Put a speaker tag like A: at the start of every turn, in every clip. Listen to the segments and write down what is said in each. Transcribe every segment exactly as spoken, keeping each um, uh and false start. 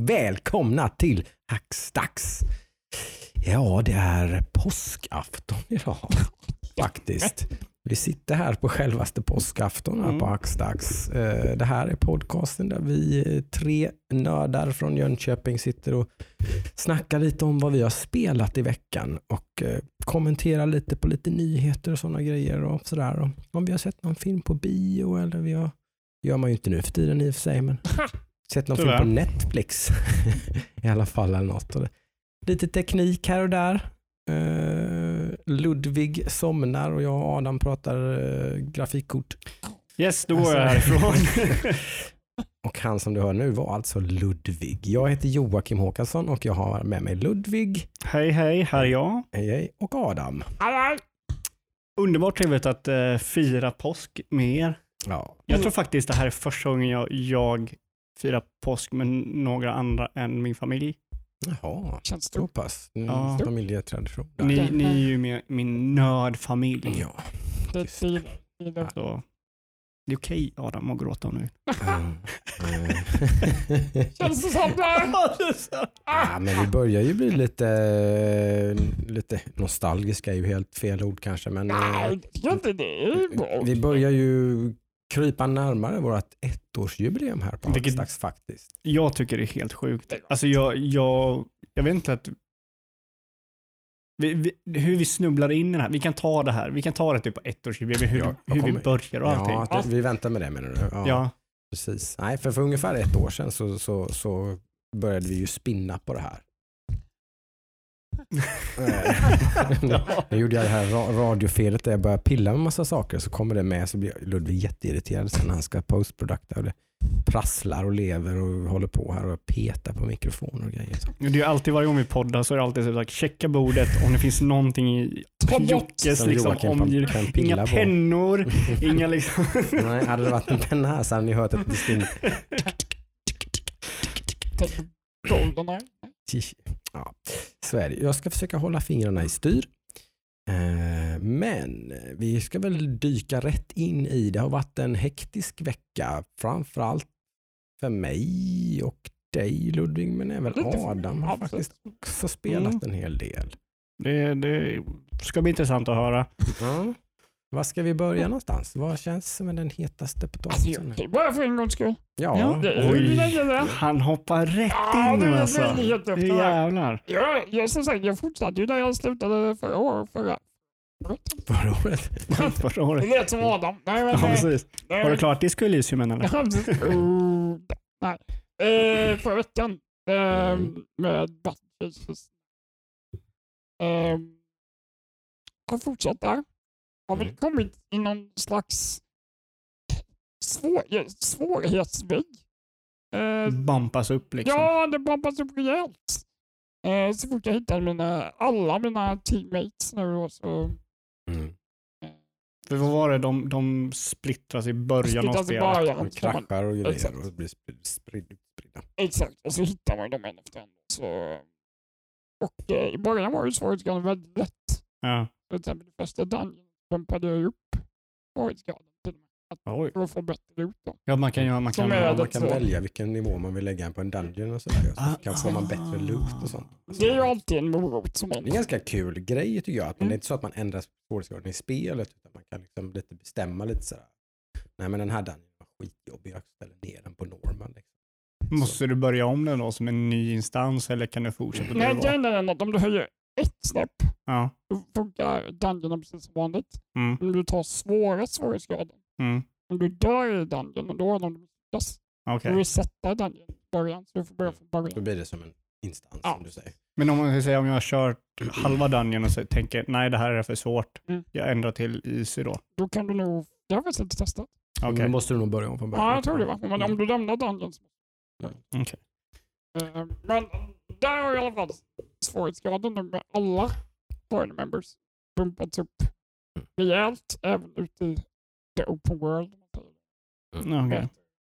A: välkomna till Hackstacks. Ja, det är påskafton idag faktiskt. Vi sitter här på självaste påskafton här mm. på Hackstacks. Det här är podcasten där vi tre nördar från Jönköping sitter och snackar lite om vad vi har spelat i veckan och kommenterar lite på lite nyheter och sådana grejer och sådär. Och om vi har sett någon film på bio eller vi har, gör man ju inte nu för tiden i och för sig, men sett någon Tyvärr. film på Netflix i alla fall eller något. Och lite teknik här och där. Uh, Ludvig somnar och jag och Adam pratar uh, grafikkort.
B: Yes, då går jag härifrån.
A: Och han som du hör nu var alltså Ludvig. Jag heter Joakim Håkansson och jag har med mig Ludvig.
B: Hej hej, här är jag.
A: Hej hej, och Adam.
B: Hej hej. Underbart trevligt att uh, fira påsk med er.
A: Ja.
B: Jag tror faktiskt det här är första gången jag, jag firar påsk med några andra än min familj.
A: Jaha, känns det så pass?
B: Ja.
A: Familjetradition.
B: Ni, ni är ju med min nördfamilj.
A: Ja.
B: Det är fint. Så det är okej, Adam, att gråta nu.
C: Känns det som det?
A: Ja, men vi börjar ju bli lite lite nostalgiska, är ju helt fel ord kanske, men
C: nej, inte det.
A: Vi börjar ju krypa närmare vårt ettårsjubileum här på Hackstacks faktiskt.
B: Jag tycker det är helt sjukt. Alltså jag, jag, jag vet inte att vi, vi, hur vi snubblar in i den här. Vi kan ta det här. Vi kan ta det typ på ettårsjubileum. Hur,
A: ja,
B: hur vi börjar och allting.
A: Ja, vi väntar med det menar du? Ja,
B: ja.
A: Precis. Nej, för, för ungefär ett år sedan så, så, så började vi ju spinna på det här. Nu gjorde jag det här radiofelet där jag började pilla med massa saker, så kommer det med, så blir Ludvig jätteirriterad sen när han ska postprodukta och det prasslar och lever och håller på här och petar på mikrofoner och grejer.
B: Det är ju alltid varje gång vi poddar så är det alltid så att checka bordet om det finns någonting i Jockes liksom omgivning. Inga pennor, inga liksom.
A: Nej, hade det varit en penna här så hade ni hört ett distinkt. Ja, så är det. Jag ska försöka hålla fingrarna i styr. Eh, men vi ska väl dyka rätt in i. Det har varit en hektisk vecka. Framförallt för mig och dig, Ludvig. Men även Adam har faktiskt också spelat en hel del.
B: Det, det ska bli intressant att höra.
A: Ja. Var ska vi börja någonstans? Vad känns som den hetaste potatisen?
C: Alltså, bara för en gångs skull.
A: Ja.
B: ja. Oj, han hoppar rätt ja, in nu alltså. Det jävlar.
C: Ja, jag, som sagt, jag fortsatte ju där jag slutade förra året. Förra,
A: förra året?
B: förra året.
C: Det lät som Adam. Nej, men,
B: ja, precis. Nej. Har du klart Disco-Elysium eller?
C: uh, nej. Uh, förra veckan. Uh, mm. Med Battlefield. Uh, jag fortsätter. Har vi kommit i någon slags svår, svårighetsvägg.
B: Eh, bumpas upp liksom.
C: Ja, det bumpas upp rejält. Eh, så fort jag hittar mina, alla mina teammates nu då, så...
A: Mm.
C: Eh,
B: För vad var det? De, de splittras i början av spelet.
A: De kraschar och grejer exakt. Och blir spridda.
C: Exakt, och så hittar man dem en efter en. Så, och eh, i början var ju svårighetsgraden väldigt lätt.
B: Ja.
C: För exempel det första dungeon pumpade jag upp svårighetsgraden till att för att få bättre ut då.
B: Ja, man kan, ja, man kan,
A: ja, man kan välja vilken nivå man vill lägga på en dungeon och sådär. Så ah, kan få man bättre loot och sånt. Så
C: det är ju alltid en morot som är.
A: Det är en ganska kul grej tycker jag. Att mm. Det är inte så att man ändrar svårighetsgraden i spelet, utan man kan liksom lite bestämma lite sådär. Nej, men den här dungeon var skitjobbig. Jag ställer ner den på normal. Liksom.
B: Måste så. Du börja om den då som en ny instans eller kan du fortsätta?
C: Nej, det är den att om du höjer ett snäpp
B: ja.
C: Då funkar dungeonen precis som vanligt.
B: Mm.
C: Om du tar svåra svårighetsgrader.
B: Mm.
C: Om du dör i dungeonen, då har de lyckats.
B: Okay.
C: Du resetar dungeon i början, så du får börja från början.
A: Då blir det som en instans ja. Som du säger.
B: Men om man ska säga om jag har kört halva dungeon och så tänker nej det här är för svårt.
C: Mm.
B: Jag ändrar till easy då.
C: Då kan du nog, jag har faktiskt inte testat.
A: Okej. Okay. Då måste du nog börja om från början.
C: Ja, jag tror det va. Men mm. om du lämnar dungeon så.
B: Mm. Okej.
C: Okay. Uh, men där har i alla fall svårighetsgraden med alla party members bumpats upp rejält även ute i the open world.
B: Mm. Okay.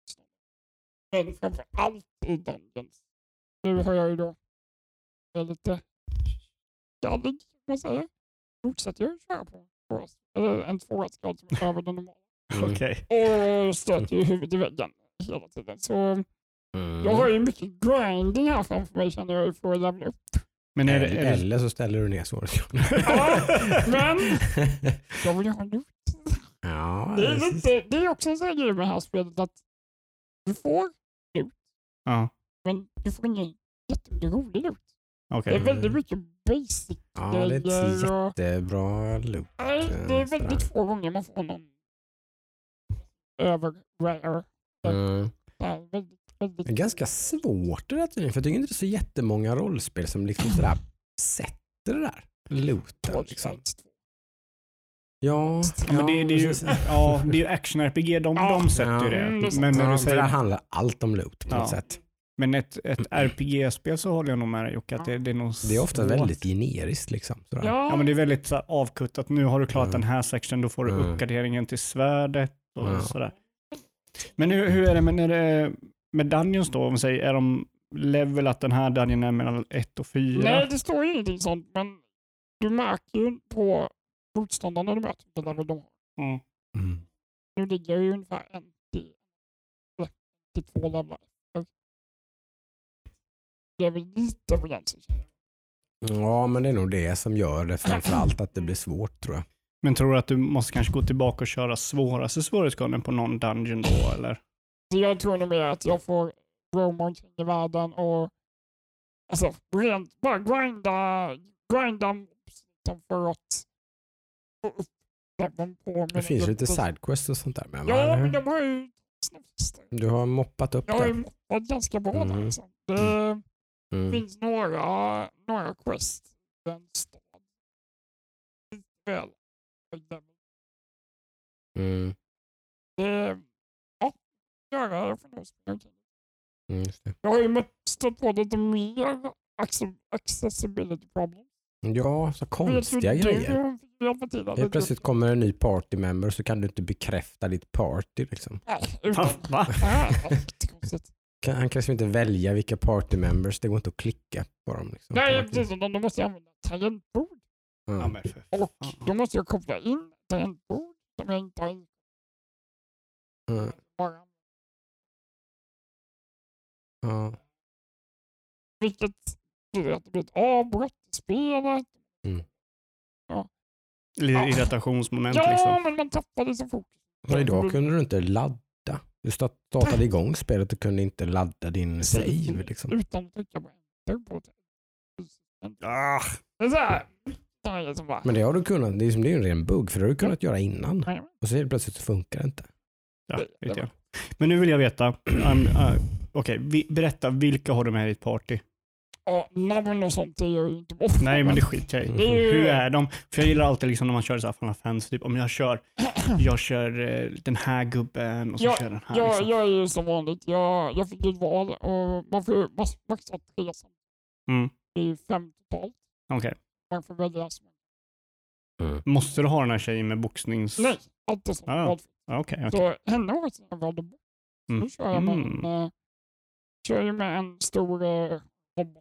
C: Men framför allt i dungeons. Nu har jag ju då lite gallig, kan man säga. Fortsätter jag köra på eller en svårighetsgrad som är över den normala.
B: Mm. Okay.
C: Och stöter ju huvudet i väggen hela tiden. Så
A: Mm.
C: Jag har ju mycket grinding här framför mig känner jag för att levla upp.
B: Men är det, är det...
A: Eller så ställer du ner så.
C: Ja, men jag vill ju ha loot.
A: Ja,
C: Det är, lite, det är också en sån här grej med det här spelet att du får loot,
B: Ja,
C: men du får ingen jätterolig loot.
B: okej.
C: Det är väldigt mycket basic
A: ja, det är inte
C: grejer och...
A: jättebra loot.
C: Nej, det är väldigt få gånger man får någon över rare.
A: Mm.
C: Det är väldigt, väldigt...
A: Det är ganska svårt det där tydligen, för jag tycker inte det är så jättemånga rollspel som liksom sådär sätter det där looten. Liksom. Ja,
B: Ja, men det, det är ju,
A: precis.
B: ja, det är ju action-R P G, de,
C: Ja.
B: de sätter ju det.
C: Mm, det är sant.
B: Men när
A: Ja,
B: du
A: för där
B: säger,
A: handlar allt om loot på
B: Ja.
A: något sätt.
B: men ett, ett R P G-spel så håller jag nog med dig Jocke, att det, det är nog
A: Det är ofta
B: svårt.
A: väldigt generiskt liksom. Sådär.
C: Ja,
B: Ja, men det är väldigt så här, avkuttat. Nu har du klarat
A: Mm.
B: den här sektionen, då får du
A: Mm.
B: uppgraderingen till svärdet och
A: Ja.
B: sådär. Men hur, hur är det med, när det är med Dungeons då? Om man säger, är de level att den här Dungeon är mellan ett och fyra?
C: nej, det står ju ingenting sånt, men du märker ju på motståndarna du möter vilka level de har.
B: Mm.
A: Mm.
C: Nu ligger jag ju ungefär en till, till två levlar. Det är väl lite begränsat.
A: Ja, men det är nog det som gör det framförallt att det blir svårt tror jag.
B: Men tror du att du måste kanske gå tillbaka och köra svåraste svårighetsgraden på någon dungeon då, eller?
C: Så jag tror nog mer att jag får roama omkring i världen och alltså rent bara grinda, grinda liksom för att få upp leveln på mina
A: Det finns
C: grupper.
A: lite sidequests och sånt där med.
C: Ja,
A: va?
C: men de har ju snabbt.
A: Du har moppat upp
C: Jag har ju
A: det.
C: moppat ganska bra
A: Mm.
C: där. Liksom. Det
A: Mm.
C: finns några, några quest i en stad. Lite väl.
A: Mm.
C: Det, ja, göra det för något spel.
A: Mm, just det.
C: Jag har ju mött- stött på lite mer acce- accessibility problems.
A: Ja, så konstiga
C: Vet du,
A: grejer.
C: Du hjälper till att
A: Helt plötsligt kommer en ny partymember så kan du inte bekräfta ditt party. Liksom.
C: Nej, utan...
B: Va? Va?
C: Nej, det är jättekonstigt.
A: Kan- Han kan liksom inte välja vilka partymembers. Det går inte att klicka på dem. Liksom.
C: Nej, precis. Utan då måste jag använda tangentbord.
B: Ja,
A: Ja.
B: men för
C: Och
B: fan.
C: då måste jag koppla in tangentbord som jag inte har in.
A: Ja.
C: Bara.
A: Ja.
C: Vilket betyder att det blir ett avbrott i spelet.
B: Lite irritationsmoment
C: Ja,
B: liksom.
C: men man tappar liksom fokus.
A: Och idag kunde du inte ladda. Du start- startade igång spelet och kunde inte ladda din save. Liksom.
C: Utan att trycka på enter på det.
B: Ah,
C: Det är så här. Det är som bara...
A: Men det har du kunnat. Det är, som, det är ju en ren bugg för det har du kunnat göra innan.
C: Nej,
A: Och så helt plötsligt så funkar det inte.
B: ja, vet jag. Men nu vill jag veta. Um, uh, Okej, vi- berätta, vilka har du med i ditt party?
C: Ja, namn och sånt är ju inte bra.
B: Nej, men det skiter jag i.
C: Det är ju-
B: Hur är de? För jag gillar alltid liksom när man kör så här Final Fantasy, typ om jag kör, jag kör eh, den här gubben och så
C: Ja,
B: kör den här.
C: Jag,
B: Liksom.
C: jag är ju som vanligt. Jag, jag fick ju ett val och man får ju max- maxa tre som.
B: Mm.
C: Det är ju fem totalt.
B: Okej.
C: Man får välja som.
B: Måste du ha den här tjejen med boxnings...
C: Nej, alltid som
B: Ah,
C: valfritt.
B: Okej, okej.
C: Så henne har jag valde bort.
B: Mm.
C: Nu kör jag med
B: Mm.
C: en, äh, kör jag med en stor äh, robot.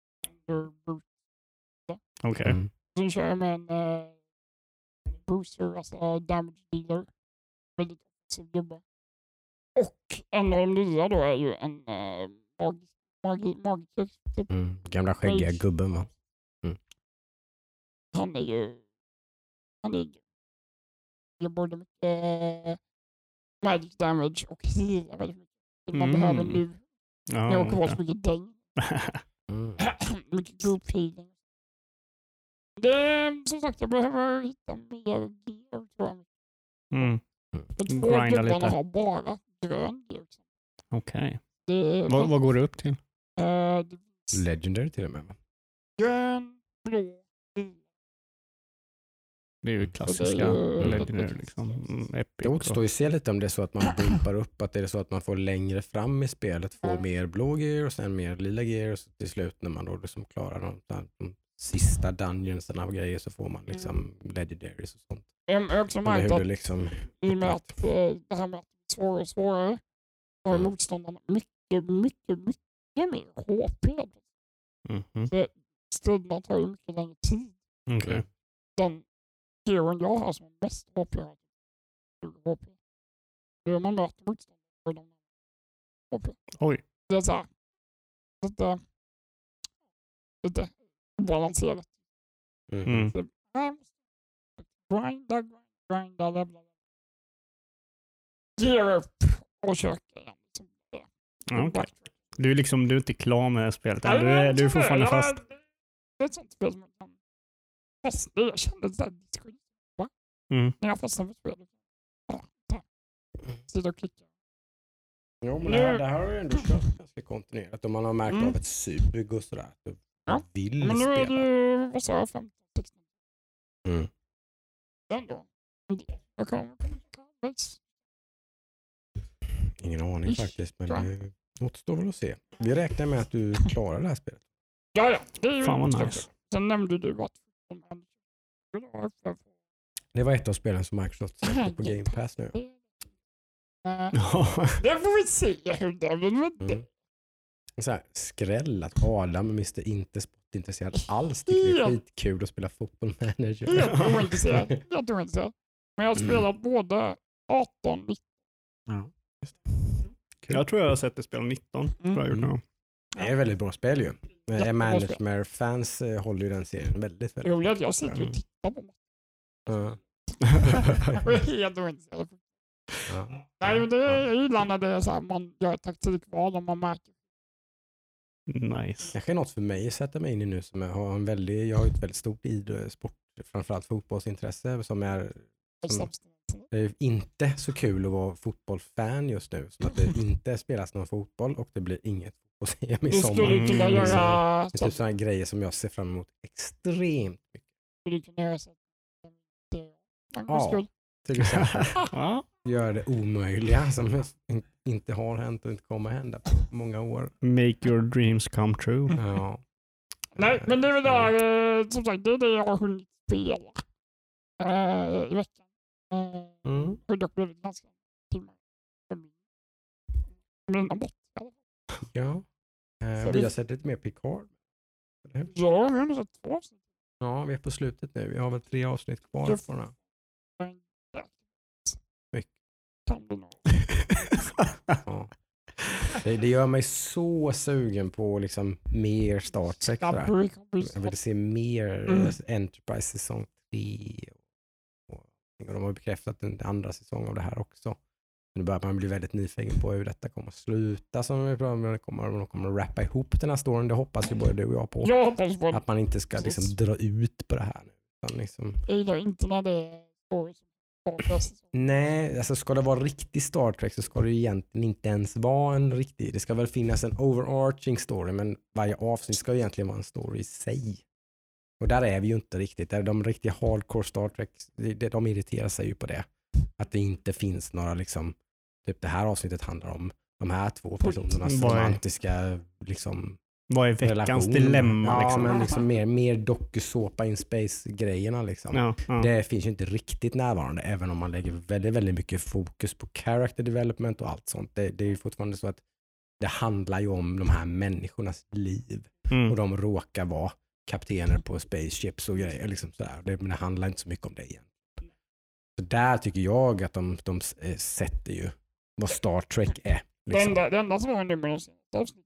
B: Okej.
A: Mm.
C: Sen kör jag med en äh, booster, alltså damage dealer. Väldigt offensiv gubbe. Och en av de nya då är ju en äh, mag, magi, magiker. Typ.
A: Mm. Gamla skäggiga gubben va?
C: Han är ju... Han är ju... Jag både mycket äh, magic damage och healar väldigt mycket. Man
B: Mm.
C: behöver nu.
B: Ja,
C: Jag åker på så
B: okej.
C: mycket däng.
A: Mm.
C: mycket group healing. Det är som sagt, jag behöver hitta mer gear tror jag.
B: Mm.
C: De två
B: Grinda
C: gubbarna
B: lite.
C: har bara grön gear. Liksom.
B: Okej.
C: Det är
B: Vad, vad går det upp till?
C: äh, det finns
A: Legendary till och med va?
C: grön, blå, lila.
B: Det är ju klassiska
C: ju-
B: Legendary liksom. Mm, Epic.
A: Det återstår ju att se lite om det är så att man bumpar upp, att det är så att man får längre fram i spelet, får mer blå gear och sen mer lila gear och så till slut när man då liksom klarar de, de sista dungeonsarna och grejer så får man liksom legendaries och sånt.
C: Jag har också
A: Eller
C: märkt
A: hur det
C: att
A: liksom...
C: i och med att eh, det här med att det blir svårare och svårare så har
A: Mm.
C: motståndarna mycket, mycket, mycket mer H P.
B: Mhm.
C: Striderna tar ju mycket längre tid.
B: Okej.
C: Den gearen jag har som är mest H P har tjugo H P. Då man möter motståndare får de H P.
B: Oj.
C: det är så här, lite, lite obalanserat.
A: Mm.
B: Mm.
C: Grinda, grinda, grinda, levla. Ge upp och köka igen.
B: Ja, okej. Du är liksom, du är inte klar med det här spelet.
C: Nej,
B: Du är, du är
C: jag-
B: fortfarande
C: jag-
B: fast.
C: Det är ett sånt spel som man kan fastna i. Jag kände så här,
B: Mm.
C: när jag fastnade för spelet. Ja, tack. Sitta och klicka.
A: Jo, men det här, det här har ju ändå kört ganska kontinuerligt. Om man har märkt
C: Mm.
A: av ett sug och sådär. Att du
C: Ja.
A: vill
C: Men nu är det
A: spela.
C: ju, vad sa jag, femton sexton.
A: Mm.
C: Ändå. Jag kommer komma.
A: Ingen aning
C: Ish,
A: faktiskt, men
C: tror
A: det återstår väl att se. Vi räknar med att du klarar det här spelet.
C: Ja, ja. Det är ju
B: Fan vad
C: klart.
B: nice.
C: Sen nämnde du att de hade
A: Det var ett av spelen som Microsoft släppte på Game Pass nu.
C: Eh,
B: Ja.
C: Det får vi se hur det blir med det.
A: Mm. Så här, skräll att Adam är mister inte sportintresserad alls tycker det är
C: Ja.
A: skitkul att spela fotboll manager.
C: Helt ointresserad. Helt ointresserad. Men jag har
A: Mm.
C: spelat både arton, nitton.
A: Ja.
B: Jag tror jag har sett det spela nitton.
C: Mm.
B: Tror jag gjort
A: Mm. Det är ett väldigt bra spel ju.
C: Jättebra
A: Management-fans eh, håller ju den serien väldigt,
C: Det
A: väldigt.
C: roliga är att jag sitter och tittar på mig.
A: Ja.
C: Jag är helt ointresserad.
A: Ja.
C: Nej, men det är, jag gillar när det är så här, man gör taktikval och man märker.
B: Nice.
A: Kanske är något för mig att sätta mig in i nu som jag har en väldigt, jag har ett väldigt stort idrottssport, framförallt fotbollsintresse som är, som, det är inte så kul att vara fotbollsfan just nu som att det inte spelas någon fotboll och det blir inget fotbolls-E M i
C: Du
A: sommar.
C: skulle kunna
B: Mm.
C: göra
A: Det är
C: så.
A: typ sådana grejer som jag ser fram emot extremt mycket.
C: Skulle kunna göra så.
A: Ja.
C: Ja.
A: Till exempel
B: Ja.
A: göra det omöjliga som in- inte har hänt och inte kommer hända på många år.
B: Make your dreams come true.
A: Ja.
C: Nej, men det är väl där, eh, som sagt, det är det jag har hunnit spela eh, i veckan. Eh,
A: Mm.
C: har dock blivit ganska timmar för min. Mina bort.
A: Ja. Eh,
C: Så
A: vi
C: vi-
A: har sett lite mer Picard. Eller hur?
C: Ja, vi har nog sett två avsnitt.
A: Ja, vi är på slutet nu. Vi har väl tre avsnitt kvar
C: Det-
A: på den här. Mycket.
C: Kan du nog.
A: Ja. Det, det gör mig så sugen på liksom mer Star Trek. sådär.
C: Snabbare kan bli
A: Jag vill se mer
C: Mm.
A: eh, Enterprise säsong tre. Och, och de har ju bekräftat en andra säsong av det här också. Nu börjar man bli väldigt nyfiken på hur detta kommer att sluta. Som vi pratar om, de kommer, de kommer att rappa ihop den här storyn. Det hoppas ju både du och jag på.
C: Jag hoppas på
A: Att man inte ska liksom dra ut på det här nu. Utan liksom,
C: det. Inte när det är story som bara säsong.
A: nej, alltså ska det vara riktig Star Trek så ska det ju egentligen inte ens vara en riktig. Det ska väl finnas en overarching story, men varje avsnitt ska ju egentligen vara en story i sig. Och där är vi ju inte riktigt. Där de riktiga hardcore Star Trek, de, de irriterar sig ju på det. Att det inte finns några liksom, typ det här avsnittet handlar om de här två personernas
B: Vad är-
A: romantiska liksom
B: Vad är veckans
A: relation.
B: dilemma?
A: Ja,
B: liksom?
A: men liksom mer, mer dokusåpa in space-grejerna liksom.
B: Ja, ja.
A: Det finns ju inte riktigt närvarande, även om man lägger väldigt, väldigt mycket fokus på character development och allt sånt. Det, det är ju fortfarande så att det handlar ju om de här människornas liv och
B: Mm.
A: de råkar vara kaptener på spaceships och grejer. Liksom sådär. Det, men det handlar inte så mycket om det igen. Så där tycker jag att de, de eh, sätter ju vad Star Trek är.
C: Det
A: Liksom.
C: enda, det enda som var nu med de senaste avsnitten.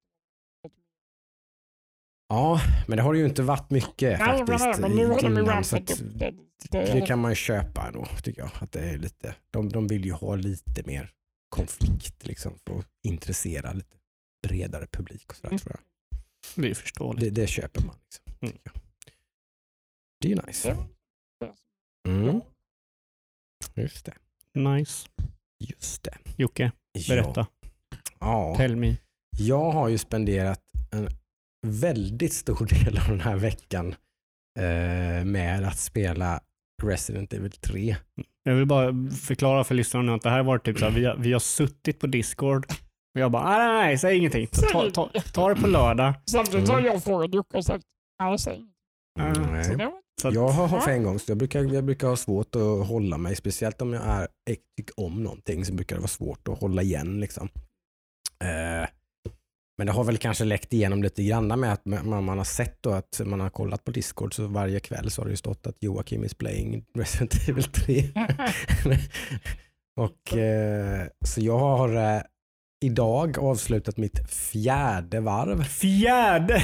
A: Ja, men det har det ju inte varit mycket
C: Nej, men,
A: faktiskt
C: men nu har de ju
A: innan, så
C: rampat
A: att
C: upp det. Det
A: det
C: är
A: kan man ju köpa då, tycker jag. Att det är lite, de, de vill ju ha lite mer konflikt liksom, för att intressera lite bredare publik och sådär,
C: Mm.
A: tror jag.
B: Det är förståeligt.
A: Det, det köper man. Liksom,
B: Mm.
A: tycker jag. Det är ju nice.
C: det.
A: Mm. Just det.
B: Nice.
A: Just det.
B: Jocke, berätta.
A: Ja.
B: Tell me.
A: Jag har ju spenderat en väldigt stor del av den här veckan eh, med att spela Resident Evil tre.
B: Jag vill bara förklara för lyssnarna att det här var typ så här, vi har, vi har suttit på Discord och jag bara, nej, nej, nej, säg ingenting. Ta, ta, ta, ta det på lördag.
C: Samtidigt har
A: Mm.
C: jag frågat Jocke och sagt, nej, säg inget.
A: Nej.
C: Så det var
B: Så att,
A: Jag har för en gång, så jag brukar, jag brukar ha svårt att hålla mig, speciellt om jag är, tycker om någonting så brukar det vara svårt att hålla igen liksom. Eh, men det har väl kanske läckt igenom lite grann med att man, man har sett då att man har kollat på Discord, så varje kväll så har det ju stått att Joakim is playing Resident Evil tre. Och eh, så jag har eh, idag avslutat mitt fjärde varv.
B: Fjärde!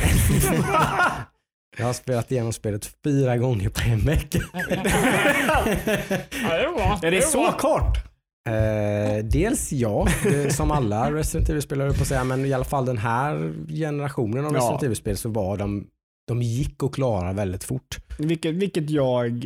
A: Jag har spelat igenom spelet fyra gånger på en vecka.
C: Ja, det är bra.
B: Är det så kort?
A: Eh, dels ja, det, som alla Resident Evil-spelare på att säga, men i alla fall den här generationen av
B: Ja.
A: Resident Evil-spel så var de, de gick att klara väldigt fort.
B: Vilket, vilket jag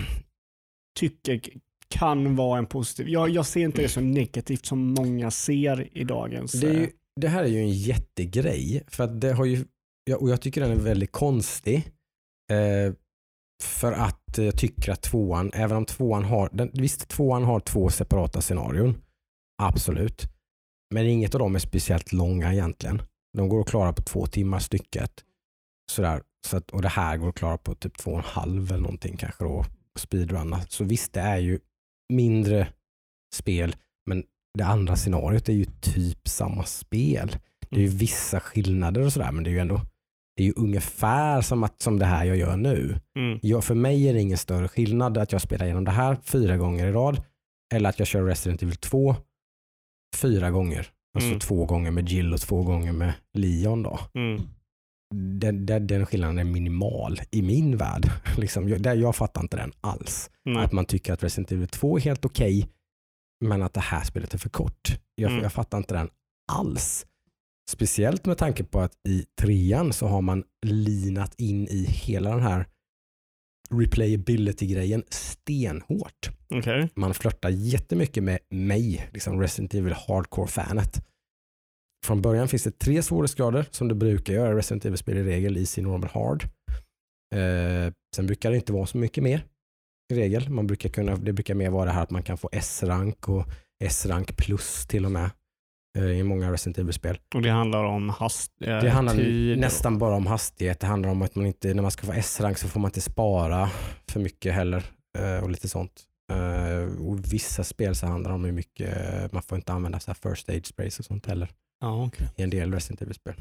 B: tycker kan vara en positiv. Jag, jag ser inte det så negativt som många ser i dagens.
A: Det, är ju, det här är ju en jättegrej, för att det har ju, ja, och jag tycker den är väldigt konstig. Eh, för att jag tycker att tvåan, även om tvåan har, den, visst tvåan har två separata scenarion, absolut. Men inget av dem är speciellt långa egentligen. De går att klara på två timmar stycket. Sådär. Så att, och det här går att klara på typ två och en halv eller någonting kanske då, speedrunna. Så visst, det är ju mindre spel, men det andra scenariot är ju typ samma spel. Det är ju vissa skillnader och sådär, men det är ju ändå, det är ju ungefär som, att, som det här jag gör nu.
B: Mm.
A: Jag, för mig är det ingen större skillnad att jag spelar igenom det här fyra gånger i rad eller att jag kör Resident Evil två fyra gånger. Alltså
B: Mm.
A: två gånger med Jill och två gånger med Leon då.
B: Mm.
A: Den, den, den skillnaden är minimal i min värld. Liksom, jag, där, jag fattar inte den alls.
B: Nej.
A: Att man tycker att Resident Evil två är helt okej, men att det här spelet är för kort. Jag,
B: Mm.
A: jag fattar inte den alls. Speciellt med tanke på att i trean så har man linat in i hela den här replayability-grejen stenhårt.
B: Okej.
A: Man flörtar jättemycket med mig, liksom Resident Evil hardcore-fanet. Från början finns det tre svårighetsgrader som det brukar göra Resident Evil-spel i regel, easy, normal, hard. Eh, sen brukar det inte vara så mycket mer i regel. Man brukar kunna, det brukar mer vara det här att man kan få S-rank och S-rank plus till och med eh, i många Resident Evil-spel.
B: Och det handlar om hast, eh,
A: Det handlar
B: tid
A: nästan bara om hastighet. Det handlar om att man inte, när man ska få S-rank så får man inte spara för mycket heller eh, och lite sånt. Uh, och vissa spel så handlar det om hur mycket, man får inte använda så här first aid sprays och sånt heller
B: Ja, okej.
A: i en del Resident Evil-spel.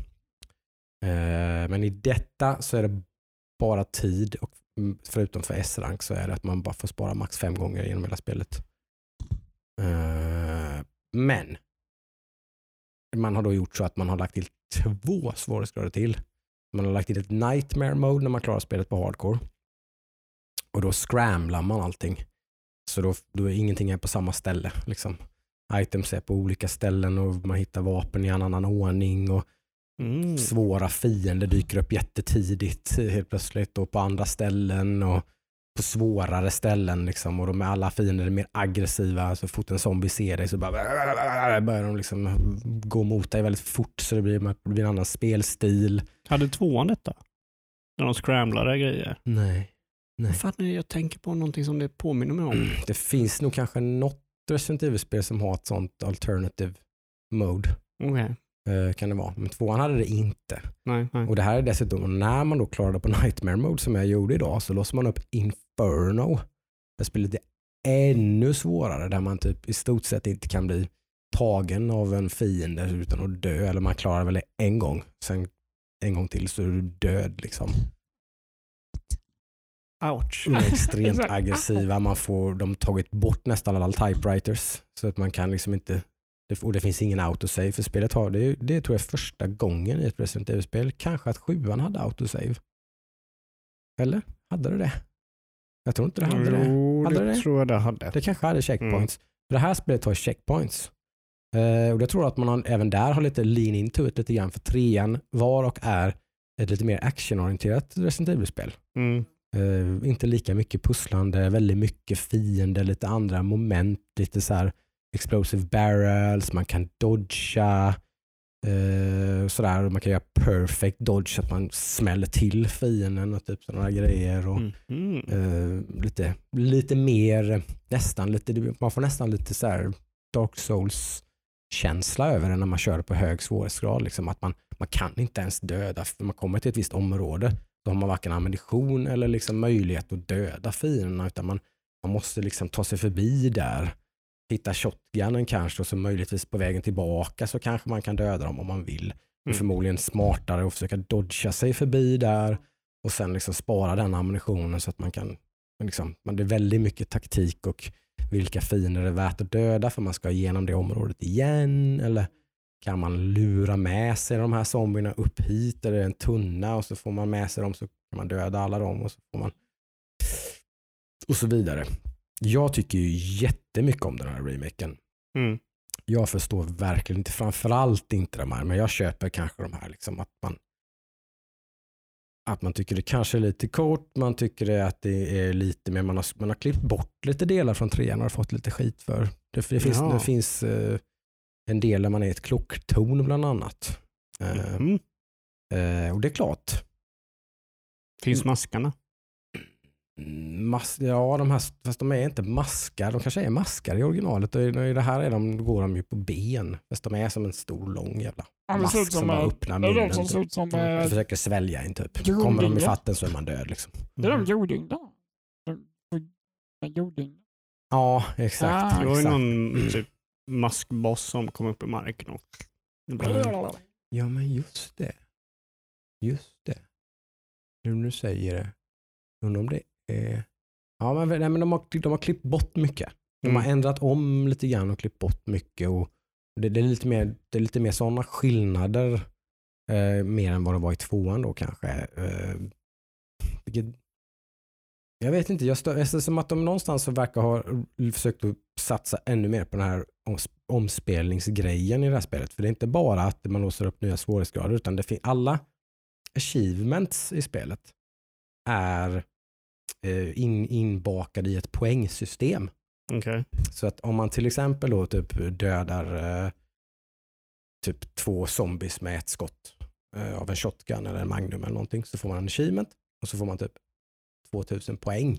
A: Uh, men i detta så är det bara tid, och förutom för S-rank så är det att man bara får spara max fem gånger genom hela spelet. Uh, men man har då gjort så att man har lagt till två svårighetsgrader till. Man har lagt till ett nightmare mode när man klarar spelet på hardcore. Och då scramblar man allting. Så då, då är ingenting på samma ställe. Liksom. Items är på olika ställen och man hittar vapen i en annan ordning och
B: Mm.
A: svåra fiender dyker upp jättetidigt helt plötsligt och på andra ställen och på svårare ställen liksom. Och de är alla fiender är mer aggressiva, så fort en zombie ser dig så bara börjar de liksom gå mot dig väldigt fort, så det blir, det blir en annan spelstil.
B: Hade tvåan detta? När de scramblade grejer?
A: Nej. Nej.
B: Fan, jag tänker på någonting som det påminner mig om.
A: Det finns nog kanske något Resident Evil-spel som har ett sånt alternative mode.
B: Okej.
A: Uh, kan det vara. Men tvåan hade det inte.
B: Nej, nej.
A: Och det här är dessutom, när man då klarade på Nightmare Mode som jag gjorde idag, så låser man upp Inferno. Det spelet är ännu svårare, där man typ i stort sett inte kan bli tagen av en fiende utan att dö. Eller man klarar väl det en gång. Sen en gång till så är du död liksom.
B: Ouch.
A: De är extremt aggressiva. Man får, de har tagit bort nästan alla typewriters. Så att man kan liksom inte, och det finns ingen autosave för spelet. Har det, det tror jag är första gången i ett Resident Evil-spel. Kanske att sjuan hade autosave. Eller? Hade det det? Jag tror inte det hade det.
B: Jo,
A: Hade
B: det,
A: det?
B: tror jag det hade.
A: Det kanske hade checkpoints. Mm. För det här spelet har checkpoints. Uh, och jag tror att man har, även där har lite lean into it lite grann. För trean var och är ett lite mer actionorienterat Resident Evil-spel.
B: Mm.
A: Uh, inte lika mycket pusslande, väldigt mycket fiender, lite andra moment, lite så här explosive barrels, man kan dodga uh, sådär, man kan göra perfect dodge så att man smäller till fienden och typ sådana grejer och
B: Mm. Mm.
A: uh, lite, lite mer nästan lite, man får nästan lite så här Dark Souls känsla över det när man kör på hög svårighetsgrad, liksom att man, man kan inte ens döda, för man kommer till ett visst område. Då har man varken ammunition eller liksom möjlighet att döda fienderna, utan man, man måste liksom ta sig förbi där. Hitta shotgunnen kanske, och så möjligtvis på vägen tillbaka så kanske man kan döda dem om man vill. Det är
B: Mm.
A: förmodligen smartare att försöka dodga sig förbi där och sen liksom spara den ammunitionen så att man kan, liksom, man, det är väldigt mycket taktik och vilka fiender är värt att döda för man ska igenom det området igen, eller kan man lura med sig de här zombierna upp hit, eller en tunna, och så får man med sig dem, så kan man döda alla dem, och så får man och så vidare. Jag tycker ju jättemycket om den här remaken.
B: Mm.
A: Jag förstår verkligen inte, framförallt inte de här, men jag köper kanske de här liksom, att man att man tycker det kanske är lite kort, man tycker det att det är lite mer, man har, man har klippt bort lite delar från trean och har fått lite skit för. Det, det finns,
B: ja.
A: det finns uh, en del där man är ett klocktorn bland annat. Uh,
B: Mm.
A: uh, och det är klart.
B: Finns maskarna?
A: Mas- ja, de här, fast de är inte maskar. De kanske är maskar i originalet. Och i det här är de, då går de ju på ben. Fast de är som en stor, lång jävla
C: Ja, det ser ut
A: mask
C: som
A: som bara
C: en-
A: öppnar
C: det är de
A: munnen.
C: som
A: Typ.
C: ser ut som...
A: Och
C: eh,
A: försöker svälja in typ.
C: Jo,
A: Kommer de i
C: det är-
A: fatten så är man död liksom.
C: Det är de jordinglar. Jordinglar.
A: Ja, exakt.
C: Ah.
B: Det var ju
A: exakt.
B: någon typ maskboss som kom upp i marken och...
A: Ja, men just det. Just det. Nu när du säger det. Undrar om det är... Ja, men, nej, men de, har, de har klippt bort mycket. De
B: Mm.
A: har ändrat om lite grann och klippt bort mycket. Och det, det är lite mer, det är lite mer sådana skillnader eh, mer än vad det var i tvåan då kanske. Eh, vilket, jag vet inte, jag stör, det är som att de någonstans så verkar ha försökt att satsa ännu mer på den här oms, omspelningsgrejen i det här spelet. För det är inte bara att man låser upp nya svårighetsgrader, utan det finns alla achievements i spelet är eh, in, inbakade i ett poängsystem.
B: Okej.
A: Så att om man till exempel då typ dödar eh, typ två zombies med ett skott eh, av en shotgun eller en magnum eller någonting, så får man en achievement och så får man typ tvåtusen poäng.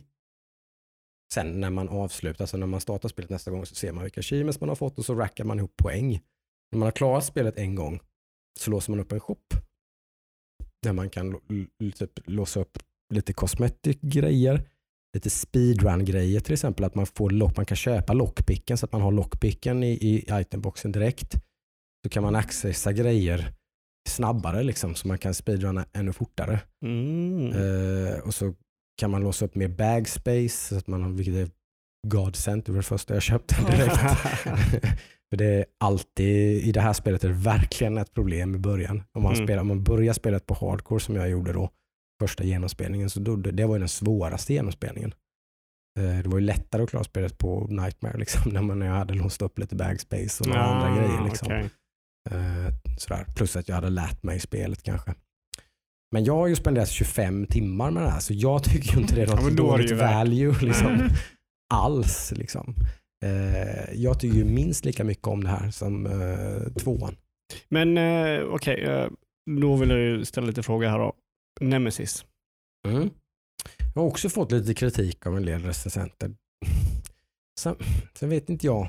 A: Sen när man avslutar, alltså när man startar spelet nästa gång, så ser man vilka achievements man har fått och så rackar man ihop poäng. När man har klarat spelet en gång så låser man upp en shop där man kan l- l- typ låsa upp lite cosmetic grejer, lite speedrun grejer, till exempel att man får lock, man kan köpa lockpicken så att man har lockpicken i, i itemboxen direkt. Så kan man accessa grejer snabbare liksom, så man kan speedrunna ännu fortare.
B: Mm.
A: Eh, och så kan man låsa upp mer bag space, så att man har, vilket är godsend, det var det första jag köpte direkt. För det är alltid, i det här spelet är det verkligen ett problem i början. Om man,
B: Mm.
A: spelar, om man börjar spelet på hardcore som jag gjorde då, första genomspelningen, så då, det var ju den svåraste genomspelningen. Eh, det var ju lättare att klara spelet på Nightmare liksom, när, man, när jag hade låst upp lite bag space och några
B: Ah,
A: andra grejer. Liksom.
B: okej.
A: Eh, sådär. Plus att jag hade lärt mig spelet kanske. Men jag har ju spenderat tjugofem timmar med det här, så jag tycker ju inte det är något
B: Ja, men då är det
A: dåligt
B: ju värt.
A: value liksom,
C: Mm.
A: alls. Liksom. Eh, jag tycker ju minst lika mycket om det här som eh, tvåan.
B: Men eh, okej, eh, då vill jag ju ställa lite frågor här då. Nemesis.
A: Mm. Jag har också fått lite kritik av en del recensenter. Sen, sen vet inte jag.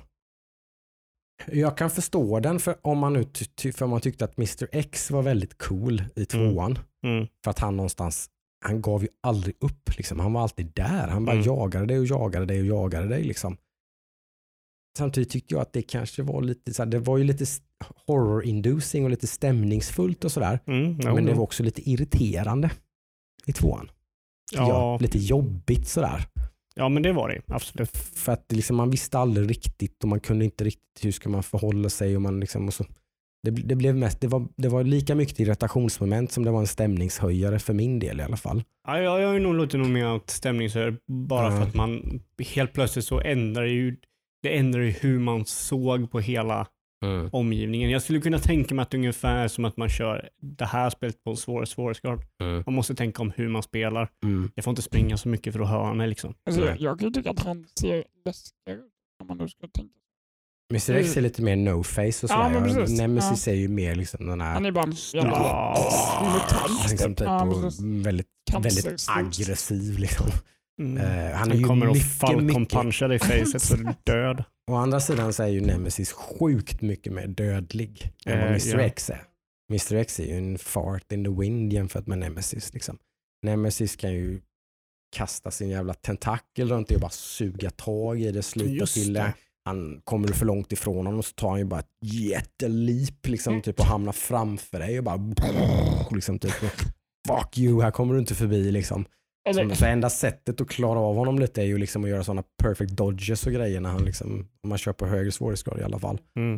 A: Jag kan förstå den, för om man nu ty- ty- för man tyckte att mister X var väldigt cool i tvåan.
B: Mm.
A: För att han någonstans, han gav ju aldrig upp liksom. Han var alltid där. Han bara
B: Mm.
A: jagade dig och jagade dig och jagade dig liksom. Samtidigt tyckte jag att det kanske var lite så här, det var ju lite horror-inducing och lite stämningsfullt och sådär.
B: Mm. Ja,
A: Men det
B: då.
A: var också lite irriterande i tvåan.
B: ja.
A: Ja, lite jobbigt sådär.
B: ja, men det var det. Absolut.
A: För att liksom, man visste aldrig riktigt och man kunde inte riktigt hur ska man förhålla sig och man liksom, och så, det, det blev mest, det var, det var lika mycket irritationsmoment som det var en stämningshöjare för min del i alla fall.
B: Ja, jag, jag är nog lite nog mer åt stämningshöjare bara
A: Ja.
B: för att man helt plötsligt så ändrar ju det ändrar ju hur man såg på hela
A: Mm.
B: omgivningen. Jag skulle kunna tänka mig att det är ungefär som att man kör det här spelet på en svår svårighetsgrad.
A: Mm.
B: Man måste tänka om hur man spelar.
A: Mm.
B: Jag får inte springa så mycket för att höra mig liksom.
C: Alltså,
A: Nej.
C: jag, jag kan ju tycka att han ser läskigare ut om man nu ska tänka.
A: mister X är lite mer no-face och sådär.
C: Ja, men precis.
A: Nemesis är ju mer liksom den här
C: Han är bara en jävla
B: Ja.
C: mutant.
A: liksom typ,
C: Ja,
A: och
C: precis.
A: väldigt, väldigt
C: Cancersnut.
A: aggressiv liksom.
B: Mm.
A: Eh, han är
B: Han
A: ju
B: kommer att
A: mycket,
B: falcon
A: mycket.
B: puncha dig i facet så du är död.
A: Å andra sidan så är ju Nemesis sjukt mycket mer dödlig än vad
B: Eh,
A: mister
B: ja.
A: X är. mister X är ju en fart in the wind jämfört med Nemesis. Liksom. Nemesis kan ju kasta sin jävla tentakel runt det och bara suga tag i det, slita
B: Just
A: till det.
B: det.
A: Han kommer du för långt ifrån honom så tar han ju bara ett jättelip liksom, typ, och hamnar framför dig och bara liksom, typ, fuck you, här kommer du inte förbi liksom.
C: Eller,
A: Så, så enda sättet att klara av honom lite är ju liksom att göra sådana perfect dodges och grejer när han liksom, om man kör på högre svårighetsgrad i alla fall.
B: Mm.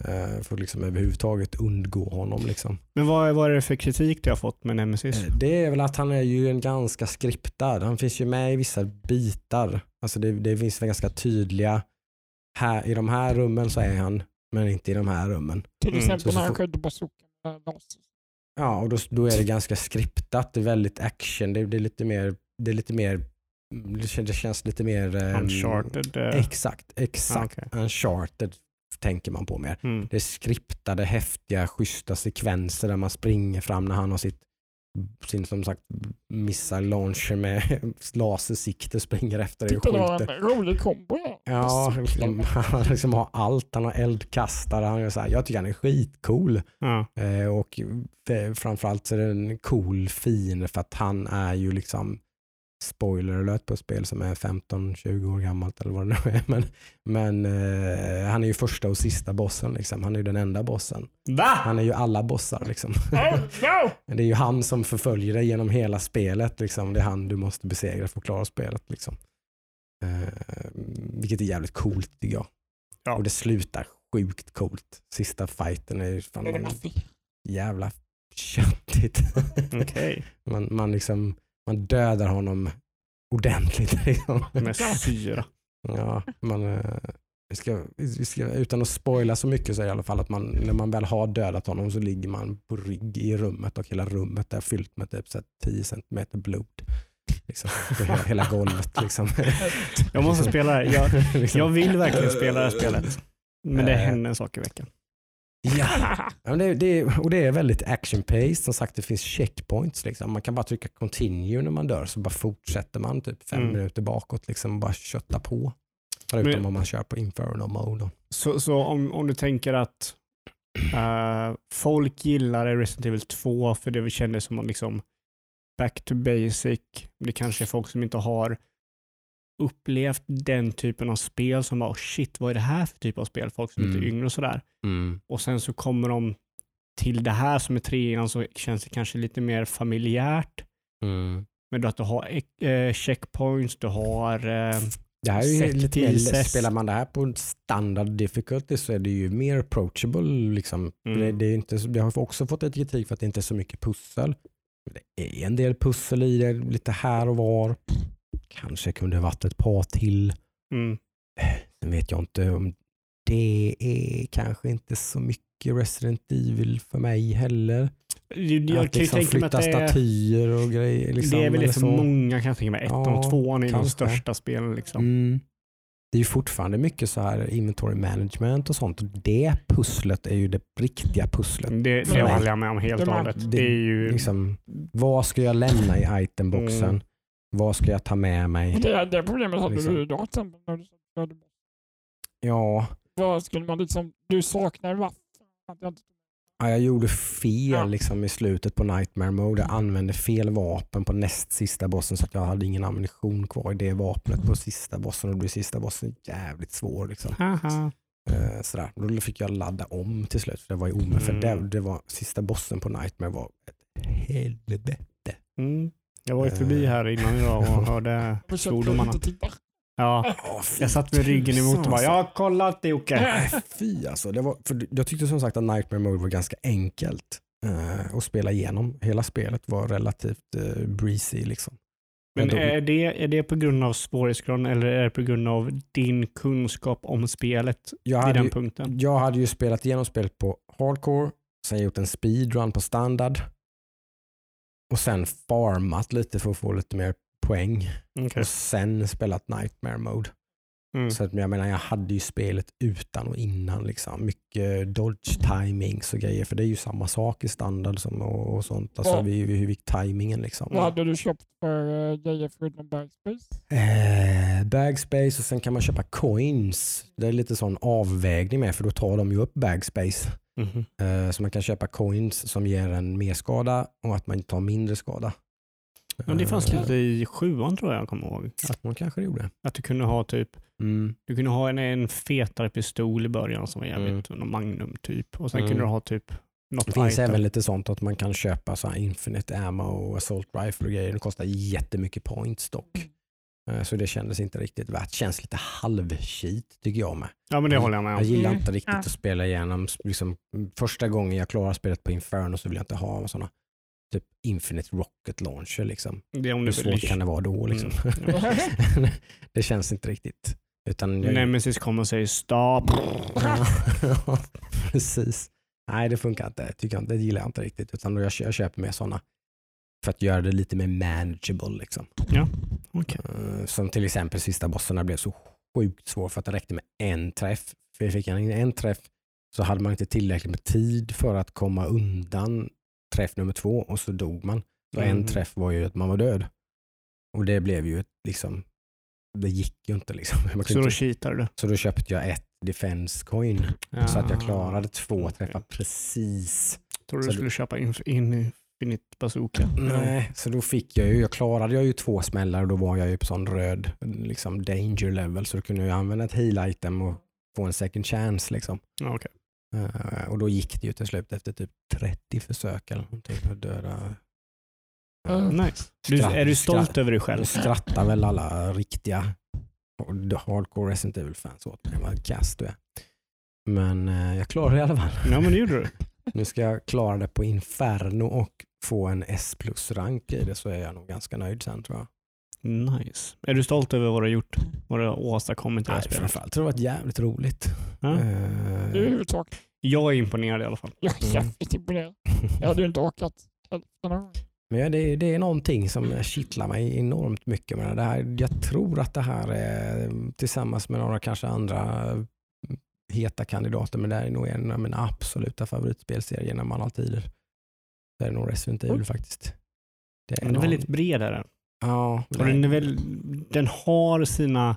A: Uh, för att liksom överhuvudtaget undgå honom. Liksom.
B: Men vad, vad är det för kritik du har fått med Nemesis?
A: Uh, det är väl att han är ju en ganska skriptad. Han finns ju med i vissa bitar. Alltså det, det finns väl ganska tydliga. Här, I de här rummen så är han, men inte i de här rummen.
C: Till
B: Mm.
C: exempel
A: Så-
C: när han
A: så-
C: skötte bazookan.
A: Ja, och då, då är det ganska skriptat. Det är väldigt action. Det, det är lite mer, det är lite mer, det känns, det känns lite mer... Um,
B: Uncharted? Uh,
A: Exakt, exakt.
B: Ah, okay.
A: Uncharted tänker man på mer.
B: mm.
A: Det är skriptade, häftiga, schyssta sekvenser där man springer fram när han har sitt sin som sagt missile launcher med lasersikte springer efter dig och
C: Tyckte det var
A: skjuter.
C: en rolig kombo. Ja,
A: Ja, liksom, han liksom har allt. Han har eldkastare. Han är så här, jag tycker han är skitcool.
B: Ja.
A: Eh, och eh, framförallt så är det en cool fiende för att han är ju liksom spoiler alert på ett spel som är femton tjugo år gammalt eller vad det nu är. Men, men eh, han är ju första och sista bossen. Liksom. Han är ju den enda bossen.
B: Va?
A: Han är ju alla bossar. Liksom.
C: Oh, no!
A: Det är ju han som förföljer dig genom hela spelet. Liksom. Det är han du måste besegra för att klara spelet. Liksom. Eh, vilket är jävligt coolt tycker jag.
B: Ja.
A: Och det slutar sjukt coolt. Sista fighten är ju fan
C: Det är
A: en
C: maffig.
A: jävla köttigt.
B: Okej.
A: man, man, liksom, man dödar honom ordentligt. Liksom.
B: Med syra.
A: Ja, man, eh, vi ska, vi ska, utan att spoila så mycket så är det i alla fall att man, när man väl har dödat honom så ligger man på rygg i rummet och hela rummet är fyllt med typ så här tio centimeter blod. Liksom, på hela, hela golvet. Liksom.
B: Jag måste spela det här. Jag,
A: liksom.
B: jag vill verkligen spela det här spelet. Men det
A: Eh.
B: händer en sak i veckan.
A: Ja, ja men det, det, och det är väldigt action-paced. Som sagt, det finns checkpoints. Liksom. Man kan bara trycka continue när man dör så bara fortsätter man typ fem
B: Mm.
A: minuter bakåt liksom bara kötta på. Förutom
B: Men-
A: om man kör på Inferno mode.
B: Så, så om, om du tänker att uh, folk gillar Resident Evil två för det vi kände som att liksom back to basic. Det kanske är folk som inte har upplevt den typen av spel som bara oh shit, vad är det här för typ av spel? Folk som
A: Mm.
B: inte är yngre och sådär.
A: Mm.
B: Och sen så kommer de till det här som är trean så känns det kanske lite mer familjärt.
A: Mm.
B: Men då att du har eh, checkpoints, du har eh,
A: Det här är ju
B: Set
A: lite mer,
B: pieces.
A: spelar man det här på standard difficulty så är det ju mer approachable. Liksom.
B: Mm.
A: Det, det, är inte, det har också fått ett kritik för att det inte är så mycket pussel. Det är en del pussel i det, lite här och var. Kanske kunde varit ett par till.
B: mm,
A: Sen vet jag inte om det är kanske inte så mycket Resident Evil för mig heller.
B: jag, jag
A: att
B: kan ju
A: liksom
B: tänka mig
A: flytta
B: att det är,
A: statyer och grejer. Liksom,
B: det är väl
A: eller
B: det för
A: så.
B: många kan jag tänka mig. Ettan
A: Ja,
B: och tvåan är de
A: kanske.
B: största spelen liksom.
A: Mm. Det är ju fortfarande mycket så här inventory management och sånt. Och det pusslet är ju det riktiga pusslet.
B: Det, det
A: För mig.
B: håller jag med om helt
C: Det
B: och
C: man-
B: hållet.
A: det-
B: Det är ju
A: Liksom, vad ska jag lämna i itemboxen?
B: Mm.
A: Vad ska jag ta med mig?
C: Men det, det problemet hade
A: Liksom.
C: du idag till exempel. När du körde bort.
A: Ja,
C: Vad skulle man liksom... Du saknar vatten. Att jag inte-
A: ja, jag gjorde fel
C: Ja.
A: liksom, i slutet på Nightmare Mode. Jag använde fel vapen på näst sista bossen så att jag hade ingen ammunition kvar i det vapnet på sista bossen. Och då blev sista bossen jävligt svår. Liksom.
B: haha.
A: Eh, sådär. Då fick jag ladda om till slut. För det var ju omöjligt. För det,
B: Mm.
A: det var, sista bossen på Nightmare var ett helvete.
B: Mm. Jag var ju förbi här innan idag och hörde
C: Jag försökte
B: svordomarna.
C: inte titta.
B: Ja,
A: Åh, fy
B: jag satt med ryggen emot och bara,
A: tusan,
B: jag har kollat det Jocke.
A: Nej, fy alltså. Det var, för jag tyckte som sagt att Nightmare Mode var ganska enkelt eh, att spela igenom. Hela spelet var relativt eh, breezy liksom.
B: Men
A: då-
B: är det, är det på grund av svårighetsgraden eller är det på grund av din kunskap om spelet
A: Jag
B: i
A: hade,
B: den
A: ju,
B: punkten?
A: jag hade ju spelat igenom spelet på hardcore, sen gjort en speedrun på standard och sen farmat lite för att få lite mer poäng
B: Okej.
A: och sen spelat Nightmare Mode.
B: Mm.
A: Så att, jag menar, jag hade ju spelet utan och innan liksom. Mycket dodge timings och grejer. För det är ju samma sak i standard som, och, och sånt. Alltså
C: Ja.
A: vi, vi, hur gick timingen liksom.
C: Vad hade du köpt för uh, grejer förutom Backspace?
A: Eh, bagspace och sen kan man köpa coins. Det är lite sån avvägning med för då tar de ju upp bagspace.
B: Mhm.
A: Eh, så man kan köpa coins som ger en mer skada och att man tar mindre skada.
B: Men det fanns
A: Eh,
B: lite i sjuan tror jag jag kommer ihåg. Att,
A: man kanske gjorde.
B: att du kunde ha typ
A: Mm.
B: du kunde ha en, en fetare pistol i början som var jävligt, någon Magnum typ. Och sen
A: Mm.
B: kunde du ha typ något
A: Det finns
B: item.
A: även lite sånt att man kan köpa så här infinite ammo och assault rifle och grejer. Det kostar jättemycket points dock. Så det kändes inte riktigt värt. Det känns lite halvkit tycker jag med.
B: Ja, men det håller jag med om.
A: Jag gillar inte
C: Mm.
A: riktigt
C: Ja.
A: att spela igenom. Liksom, första gången jag klarar spelet på Inferno så vill jag inte ha sådana typ Infinite Rocket Launcher. Liksom.
B: Det är om
A: Hur
B: du
A: svårt kan det vara då? Liksom?
B: Mm.
A: Det känns inte riktigt. Utan jag...
B: Nemesis kommer och säger stopp.
A: Ja, precis. Nej, det funkar inte. Tycker jag, det gillar jag inte riktigt. Utan jag, jag köper mer sådana för att göra det lite mer manageable. Liksom.
B: Ja, okej.
A: Uh, som till exempel sista bossarna blev så sjukt svår för att det räckte med en träff. För fick jag en träff så hade man inte tillräckligt med tid för att komma undan träff nummer två och så dog man. Så
B: Mm.
A: en träff var ju att man var död. Och det blev ju ett, liksom, det gick ju inte liksom. Man
B: Så
A: kunde
B: då
A: inte,
B: cheatar du?
A: så då köpte jag ett defense coin
B: Ja.
A: så att jag klarade två
B: Okej.
A: träffar precis.
B: Tror du
A: Så
B: du skulle köpa in, Infinite Bazooka?
A: Nej, så då fick jag ju, jag klarade jag ju två smällar och då var jag ju på sån röd liksom danger level så då kunde jag använda ett heal item och få en second chance liksom.
B: Ja, okej.
A: Uh, och då gick det ju till slut efter typ trettio försök eller någonting att döda.
C: Mm.
B: Nice. Du,
A: Skratt-
B: är du stolt
A: skratt-
B: över dig
A: Nu
B: själv?
A: skrattar väl alla riktiga hardcore Resident Evil-fans åt mig vad kast du är. Men uh, jag klarade det i alla fall.
B: Ja, men det gjorde du.
A: Nu ska jag klara det på Inferno och få en S plus rank i det så är jag nog ganska nöjd sen tror jag.
B: Nice. Är du stolt över vad du har gjort? Vad du har åstadkommit i det här
A: Nej,
B: spelet?
A: framförallt tror jag det var jävligt roligt.
B: Ja.
C: Det är
A: Uh,
C: huvudsak.
B: Jag är imponerad i alla fall.
C: Jag är
A: Mm.
C: jävligt imponerad. Jag hade ju inte orkat hälften av gången.
A: Men ja, det, det är någonting som kittlar mig enormt mycket med det här. Jag tror att det här är tillsammans med några kanske andra heta kandidater, men det är nog en av mina absoluta favoritspelserier genom alla tider. Det är nog Resident Evil faktiskt. Det
B: Den är
A: någon-
B: väldigt bred är den.
A: Ja,
B: Och den, är väl, den har sina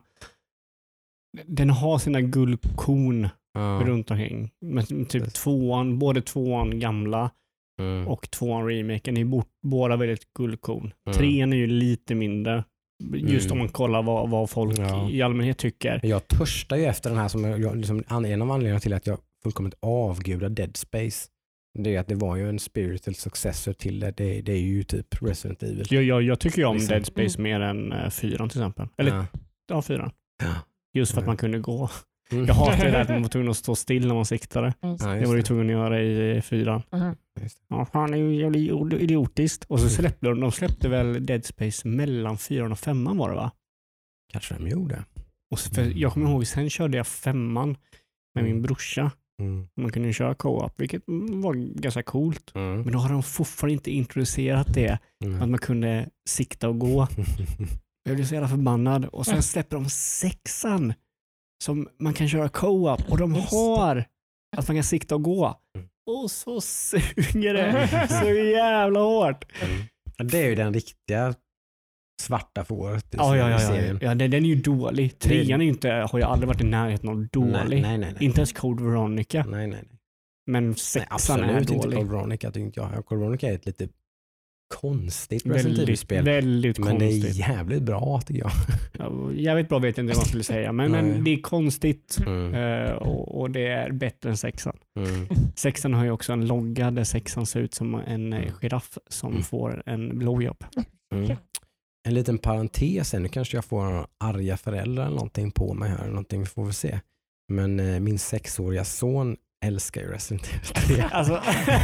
B: den har sina guldkorn
A: ja,
B: runt omkring. Men typ
A: Precis.
B: tvåan, både tvåan gamla
A: mm,
B: och tvåan remaken är bort, båda väldigt guldkorn.
A: Mm.
B: Trean är ju lite mindre. Just
A: Mm.
B: om man kollar vad, vad folk
A: Ja.
B: i allmänhet tycker.
A: Jag törstar ju efter den här som jag, liksom, en av anledningarna till att jag fullkomligt avgudar Dead Space. Det är att det var ju en spiritual successor till det. Det, det är ju typ Resident Evil.
B: Jag, jag, jag tycker ju om
A: Liksom.
B: Dead Space mer än uh, fyran till exempel. Eller ja,
A: ja.
B: fyran.
A: Ja.
B: Just för att
A: Ja.
B: man kunde gå.
A: Mm.
B: Jag hatar det där att man var tvungen att stå still när man siktade.
A: Ja,
B: Det
A: just
B: var du
A: det.
B: tvungen att göra i fyran.
C: Mhm.
A: Just det.
B: Ja, fan är ju jävligt idiotiskt. Och så släppte de, de släppte väl Dead Space mellan fyran och femman var det va?
A: Kanske de gjorde.
B: Och så, för jag kommer ihåg, sen körde jag femman med min brorsa.
A: Mm.
B: Man kunde ju köra co-op, vilket var ganska coolt.
A: Mm.
B: Men då har de fortfarande inte introducerat det.
A: Mm.
B: Att man kunde sikta och gå. Jag blev så jävla förbannad. Och sen släpper de sexan som man kan köra co-op. Och de har att man kan sikta och gå.
A: Mm.
B: Och så suger det så jävla hårt.
A: Ja, det är ju den riktiga svarta fåret i
B: Ja, ja, ja, ja.
A: serien.
B: ja den, den är ju dålig. Trean är ju inte, har ju aldrig varit i närheten av dålig.
A: Nej, nej, nej. nej.
B: Inte ens Code Veronica.
A: Nej, nej, nej.
B: Men
A: nej
B: sexan är
A: absolut inte
B: dålig.
A: Code Veronica tyckte jag. Code Veronica är ett lite konstigt Resident
B: Väldigt,
A: Evil-spel.
B: väldigt
A: Men det är
B: konstigt.
A: jävligt bra tycker jag.
B: Ja, jävligt bra vet jag inte vad man skulle säga. Men,
A: Nej.
B: men det är konstigt.
A: Mm.
B: eh, och, och det är bättre än sexan.
A: Mm.
B: Sexan har ju också en logga där sexan ser ut som en eh,
A: Mm.
B: giraff som
A: Mm.
B: får en blowjob.
A: Mm. En liten parentes, nu kanske jag får några arga föräldrar eller någonting på mig här, någonting vi får väl se. Men eh, min sexåriga son älskar ju Resident Evil tre.
B: Alltså,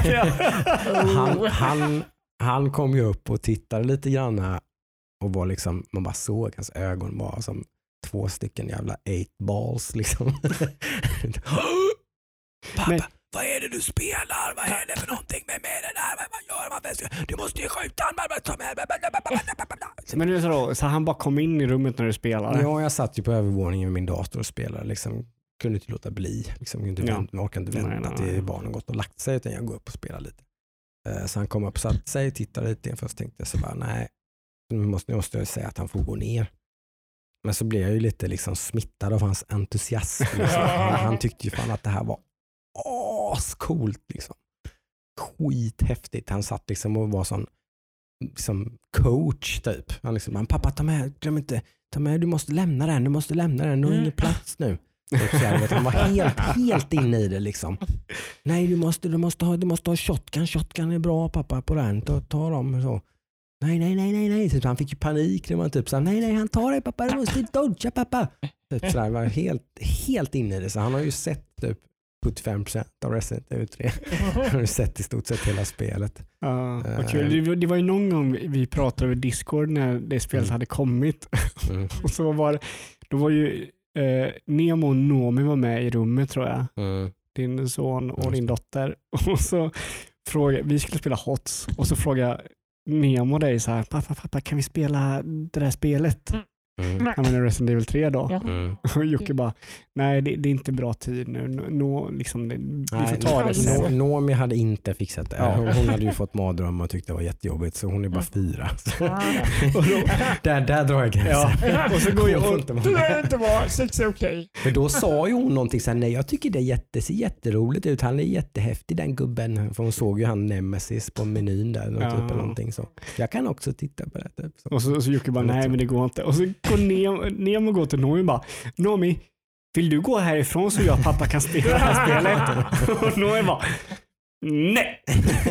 A: han, han, han kom ju upp och tittade lite grann och var liksom, man bara såg hans ögon var som två stycken jävla eight balls liksom. Pappa,
B: Men-
A: vad är det du spelar? Vad är det för någonting med, med det där? Vad, vad gör man? Du måste ju skjuta han.
B: men det är så, då, så han bara kom in i rummet när du spelade.
A: Ja, jag satt ju på övervåningen med min dator och spelade. Liksom, kunde inte låta bli. Liksom, kunde inte
B: Ja.
A: vänta, jag orkade inte vänta
B: Nej, nej,
A: till
B: nej.
A: barnen gått och lagt sig utan jag går upp och spelar lite. Eh, Så han kom upp och satte sig, tittade lite. Först tänkte jag så bara, nej, nu måste, nu måste jag säga att han får gå ner. Men så blev jag ju lite liksom smittad av hans entusiasm. Liksom. Han, han tyckte ju fan att det här var ascoolt. Liksom. Skithäftigt. Han satt liksom och var sån liksom coach typ. Han liksom, han, pappa ta med, glöm inte, ta med, du måste lämna den, du måste lämna den, du har ingen plats nu. Typ så här, vet, han var helt, helt inne i det liksom. Nej, du måste, du måste ha, du måste ha shotgun, shotgun är bra pappa på den, ta, ta dem så. Nej, nej, nej, nej, nej. Typ, han fick ju panik. Det var typ så här, nej, nej, han tar dig pappa. Du måste dodga pappa. Typ så där, var helt, helt inne i det. Så han har ju sett typ sjuttiofem procent av Resident Evil tre. Han har ju sett i stort sett hela spelet.
B: Ja, vad kul. Det, det var ju någon gång vi pratade över Discord när det spelet
A: Mm.
B: hade kommit.
A: Mm.
B: Och så var då var ju eh, Nemo och Nomi var med i rummet tror jag.
A: Mm.
B: Din son och
A: Mm.
B: din dotter. Och så frågade, vi skulle spela Hots och så frågade Nemo dig så här, pappa, pappa, kan vi spela det där spelet?
A: Mm.
B: Han menar Resident Evil tre då.
C: Ja.
A: Mm.
B: Och Jocke bara, nej det, det är inte bra tid nu. Nå, liksom, det, vi får
A: Nej,
B: ta det
C: no-
B: sen.
A: No- Noomi hade inte fixat det.
B: Ja.
A: Hon, hon hade ju fått mardrömmar och tyckte det var jättejobbigt, så hon är bara fyra.
B: Och då,
A: där, där drar jag gränsen.
B: ja. Och så går
A: Hon
B: jag
A: får
B: och,
A: inte vara
C: Det
A: med.
C: är inte bra, sex är okej.
A: För då sa ju hon någonting så här, nej jag tycker det är jätte, ser jätteroligt ut, han är jättehäftig den gubben. För hon såg ju han Nemesis på menyn där, någon
B: Ja.
A: typ eller någonting så. Jag kan också titta på det. Typ, så.
B: och så, så Jocke bara, nej men det går inte. Och så går Nemo, Nemo går till Nomi och bara, Nomi, vill du gå härifrån så jag och pappa kan spela det här spelet? Och Nomi bara, nej.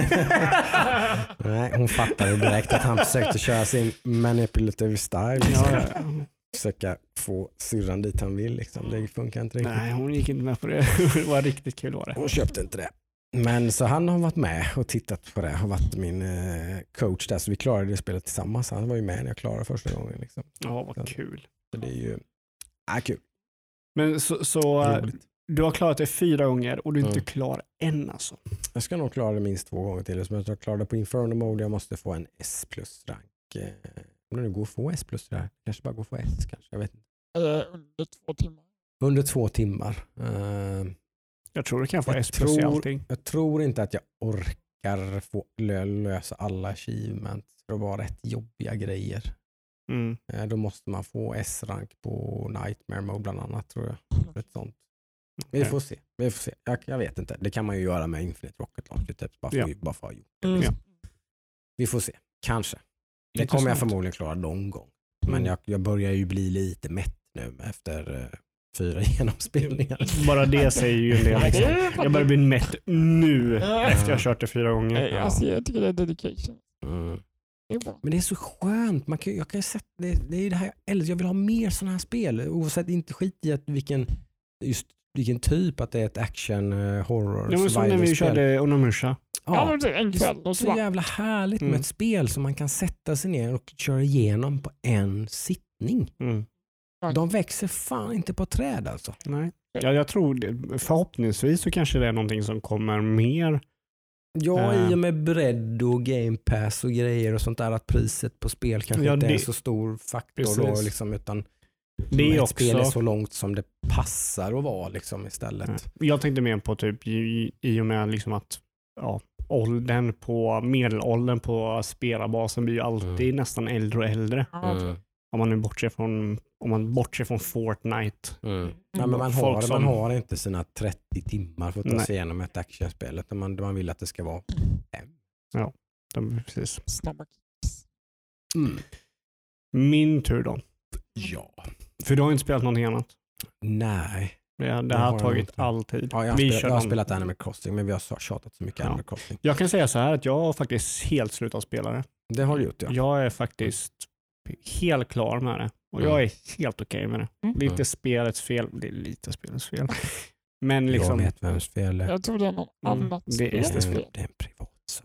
A: Nej, hon fattade direkt att han försökte köra sin manipulative style.
B: Ja,
A: Liksom.
B: ja.
A: Försöka få syrran dit han vill. Liksom. Det funkar inte riktigt.
B: Nej, hon gick inte med på det. Det var riktigt kul var det.
A: Hon köpte inte det. Men så han har varit med och tittat på det. Har varit min eh, coach där. Så vi klarade det spelet tillsammans. Han var ju med när jag klarade första gången. Liksom.
B: Ja, vad kul.
A: Så det är ju ah, kul.
B: Men så, så
A: Roligt.
B: du har klarat det fyra gånger och du är inte
A: Mm.
B: klar än alltså.
A: Jag ska nog klara det minst två gånger till. Så jag klarar det på Inferno Mode. Jag måste få en S plus rank. Eh, om det går att få S plus där. Kanske bara går att få S kanske. Jag vet inte.
C: Eh, under två timmar.
A: Under två timmar. Eh,
B: Jag tror du kan få
A: Jag
B: S plus i
A: tror-
B: allting.
A: Jag tror inte att jag orkar få lö- lösa alla achievements. För det var rätt jobbiga grejer.
B: Mm.
A: Eh, Då måste man få S-rank på Nightmare Mode bland annat tror jag. Ett sånt. Vi
B: Okej.
A: får se. Vi får se. Jag, jag vet inte. Det kan man ju göra med Infinite Rocket Launcher. Typ. Bara för,
B: Ja.
A: bara för att ha gjort.
C: Mm.
B: Ja.
A: Vi får se. Kanske. Det kommer jag
B: Intressant.
A: förmodligen klara någon gång. Men
B: Mm.
A: jag, jag börjar ju bli lite mätt nu efter uh, fyra genomspelningar.
B: Bara det säger ju en del.
C: Ja, det
B: Liksom.
C: är faktiskt-
B: Jag börjar bli mätt nu
C: Ja.
B: efter jag har kört det fyra gånger.
C: Eh, Alltså, jag tycker det är dedication.
A: Mm.
C: Det är bra.
A: Men det är så skönt. Man kan, jag kan ju sätta, det, det är ju det här jag älskar. Jag vill ha mer sådana här spel. Oavsett inte skit i att vilken, just vilken typ, att det är ett action, uh, horror,
B: Det var som när vi
A: survival-spel.
B: körde Onomusha.
C: Ja,
A: Ja,
C: men det är en
A: det
C: kväll
A: är
C: och
A: så
C: så.
A: jävla härligt
B: Mm.
A: med ett spel som man kan sätta sig ner och köra igenom på en sittning.
B: Mm.
A: De växer fan inte på träd alltså.
B: Nej. Ja, jag tror det. Förhoppningsvis så kanske det är någonting som kommer mer.
A: Ja,
B: Äh.
A: i och med bredd och game pass och grejer och sånt där, att priset på spel kanske
B: Ja,
A: inte är
B: det-
A: en så stor faktor
B: Precis.
A: då, liksom, utan
B: Det är
A: ett
B: också.
A: spel är så långt som det passar att vara liksom, istället.
B: Nej. Jag tänkte mer på typ i, i och med liksom att ja, åldern på medelåldern på spelarbasen blir ju alltid
A: Mm.
B: nästan äldre och äldre.
C: Ja,
A: Mm.
B: Om man nu bortser från om man bortser från Fortnite.
A: Mm. Ja, men man,
B: Folk
A: har,
B: som-
A: man har inte sina trettio timmar för att ta
B: Nej.
A: sig igenom ett actionspel, utan man, man vill att det ska vara fem.
B: De, precis.
C: snabba.
A: Mm.
B: Min tur då.
A: Ja.
B: För du har inte spelat någonting annat.
A: Nej.
B: Det, det
A: Det
B: har
A: har jag
B: tagit
A: inte.
B: all tid.
A: Ja, jag, har
B: Vi
A: spelat,
B: kör
A: jag har
B: någon-
A: spelat Animal Crossing, men vi har tjatat så mycket
B: Ja.
A: Animal Crossing.
B: Jag kan säga så här att jag har faktiskt helt slutat spela det.
A: Det har du gjort, ja.
B: Jag är faktiskt helt klar med det. Och jag är helt okej med det.
C: Mm.
B: Det är inte
A: Mm.
B: spelets fel. Det är lite spelets fel. Men liksom...
A: Jag vet vems fel det är.
C: Jag tror det är någon
B: Mm,
C: annat
B: det är
C: spel.
B: Estes
A: Det är
B: fel.
A: en, det är en privat server.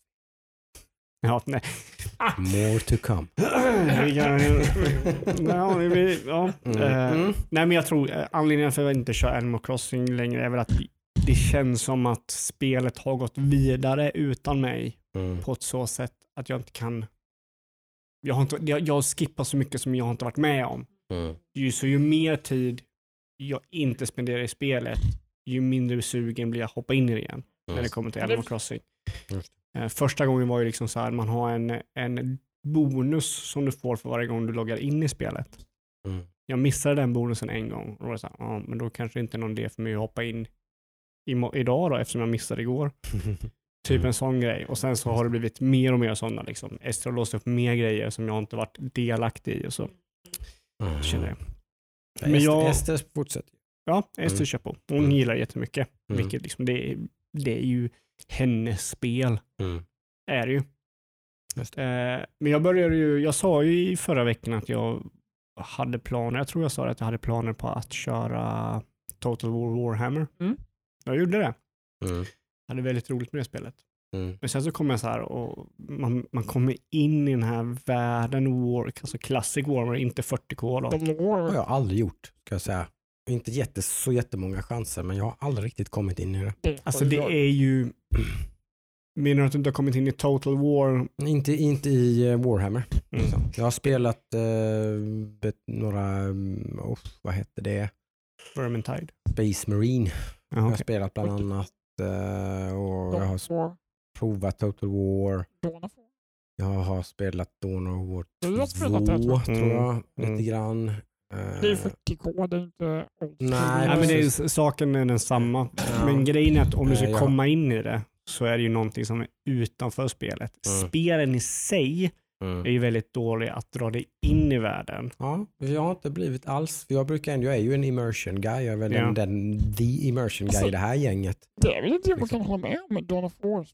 B: Ja, nej.
A: More to come.
B: Vi kan, ja, vi, ja.
A: Mm.
B: Eh,
A: Mm.
B: nej, men jag tror eh, anledningen för att jag inte kör Animal Crossing längre är väl att det känns som att spelet har gått vidare utan mig
A: Mm.
B: på ett så sätt att jag inte kan jag har inte, jag, jag skippar så mycket som jag har inte varit med om.
A: Mm.
B: Ju, så ju mer tid jag inte spenderar i spelet, ju mindre sugen blir jag att hoppa in i det igen när det kommer till
C: Ja, det-
B: Animal Crossing.
A: Just
B: Eh, första gången var ju liksom så här, man har en, en bonus som du får för varje gång du loggar in i spelet.
A: Mm.
B: Jag missade den bonusen en gång och då var det så här, ja, men då kanske inte är någon idé för mig att hoppa in i, idag då, eftersom jag missade igår. Typ
A: Mm.
B: en sån grej. Och sen så har det blivit mer och mer sådana. Liksom. Ester har låst upp mer grejer som jag inte varit delaktig i. Och så
A: Mm.
B: känner jag.
A: Men
B: Men
A: jag...
B: jag-
A: Ester fortsätter.
B: Ja, Ester
A: Mm.
B: kör på. Hon
A: Mm.
B: gillar det jättemycket.
A: Mm.
B: Vilket liksom, det, är, det är ju hennes spel.
A: Mm.
B: Är det ju. Eh, men jag började ju, jag sa ju i förra veckan att jag hade planer, jag tror jag sa att jag hade planer på att köra Total War Warhammer.
C: Mm.
B: Jag gjorde det.
A: Mm.
B: Jag hade väldigt roligt med det spelet.
A: Mm.
B: Men sen så kommer jag så här och man, man kommer in i den här världen War, alltså Classic Warhammer, inte fyrtio K då.
A: Det har jag aldrig gjort, ska jag säga. Inte jätte, så jättemånga chanser, men jag har aldrig riktigt kommit in i det.
C: Det
B: Alltså det är ju... Menar du att du inte har kommit in i Total War?
A: Inte, inte i uh, Warhammer.
B: Mm.
A: Liksom. Jag har spelat uh, bet, några, um, oh, vad hette det?
B: Vermintide.
A: Space Marine.
B: Ja,
A: Jag har
B: okay.
A: spelat bland annat uh, och jag har
C: War.
A: provat Total War.
C: Dawn of War.
A: Jag har spelat Dawn of War
C: Du har spelat det,
A: två,
C: tror
A: tror jag.
B: Mm.
A: Lite
B: Mm.
A: grann.
C: Det är
A: Uh,
C: fyrtio K, det är inte...
A: Nej,
B: Nej, men det är, saken är densamma.
A: Ja.
B: Men grejen är att om du ska
A: Nej, jag-
B: komma in i det så är det ju någonting som är utanför spelet.
A: Mm.
B: Spelen i sig
A: mm.
B: är ju väldigt dåliga att dra dig in i världen.
A: Ja, jag har inte blivit alls. För jag brukar ändå, jag är ju en immersion guy. Jag är väl
B: Ja.
A: den, den the immersion guy
C: Alltså,
A: i det här gänget.
C: Det är väl inte jag
A: Liksom.
C: kan hålla med om med Dawn of War.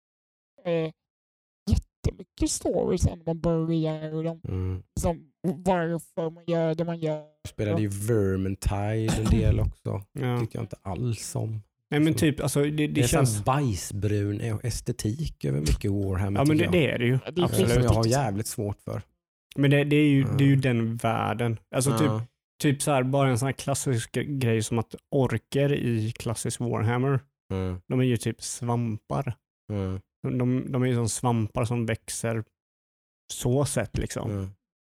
C: Eh, jättemycket stories när man börjar och de,
A: Mm.
C: liksom, varför man gör det man gör.
A: Jag spelade ju Vermintide en del också.
B: Ja.
A: Tyckte jag inte alls om.
B: Nej men typ, alltså det, det,
A: Det, är
B: känns...
A: sån bajsbrun estetik över mycket Warhammer.
B: Ja men det,
A: tycker jag.
B: det är det ju.
C: Det är
B: Absolut.
A: Som jag har jävligt svårt för.
B: Men det, det, är ju,
A: Ja.
B: det är ju den världen. Alltså typ,
A: Ja.
B: typ så här, bara en sån här klassisk grej som att orker i klassisk Warhammer,
A: Mm.
B: de är ju typ svampar.
A: Mm.
B: De, de är ju som svampar som växer så sätt liksom.
A: Mm.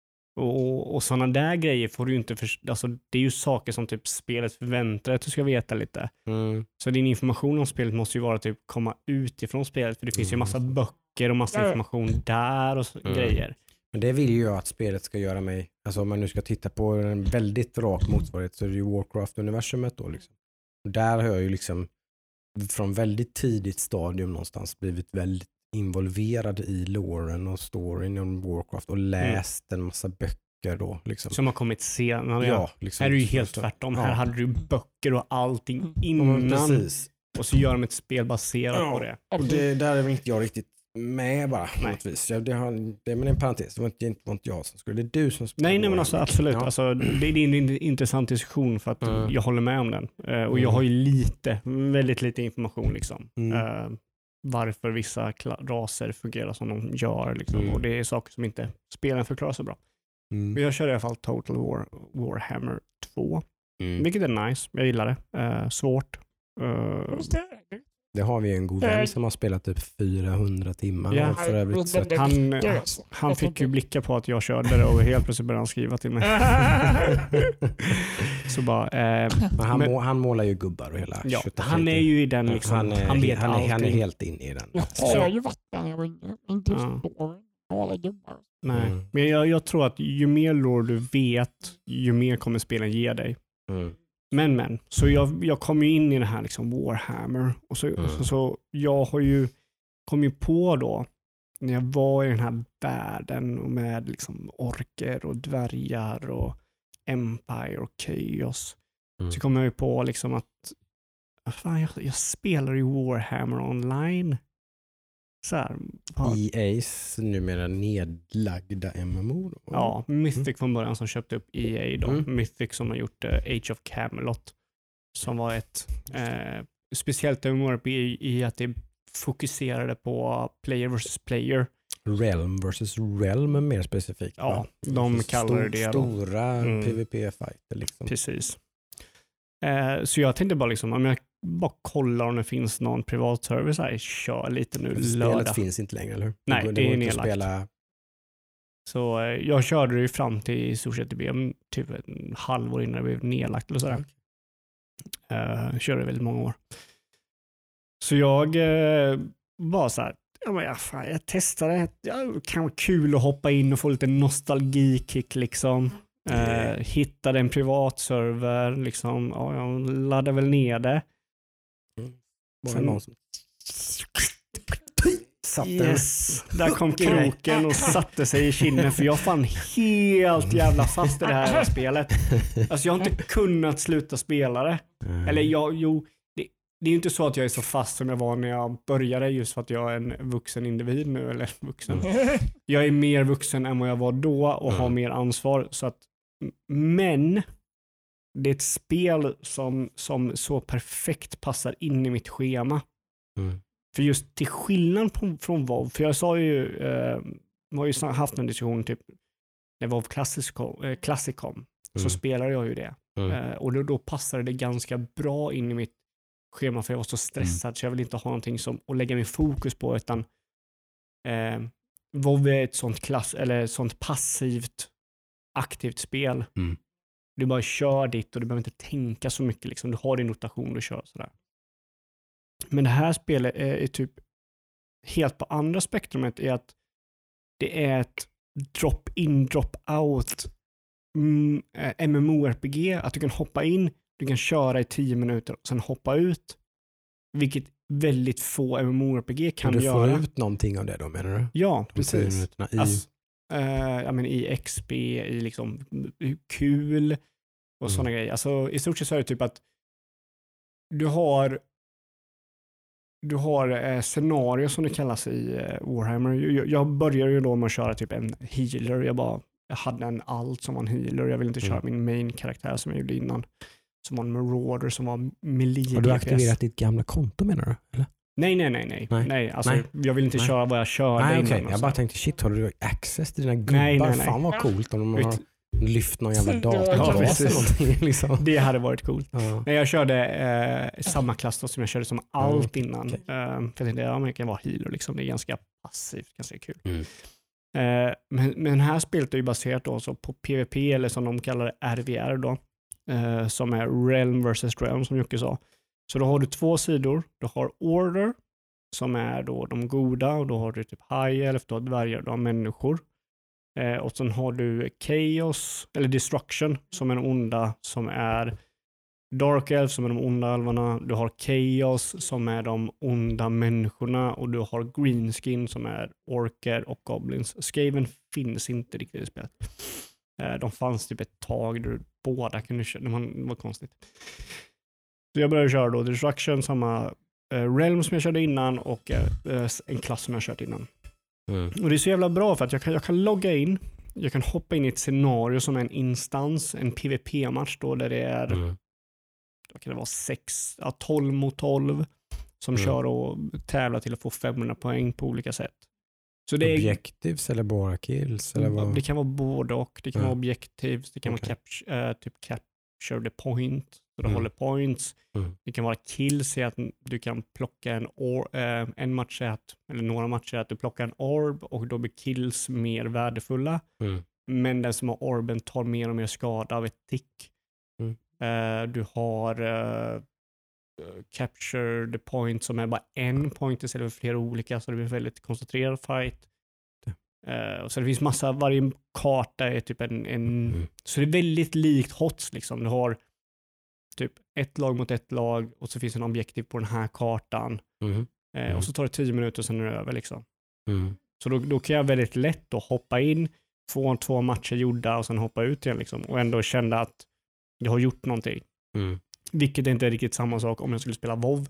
B: Och, och sådana där grejer får du ju inte, för, alltså det är ju saker som typ spelet förväntar dig att du ska veta lite.
A: Mm.
B: Så din information om spelet måste ju vara typ komma ut ifrån spelet, för det finns ju
A: Mm.
B: massa böcker och massa
C: Ja.
B: information där och så,
A: Mm.
B: grejer.
A: Men det vill ju jag att spelet ska göra mig, alltså om man nu ska titta på en väldigt rak motsvarighet så är det ju Warcraft-universumet då liksom. Och där har jag ju liksom från väldigt tidigt stadium någonstans blivit väldigt involverad i loren och storyn om Warcraft och läst en massa böcker då liksom.
B: Som har kommit senare. Ja.
A: Ja, liksom.
B: Här är det ju helt
A: Så-
B: tvärtom.
A: ja.
B: Här hade du böcker och allting
C: Mm.
A: Ja,
B: innan.
A: men precis.
B: Och så gör de ett spel baserat
A: Ja.
B: på det.
A: Och det, där är väl inte jag riktigt med bara på
B: Nej.
A: något vis. Jag, det, har, det är men en parentes, det var inte, inte var inte jag som skulle, det är du som skulle.
B: Nej, nej men alltså absolut.
A: Ja.
B: Alltså, det är en in- intressant diskussion för att
A: Mm.
B: jag håller med om den. Eh, och jag
A: Mm.
B: har ju lite, väldigt lite information liksom.
A: Mm.
B: Eh, varför vissa kla- raser fungerar som de gör. Liksom.
A: Mm.
B: Och det är saker som inte spelen förklarar så bra.
A: Mm.
B: Men jag kör i alla fall Total War Warhammer två.
A: Mm.
B: Vilket är nice. Jag gillar det. Eh, svårt. Eh,
C: Just det.
A: Det har vi en god vän som har spelat typ fyrahundra timmar.
B: Ja.
A: Och för övrigt, så att,
B: han,
C: Det är så.
B: han
C: Jag
B: fick
C: tänker-
B: ju blicka på att jag körde det och helt plötsligt började han skriva till mig. Så bara, eh,
A: men han,
B: men-
A: må, han målar ju gubbar och hela
B: ja,
A: tjottafejten.
B: han är ju i den liksom,
A: han, är,
B: han vet
A: han, är,
B: allting.
A: han är helt inne i den.
C: Jag
B: Så-
C: har ju varit där jag var inne. Inte just
B: Ja.
C: då. Alla gubbar.
B: Nej.
A: Mm.
B: Men jag, jag tror att ju mer lore du vet, ju mer kommer spelen ge dig.
A: Mm.
B: Men men, så jag, jag kom ju in i det här liksom Warhammer. Och så,
A: Mm.
B: så, så jag har ju kom ju på då, när jag var i den här världen och med liksom orker och dvärgar och Empire och Chaos.
A: Mm.
B: Så kom jag ju på liksom att fan, jag, jag spelar ju Warhammer online. Så här, på,
A: E A's numera nedlagda M M O. Då.
B: ja, Mythic
A: Mm.
B: från början som köpte upp E A då.
A: Mm.
B: Mythic som har gjort uh, Age of Camelot. Som var ett eh, speciellt M M O R P G i, i att det fokuserade på player versus player.
A: Realm versus Realm mer specifikt.
B: Ja,
A: va?
B: de
A: Så
B: kallar det det då.
A: Stora
B: Mm.
A: PvP-fighter liksom.
B: Precis. Eh, så jag tänkte bara liksom, om jag bara kollar om det finns någon privat service här, kör lite nu
A: Spelet
B: lördag.
A: finns inte längre, eller hur?
B: Nej,
A: går,
B: det är
A: går inte att
B: nedlagt.
A: spela.
B: Så eh, jag körde det ju fram till i stort sett det blev typ en halvår innan det blev nedlagt eller sådär. Uh, körde väldigt många år. Så jag uh, var så här, ja, men, ja, fan, jag testade, ja, det kan vara kul att hoppa in och få lite nostalgikick liksom. Uh, hittade en privat server, liksom, ja, jag laddade väl ner det.
A: Bara
B: Sen-
A: någon som satt den.
B: Yes, där kom kroken och satte sig i kinden för jag fann helt jävla fast i det här spelet. Alltså jag har inte kunnat sluta spela det.
A: Mm.
B: Eller jag, jo, det, det är ju inte så att jag är så fast som jag var när jag började, just för att jag är en vuxen individ nu, eller vuxen.
A: Mm.
B: Jag är mer vuxen än vad jag var då och
A: Mm.
B: har mer ansvar. Så att, men det är ett spel som, som så perfekt passar in i mitt schema.
A: Mm.
B: För just till skillnad på, från WoW, för jag sa ju, eh, jag har ju snar- haft en diskussion typ när WoW Classic kom, eh, Classic kom så
A: Mm.
B: spelade jag ju det.
A: Mm.
B: Eh, och då, då passade det ganska bra in i mitt schema, för jag var så stressad
A: Mm.
B: så jag vill inte ha någonting som, att lägga min fokus på, utan eh, WoW är ett sånt, klass, eller ett sånt passivt aktivt spel.
A: Mm.
B: Du bara kör ditt och du behöver inte tänka så mycket. Liksom. Du har din rotation och kör sådär. Men det här spelet är, är typ helt på andra spektrumet, är att det är ett drop-in, drop-out mm, MMORPG. Att du kan hoppa in, du kan köra i tio minuter och sen hoppa ut. Vilket väldigt få MMORPG kan
A: du
B: göra.
A: får ut någonting av det då, menar du?
B: Ja,
A: De tio
B: precis.
A: minuterna i...
B: Alltså, eh, ja, men i X P, i liksom kul och
A: Mm.
B: sådana grejer. Alltså, i stort sett så är det typ att du har du har eh, scenario som det kallas i eh, Warhammer. Jag, jag började ju då med att köra typ en healer. Jag bara jag hade en alt som var en healer. Jag ville inte köra
A: Mm.
B: min main-karaktär som jag gjorde innan. Som var en marauder som var melee.
A: Har du
B: D P S.
A: aktiverat ditt gamla konto, menar du? Eller?
B: Nej, nej, nej, nej.
A: Nej.
B: nej, alltså,
A: Nej.
B: Jag vill inte
A: Nej.
B: köra vad jag körde
A: Nej,
B: innan.
A: okej.
B: och
A: Jag
B: så.
A: bara tänkte, shit, har du access till dina gubbar?
B: Nej, nej, nej.
A: Fan vad coolt om de har
B: Vet-
A: lyft någon jävla
C: Ja,
A: databas eller
B: precis.
A: någonting. Liksom.
B: Det hade varit coolt.
A: Ja.
B: Nej, jag körde eh, samma klass då som jag körde som allt innan.
A: okej.
B: Eh, för jag tänkte, ja, men jag kan vara healer liksom. Det är ganska passivt, ganska kul.
A: Mm.
B: Eh, men, men det här spelet är ju baserat då så på P V P, eller som de kallar det R V R då. Eh, som är Realm versus Realm, som Jocke sa. Så då har du två sidor. Du har Order, som är då de goda, och då har du typ High Elf, då dvärgar, då har människor. Eh, och sen har du Chaos, eller Destruction, som är de onda, som är Dark Elf, som är de onda alvarna. Du har Chaos, som är de onda människorna, och du har Greenskin, som är orker och goblins. Skaven finns inte riktigt i spelet. Eh, de fanns typ ett tag där båda kunde köra. Det var, det var konstigt. Så jag började köra då Destruction, samma eh, Realm som jag körde innan, och eh, en klass som jag kört innan.
A: Mm.
B: Och det är så jävla bra för att jag kan, jag kan logga in, jag kan hoppa in i ett scenario som är en instans, en P V P-match då, där det är,
A: Mm.
B: då kan det vara sex, ja, tolv mot tolv som
A: Mm.
B: kör och tävlar till att få femhundra poäng på olika sätt. Så det, är,
A: Objectives eller bara kills? Eller vad?
B: det kan vara både och, det kan
A: Ja.
B: vara objectives, det kan
A: Okej.
B: vara capture, eh, typ capture the point, så du
A: Mm.
B: håller points.
A: Mm.
B: Det kan vara kills i att du kan plocka en or, eh, en match är att, eller några matcher är att du plockar en orb och då blir kills mer värdefulla.
A: Mm.
B: Men den som har orben tar mer och mer skada av ett tick.
A: Mm.
B: Eh, du har eh, capture the point som är bara en point istället för flera olika, så det blir en väldigt koncentrerad fight. Uh, och så det finns massa, varje karta är typ en, en
A: Mm.
B: så det är väldigt likt H O T S liksom. Du har typ ett lag mot ett lag och så finns en objektiv på den här kartan.
A: Mm.
B: Uh,
A: Mm.
B: och så tar det tio minuter och sen är det över liksom.
A: Mm.
B: Så då, då kan jag väldigt lätt då hoppa in, få två matcher gjorda och sen hoppa ut igen liksom. Och ändå känna att jag har gjort någonting.
A: Mm.
B: Vilket inte är riktigt samma sak om jag skulle spela WoW.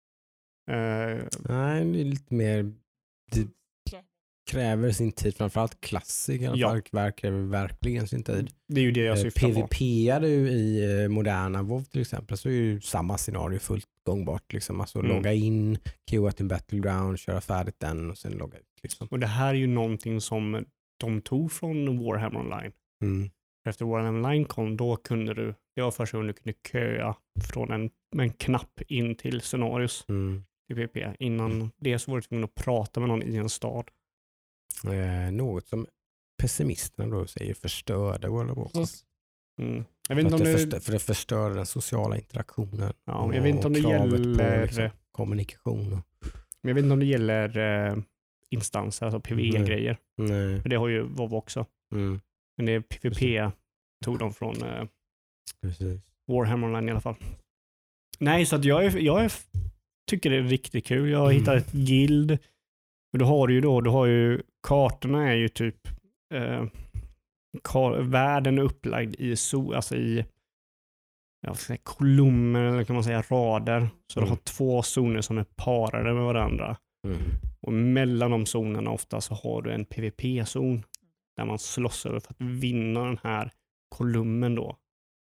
B: Uh,
A: Nej, det är lite mer... Det kräver sin tid, framförallt klassik i alla
B: Ja.
A: fall. Ver- kräver verkligen sin tid.
B: det är ju det jag
A: Eh,
B: syftar på.
A: PvP-ar du i eh, moderna WoW till exempel, så är ju samma scenario fullt gångbart. Liksom. Alltså
B: Mm.
A: logga in, queua till Battleground, köra färdigt den och sen logga ut. Liksom.
B: Och det här är ju någonting som de tog från Warhammer Online.
A: Mm.
B: Efter Warhammer Online kom, då kunde du, det var första gången du kunde köa från en, med en knapp in till scenarios
A: Mm.
B: i PvP. Innan det så var du tvungen att prata med någon i en stad.
A: Eh, något som pessimisterna då säger förstörde World of Warcraft.
C: Precis.
B: Mm. Jag vet
A: För,
B: inte
A: att
B: om
A: det
B: det,
A: förstör, för det förstör den sociala interaktionen.
B: ja, jag vet inte om det
A: och kravet
B: gäller,
A: på liksom, kommunikation. Och,
B: men jag vet inte om det gäller eh, instanser, alltså PvE-grejer.
A: nej.
B: För det har ju WoW också.
A: Mm.
B: Men det är PvP tog de från eh,
A: Precis.
B: Warhammer Online i alla fall. Nej, så att jag, är, jag är, tycker det är riktigt kul. Jag har
A: Mm.
B: hittat ett guild. Och du har ju då, du har ju, kartorna är ju typ, eh, kar, världen är upplagd i, so, alltså i ja, säga, kolumner eller kan man säga rader. Så
A: Mm.
B: du har två zoner som är parade med varandra.
A: Mm.
B: Och mellan de zonerna ofta så har du en PvP-zon där man slåss över för att vinna den här kolumnen då.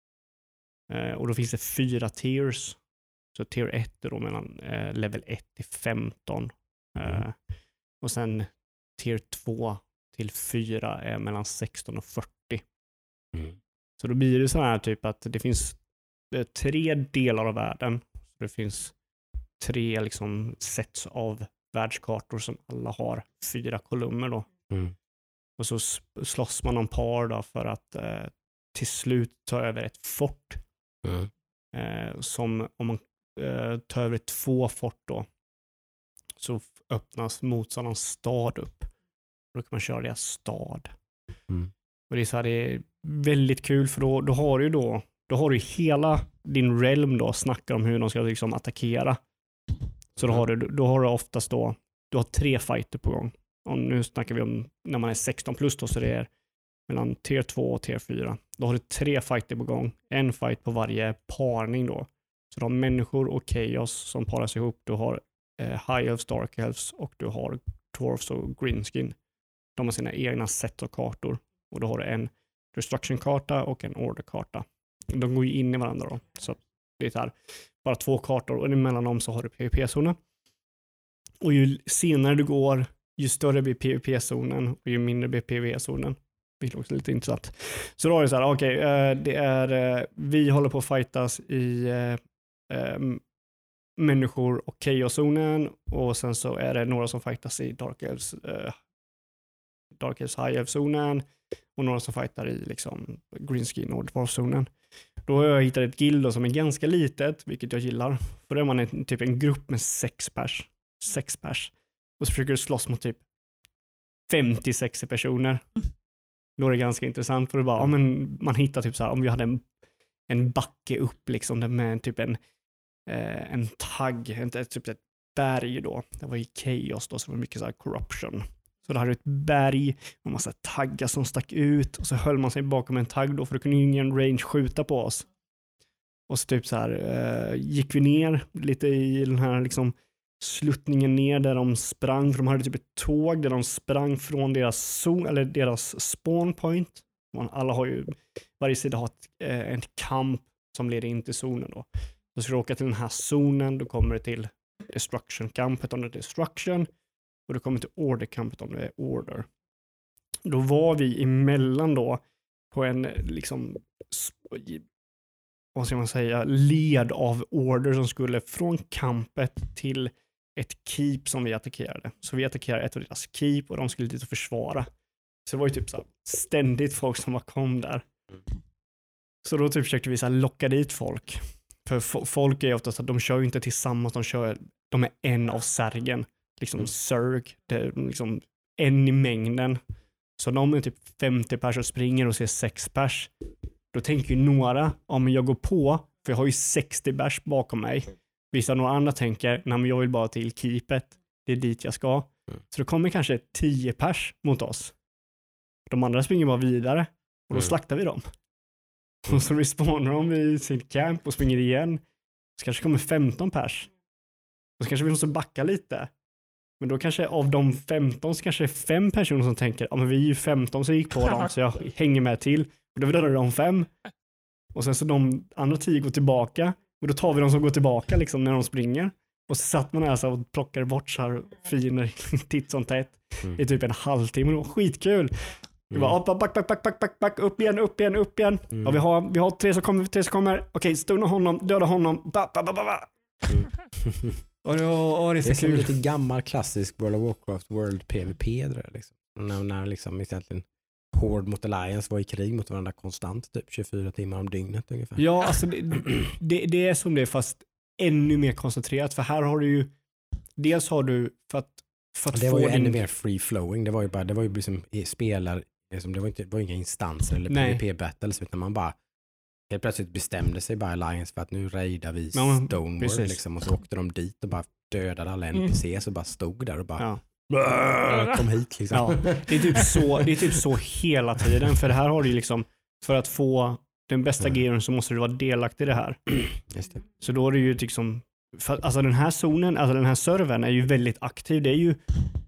B: Eh, och då finns det fyra tiers. Så tier ett är då mellan eh, level ett till femton. Eh,
A: Mm.
B: Och sen tier två till fyra är mellan sexton och fyrtio.
A: Mm.
B: Så då blir det så här typ att det finns eh, tre delar av världen. Så det finns tre liksom sets av världskartor som alla har fyra kolumner då.
A: Mm.
B: Och så s- slåss man om par då för att eh, till slut ta över ett fort.
A: Mm.
B: Eh, som om man eh, tar över två fort då så f- öppnas motståndarens stad upp. Och då kan man köra deras stad.
A: Mm.
B: Och det är så här, det är väldigt kul för då, då har du ju då då har du hela din realm då snackar om hur de ska liksom attackera. Så då har du då har du oftast då du har tre fighter på gång. Och nu snackar vi om när man är sexton plus då, så det är mellan tier två och tier fyra. Då har du tre fighter på gång. En fight på varje parning då. Så du har människor och chaos som paras ihop. Du har eh, high elves, dark elves och du har dwarfs och greenskin. De har sina egna set av kartor. Och då har du en destruction-karta och en order-karta. De går ju in i varandra då. Så det är så här, bara två kartor och emellan dem så har du PvP-zoner. Och ju senare du går, ju större blir PvP-zonen och ju mindre blir PvE-zonen. Vilket också är lite intressant. Så då är det så här, okej, okay, det är, uh, vi håller på att fightas i uh, um, människor och chaos-zonen och sen så är det några som fightas i Dark Elves, uh, Dark Elves High Elves-zonen och några som fightar i liksom Greenskin och Dwarf-zonen. Då har jag hittat ett guild som är ganska litet, vilket jag gillar. För då är man en, typ en grupp med sex pers. Sex pers. Och så försöker du slåss mot typ femtio sextio personer. Då är det ganska intressant för det bara, ja, men man hittar typ så här, om vi hade en, en backe upp liksom med typ en, eh, en tagg, inte typ ett berg då. Det var i chaos då, så det var mycket så här corruption. Så då hade du ett berg och massa taggar som stack ut och så höll man sig bakom en tagg då för då kunde ingen range skjuta på oss. Och så typ så här eh, gick vi ner lite i den här liksom sluttningen ner där de sprang, för de hade typ ett tåg där de sprang från deras zon eller deras spawn point. Man, alla har ju, varje sida har ett, eh, en kamp som leder in till zonen då. Så ska du åka till den här zonen, då kommer du till destruction-kampet om det är destruction och du kommer till order-kampet om det är order. Då var vi emellan då på en liksom vad ska man säga, led av order som skulle från kampet till ett keep som vi attackerade. Så vi attackerade ett av deras keep och de skulle dit och försvara. Så det var ju typ så här, ständigt folk som var kom där. Så då typ försökte vi så här locka dit folk. För f- folk är oftast att de kör ju inte tillsammans, de kör, de är en av särgen. Liksom Zerg, det är liksom en i mängden. Så de är typ femtio pers och springer och ser sex pers. Då tänker ju några, om jag går på, för jag har ju sextio bärs bakom mig. Vissa några andra tänker, nej men jag vill bara till keepet. Det är dit jag ska. Så då kommer kanske tio pers mot oss. De andra springer bara vidare. Och då
A: Mm.
B: slaktar vi dem. Och så respawnar de i sin camp och springer igen. Så kanske kommer femton pers. Och så kanske vi måste backa lite. Men då kanske av de femton så kanske det är fem personer som tänker, ja men vi är ju femton så jag gick på dem så jag hänger med till. Och då dödar de fem. Och sen så de andra tio går tillbaka. Och då tar vi de som går tillbaka liksom när de springer. Och så satt man här så och plockade bort så här fiender titt som tätt.
A: Mm.
B: I typ en halvtimme. Och skitkul. Vi bara, back, back, back, back, back, back, back, upp igen, upp igen, upp igen.
A: Mm.
B: Ja, vi har, vi har tre som kommer, tre som kommer. Okej, stunna honom, döda honom. Ba, ba, ba, ba, ba.
A: Mm.
B: Och det, och det är så
A: Det är som
B: kul.
A: lite gammal klassisk World of Warcraft World PvP det där, liksom. När, när liksom egentligen Horde mot Alliance var i krig mot varandra konstant typ tjugofyra timmar om dygnet ungefär.
B: Ja, alltså det, det, det är som det är fast ännu mer koncentrerat. För här har du ju, dels har du för att, för att
A: det
B: få
A: var ju
B: din...
A: ännu mer free flowing. Det var ju bara, det var ju liksom spelar, liksom, det var inte, det var inga instanser eller
B: Nej.
A: PvP battles utan man bara helt plötsligt bestämde sig bara Alliance för att nu raidar vi
B: Ja, men
A: Stoneworld
B: precis.
A: liksom, och så åkte de dit och bara dödade alla N P Cs och bara stod där och bara
B: Ja.
A: "Bäh, kom hit liksom.
B: Ja, det är typ så, det är typ så hela tiden. För det här har du ju liksom, för att få den bästa
A: Mm.
B: gearen så måste du vara delaktig i det här.
A: Just det.
B: Så då är det ju liksom, för, alltså den här zonen, alltså den här servern är ju väldigt aktiv. Det är ju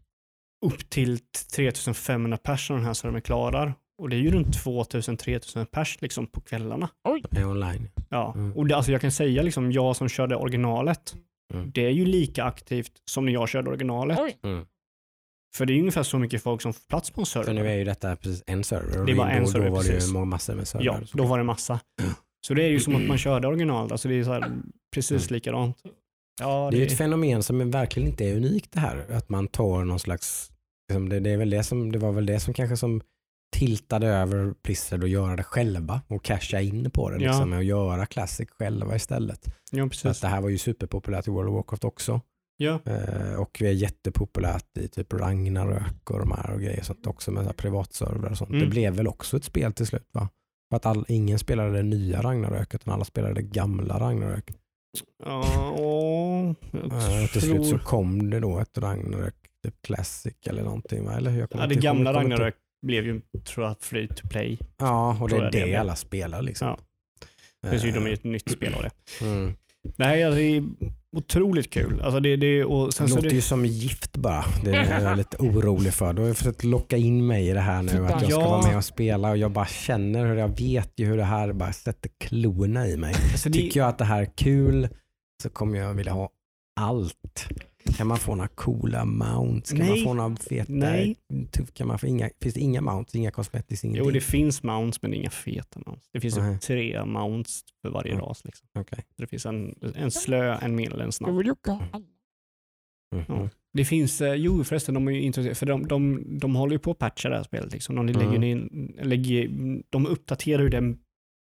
B: upp till tre tusen femhundra pers som den här servern klarar. Och det är ju runt två tusen till tre tusen pers liksom på kvällarna.
A: Är online.
B: Ja,
A: Mm.
B: och det, alltså jag kan säga liksom, jag som körde originalet,
A: Mm.
B: det är ju lika aktivt som när jag körde originalet.
C: Oj.
A: Mm.
B: För det är ju ungefär så mycket folk som får plats på en server.
A: För nu är ju detta precis en server. Och
B: Det var
A: då,
B: en server,
A: Då var det
B: precis.
A: ju må- massor med server.
B: Ja, då var det massa. Så det är ju som att man körde originalet. Alltså det är så här, precis likadant. Ja,
A: Det är ju ett fenomen som verkligen inte är unikt det här. Att man tar någon slags, liksom det, det, är väl det, som, det var väl det som kanske som tiltade över Blizzard att göra det själva och casha in på det.
B: Ja.
A: Liksom, och göra Classic själva istället.
B: Ja,
A: Så att
B: precis.
A: det här var ju superpopulärt i World of Warcraft också.
B: Ja.
A: Eh, och vi är jättepopulärt i typ Ragnarök och de här och grejer sånt också med så här privatserver och sånt.
B: Mm.
A: Det blev väl också ett spel till slut, va? För att all, ingen spelade det nya Ragnarök utan alla spelade det gamla Ragnarök.
B: Ja, och jag
A: Eh, och till slut så
B: tror...
A: kom det då ett Ragnarök typ Classic eller någonting, va? Eller hur? Jag kommer
B: Ja, det
A: inte- jag
B: gamla
A: kommer inte-
B: Ragnarök blev ju, tror jag, free to play.
A: Ja, och det
B: tror
A: är
B: jag det
A: det
B: blev.
A: alla spelar liksom.
B: Ja. Dessutom är det
A: Eh,
B: ett nytt spel av det.
A: mm.
B: Nej, alltså, det är otroligt kul. Alltså det, det, och sen
A: Det
B: så
A: låter
B: det,
A: ju som gift bara. Det är jag lite orolig för. Då har jag försökt locka in mig i det här nu. Att jag ska
B: Ja.
A: vara med och spela. Och jag bara känner hur jag vet ju hur det här bara sätter klorna i mig.
B: alltså det,
A: Tycker jag att det här är kul så kommer jag vilja ha allt. Kan man få några coola mounts? Kan
B: Nej.
A: man få några feta?
B: Nej.
A: Kan man få inga, finns det inga mounts? Inga cosmetics? Ingenting?
B: Jo, det finns mounts men inga feta mounts. Det finns
A: Nej.
B: ju tre mounts för varje
A: Mm.
B: ras. Liksom.
A: Okej.
B: Det finns en, en slö, en medel, en
C: Då
B: snabb.
C: vill Jocke ha alla.
A: Mhm.
B: Ja. Det finns, eh, jo förresten, de är ju intresserade, för de, de, de håller ju på att patcha det här spelet. Liksom. De, lägger
A: Mm.
B: in, lägger, de uppdaterar ju det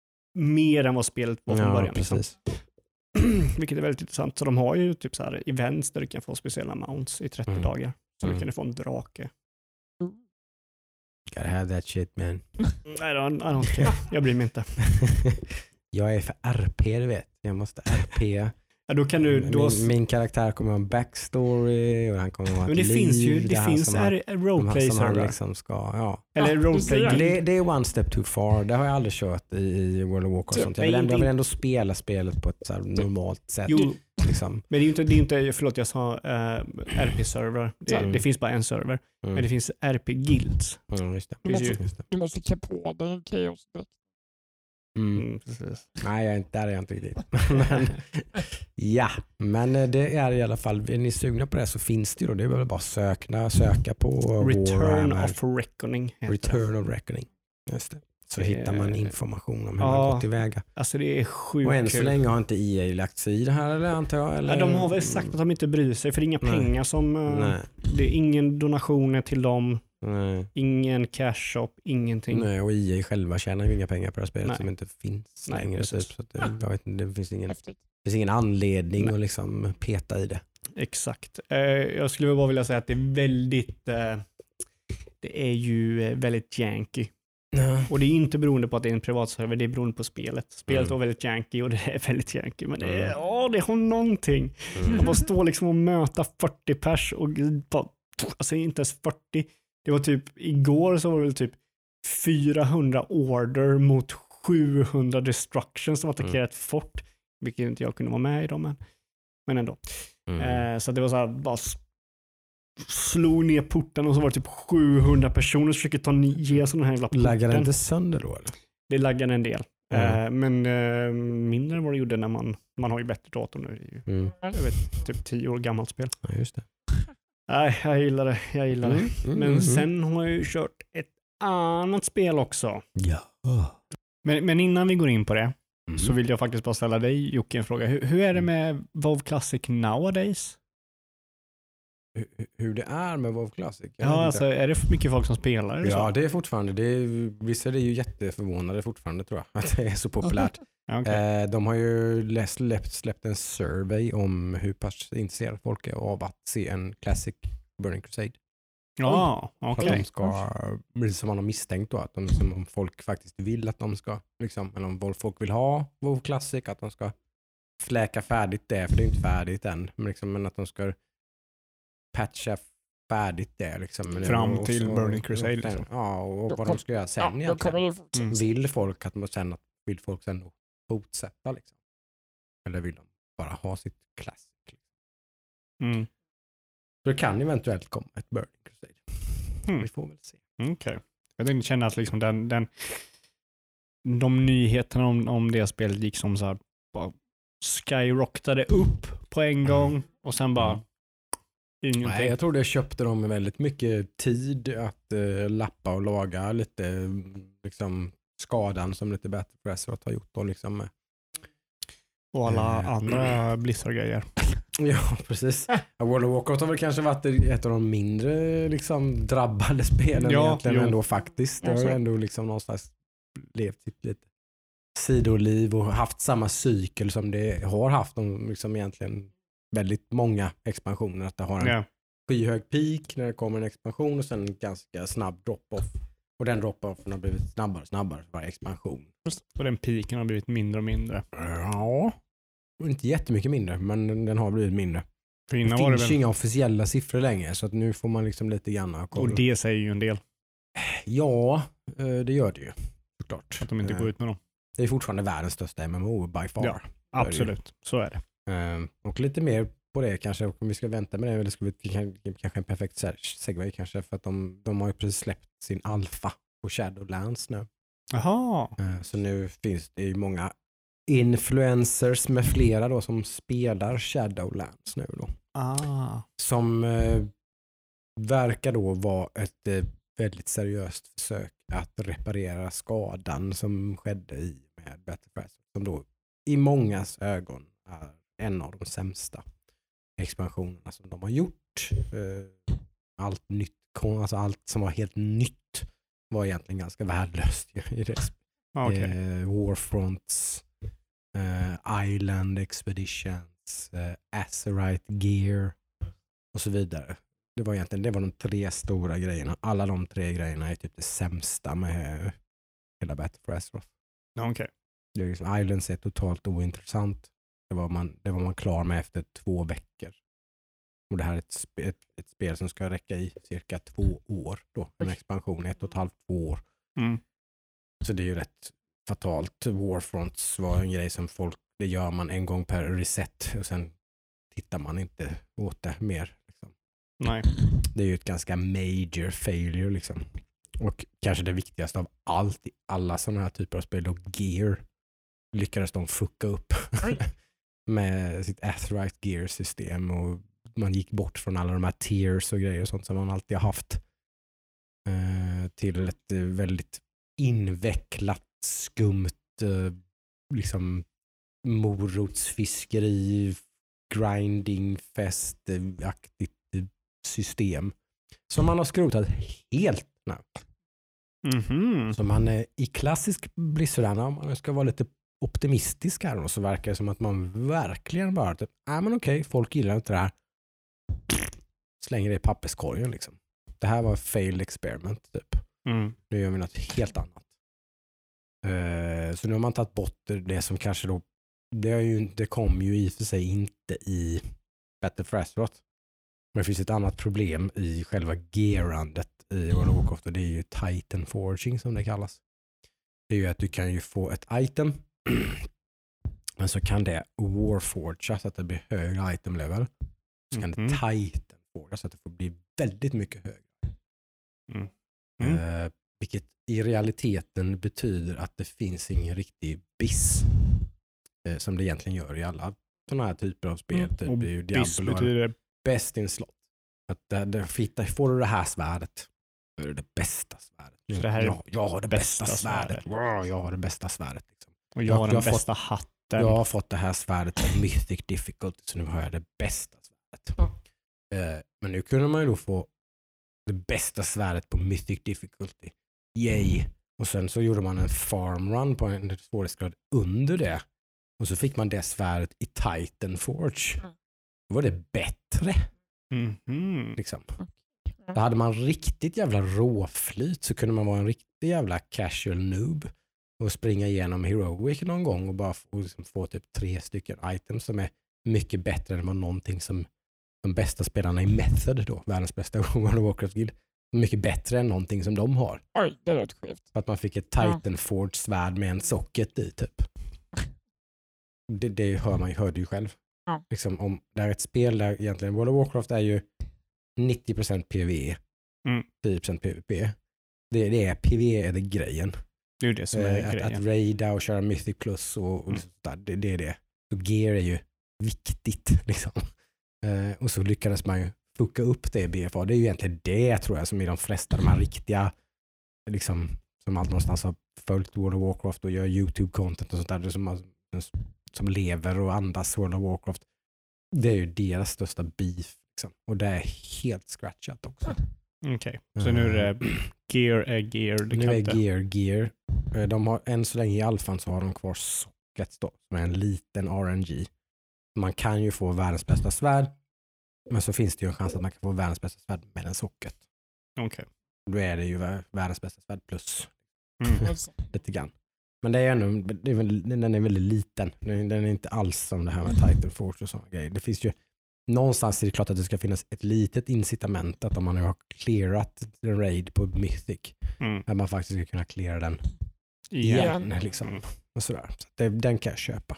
B: mer än vad spelet var från
A: Ja,
B: början. Liksom.
A: precis.
B: Vilket är väldigt intressant. Så de har ju typ så här events där du kan få speciella mounts i trettio
A: Mm.
B: dagar. Så
A: Mm.
B: du kan få en drake.
A: Gotta have that shit man.
B: Nej, I don't, I don't care. Jag bryr mig inte.
A: Jag är för R P, du vet. Jag måste R P.
B: Ja, då kan du... Då,
A: Min, min karaktär kommer ha en backstory och han kommer ha ett
B: men det
A: liv.
B: finns ju, det
A: där han
B: finns
A: som han-
B: är
A: som han-
B: roleplay
A: som han
B: server.
A: liksom ska, ja.
B: Eller
C: Ja,
B: roleplay
C: det ser jag.
B: guide.
A: Det, det är one step too far. Det har jag aldrig kört i, i World of Warcraft. och Sånt. Jag, vill
B: Men
A: ändå, jag
B: det-
A: vill ändå spela spelet på ett så här normalt sätt.
B: Jo,
A: Liksom.
B: men det är ju inte, det är ju inte, förlåt jag sa uh, R P-server. Det,
A: Mm.
B: det finns bara en server.
A: Mm.
B: Men det finns R P-guilds.
A: Mm, just det.
C: Du måste,
A: Just det.
C: du måste klä på dig en chaosdräkt.
A: Mm.
B: Mm, precis.
A: Nej, jag är inte, där är jag inte riktigt. men, ja, men eh, det är i alla fall, är ni sugna på det så finns det ju då. Det är väl bara söka, söka på
B: Return
A: Warhammer.
B: of Reckoning heter
A: Return of Reckoning. Just det. Så
B: Det är-
A: hittar man information om hur
B: Ja,
A: man gått tillväga.
B: det. Alltså det är sjukt
A: Och än så
B: kul.
A: länge har inte E A lagt sig i det här, eller antar jag? Eller?
B: Ja, de har väl sagt att de inte bryr sig för det är inga
A: Nej.
B: pengar som... eh,
A: Nej,
B: Det är ingen donationer till dem,
A: nej,
B: ingen cash shop, ingenting.
A: nej, och E A själva tjänar ju inga pengar på det här spelet
B: Nej.
A: som inte finns
B: Nej,
A: längre.
B: precis.
A: Typ, så att det, jag vet inte, det finns ingen,
C: Häftigt.
A: det finns ingen anledning
B: Nej.
A: att liksom peta i det.
B: Exakt. Eh, jag skulle bara vilja säga att det är väldigt... Eh, det är ju eh, väldigt janky.
A: Nej.
B: Och det är inte beroende på att det är en privatserver, det är beroende på spelet. Spelet
A: Mm.
B: var väldigt janky och det är väldigt janky. Men det, är,
A: Mm.
B: åh, det har någonting.
A: Mm.
B: Man bara stå liksom och möta fyrtio pers och bara, alltså inte ens fyrtio. Det var typ, igår så var det väl typ fyrahundra order mot sjuhundra destruction som attackerade
A: Mm.
B: ett fort. Vilket inte jag kunde vara med i dem, men, men ändå.
A: Mm.
B: Eh, så det var så här, bara s- slog ner porten och så var det typ sjuhundra personer som försöker ta ni- ge sådana här jävla porten.
A: Laggar det inte sönder då? Eller?
B: Det laggade en del.
A: Mm.
B: Eh, men eh, mindre än vad det gjorde när man, man har ju bättre dator nu. Det är ju,
A: Mm.
B: jag vet, typ tio år gammalt spel.
A: Ja, just det.
B: Nej, jag gillar det. Jag gillar det.
A: Mm, mm,
B: Men
A: mm,
B: sen har jag ju kört ett annat spel också.
A: Ja.
B: Men, men innan vi går in på det
A: Mm.
B: så vill jag faktiskt bara ställa dig, Jocke, en fråga. Hur, hur är det med WoW Classic nowadays?
A: Hur- Hur det är med WoW Classic? Jag vet
B: Ja,
A: inte.
B: alltså är det för mycket folk som spelar? Eller
A: Ja,
B: så?
A: det är fortfarande, det är, vissa är ju jätteförvånade fortfarande tror jag, att det är så populärt.
B: Ja, okej.
A: eh, de har ju läst, släppt, släppt en survey om hur pass intresserade folk är av att se en Classic Burning Crusade.
B: Ja,
A: För
B: okej.
A: att de ska, precis som man har misstänkt då, att de, som om folk faktiskt vill att de ska, liksom, eller om folk vill ha WoW Classic, att de ska fläka färdigt det, för det är inte färdigt än, men, liksom, men att de ska patcha färdigt det. Liksom. Men
B: Fram
A: och
B: till
A: så-
B: Burning Crusade,
A: och sen-
B: liksom.
A: Ja, och
C: Då
A: vad
C: kom-
A: de ska göra
C: Ja,
A: sen
C: då
A: egentligen.
C: kommer det fortsätta.
B: Mm.
A: Vill folk att de sen att vill folk sen fortsätta liksom? Eller vill de bara ha sitt classic? Liksom?
B: Mm.
A: Så det kan eventuellt komma ett Burning Crusade.
B: Mm.
A: Vi får väl se.
B: Okej. Okay. Jag tänkte känna att liksom den, den, de nyheterna om, om det spelet gick som så här, bara skyrockade upp på en gång och sen bara mm. ingenting.
A: Nej, jag tror det köpte dem med väldigt mycket tid att uh, lappa och laga lite liksom skadan som lite bättre Preserot har gjort. Och, liksom,
B: och alla
A: uh,
B: andra Blizzard-grejer.
A: Ja, precis. World of Warcraft har väl kanske varit ett av de mindre liksom, drabbade spelen ja, egentligen jo. ändå faktiskt. Det har ju ändå liksom någonstans levt sitt lite sidoliv och haft samma cykel som det har haft om liksom egentligen väldigt många expansioner. Att det har en ja. skyhög peak när det kommer en expansion och sen en ganska snabb drop-off. Och den drop-offen har blivit snabbare och snabbare för varje expansion.
B: Och den peaken har blivit mindre och mindre.
A: Ja. Inte jättemycket mindre, men den har blivit mindre.
B: För
A: det finns det väl... inga officiella siffror längre, så att nu får man liksom lite grann kolla.
B: Och det säger ju en del.
A: Ja, det gör det ju. Såklart.
B: Att de inte går ut med dem.
A: Det är fortfarande världens största M M O by far.
B: Ja, absolut. Så är det.
A: Och lite mer på det kanske, om vi ska vänta med det, eller ska vi kanske en perfekt segway kanske, för att de, de har ju precis släppt sin alfa på Shadowlands nu.
B: Jaha.
A: Så nu finns det ju många influencers med flera då som spelar Shadowlands nu då.
B: Ah.
A: Som eh, verkar då vara ett eh, väldigt seriöst försök att reparera skadan som skedde i med Battlefield, som då i mångas ögon är en av de sämsta expansionerna som de har gjort. Eh, allt nytt, alltså allt som var helt nytt var egentligen ganska värdelöst i det.
B: Okay.
A: Eh, Warfronts, Uh, Island Expeditions, uh, Azerite Gear och så vidare. Det var egentligen det var de tre stora grejerna. Alla de tre grejerna är typ det sämsta med hela Battle for Azeroth.
B: Okay.
A: Det är liksom, Islands är totalt ointressant. Det var man, det var man klar med efter två veckor. Och det här är ett, sp- ett, ett spel som ska räcka i cirka två år då. En expansion, ett och ett halvt, två år.
B: Mm.
A: Så det är ju rätt fatalt. Warfronts var en grej som folk, det gör man en gång per reset och sen tittar man inte åt det mer. Liksom.
B: Nej.
A: Det är ju ett ganska major failure liksom. Och kanske det viktigaste av allt i alla sådana här typer av spel och Gear lyckades de fucka upp med sitt Azerite Gear-system och man gick bort från alla de här tiers och grejer och sånt som man alltid har haft eh, till ett väldigt invecklat skumt liksom morotsfiskeri grinding fest-aktigt system som man har skrotat helt nu.
B: Mm-hmm.
A: Så man är i klassisk Blizzard, om man ska vara lite optimistisk här och så verkar det som att man verkligen bara typ, nej men okej, folk gillar inte det här. Slänger det i papperskorgen liksom. Det här var ett failed experiment typ.
B: Mm.
A: Nu gör vi något helt annat. Uh, så nu har man tagit bort det som kanske då det, är ju, det kom ju i och för sig inte i Battle for Azeroth. Men det finns ett annat problem i själva gearandet i World of Warcraft och det är ju Titan Forging som det kallas. Det är ju att du kan ju få ett item men så kan det warforga så att det blir högre item level. Så kan mm-hmm. det Titan forga så att det får bli väldigt mycket högre.
B: Mm. Mm.
A: Uh, vilket i realiteten betyder att det finns ingen riktig biss eh, som det egentligen gör i alla sådana här typer av spel.
B: Mm.
A: Typ
B: och biss betyder
A: best in slot. Att det, det, fitta, får du det här svärdet då är det det bästa svärdet.
B: Så det här
A: ja, jag har det bästa, bästa svärdet. svärdet. Wow, jag har det bästa svärdet. Liksom.
B: Och jag, jag har den
A: jag
B: bästa
A: fått,
B: hatten.
A: Jag har fått det här svärdet av Mythic Difficulty så nu har jag det bästa svärdet.
B: Mm.
A: Eh, men nu kunde man ju då få det bästa svärdet på Mythic Difficulty. Yay. Och sen så gjorde man en farm run på en svårighetsgrad under det. Och så fick man det svärdet i Titan Forge.
C: Mm.
A: Då var det bättre.
B: Mm-hmm.
A: Liksom. Då hade man riktigt jävla råflyt så kunde man vara en riktig jävla casual noob och springa igenom Heroic någon gång och bara få, och liksom få typ tre stycken items som är mycket bättre än vad någonting som de bästa spelarna i Method då, världens bästa World of Warcraft guild, mycket bättre än någonting som de har.
C: Oj, det låter skevt.
A: För att man fick ett Titanforge-svärd med en socket i typ. Det, det hör man ju, hörde ju själv.
C: Ja.
A: Liksom, om det är ett spel där egentligen World of Warcraft är ju nittio procent PvE,
B: Mm.
A: tio procent PvP. Det, det är PvE är det grejen.
B: Det är det som är
A: Eh, att,
B: grejen.
A: att raida och köra Mythic Plus och, och
B: Mm.
A: sånt där, det, det är det. Så gear är ju viktigt liksom. Eh, och så lyckades man ju fucka upp det i B F A. Det är ju egentligen det tror jag som är de flesta de här riktiga liksom, som allt någonstans har följt World of Warcraft och gör YouTube-content och sånt där som, som lever och andas World of Warcraft. Det är ju deras största beef liksom. Och det är helt scratchat också.
B: Okej, okay. Så nu är det gear är gear. Det
A: nu
B: kan
A: är
B: inte...
A: gear gear. Eh, De har, än så länge i alfan så har de kvar sockets då, som är en liten R N G. Man kan ju få världens bästa svärd, men så finns det ju en chans att man kan få världens bästa svärd med en socket.
B: Okej. Okay.
A: Då är det ju världens bästa svärd plus
B: Mm.
A: lite grann. Men det är ändå, det är väl, den är väldigt liten. Den är inte alls som det här med Titanforge och sådana grejer. Det finns ju, någonstans är det klart att det ska finnas ett litet incitament att om man nu har clearat en raid på Mythic,
B: Mm.
A: att man faktiskt ska kunna cleara den
B: Igen.
A: igen. Liksom.
B: Mm.
A: Och sådär. Så det, den kan jag köpa.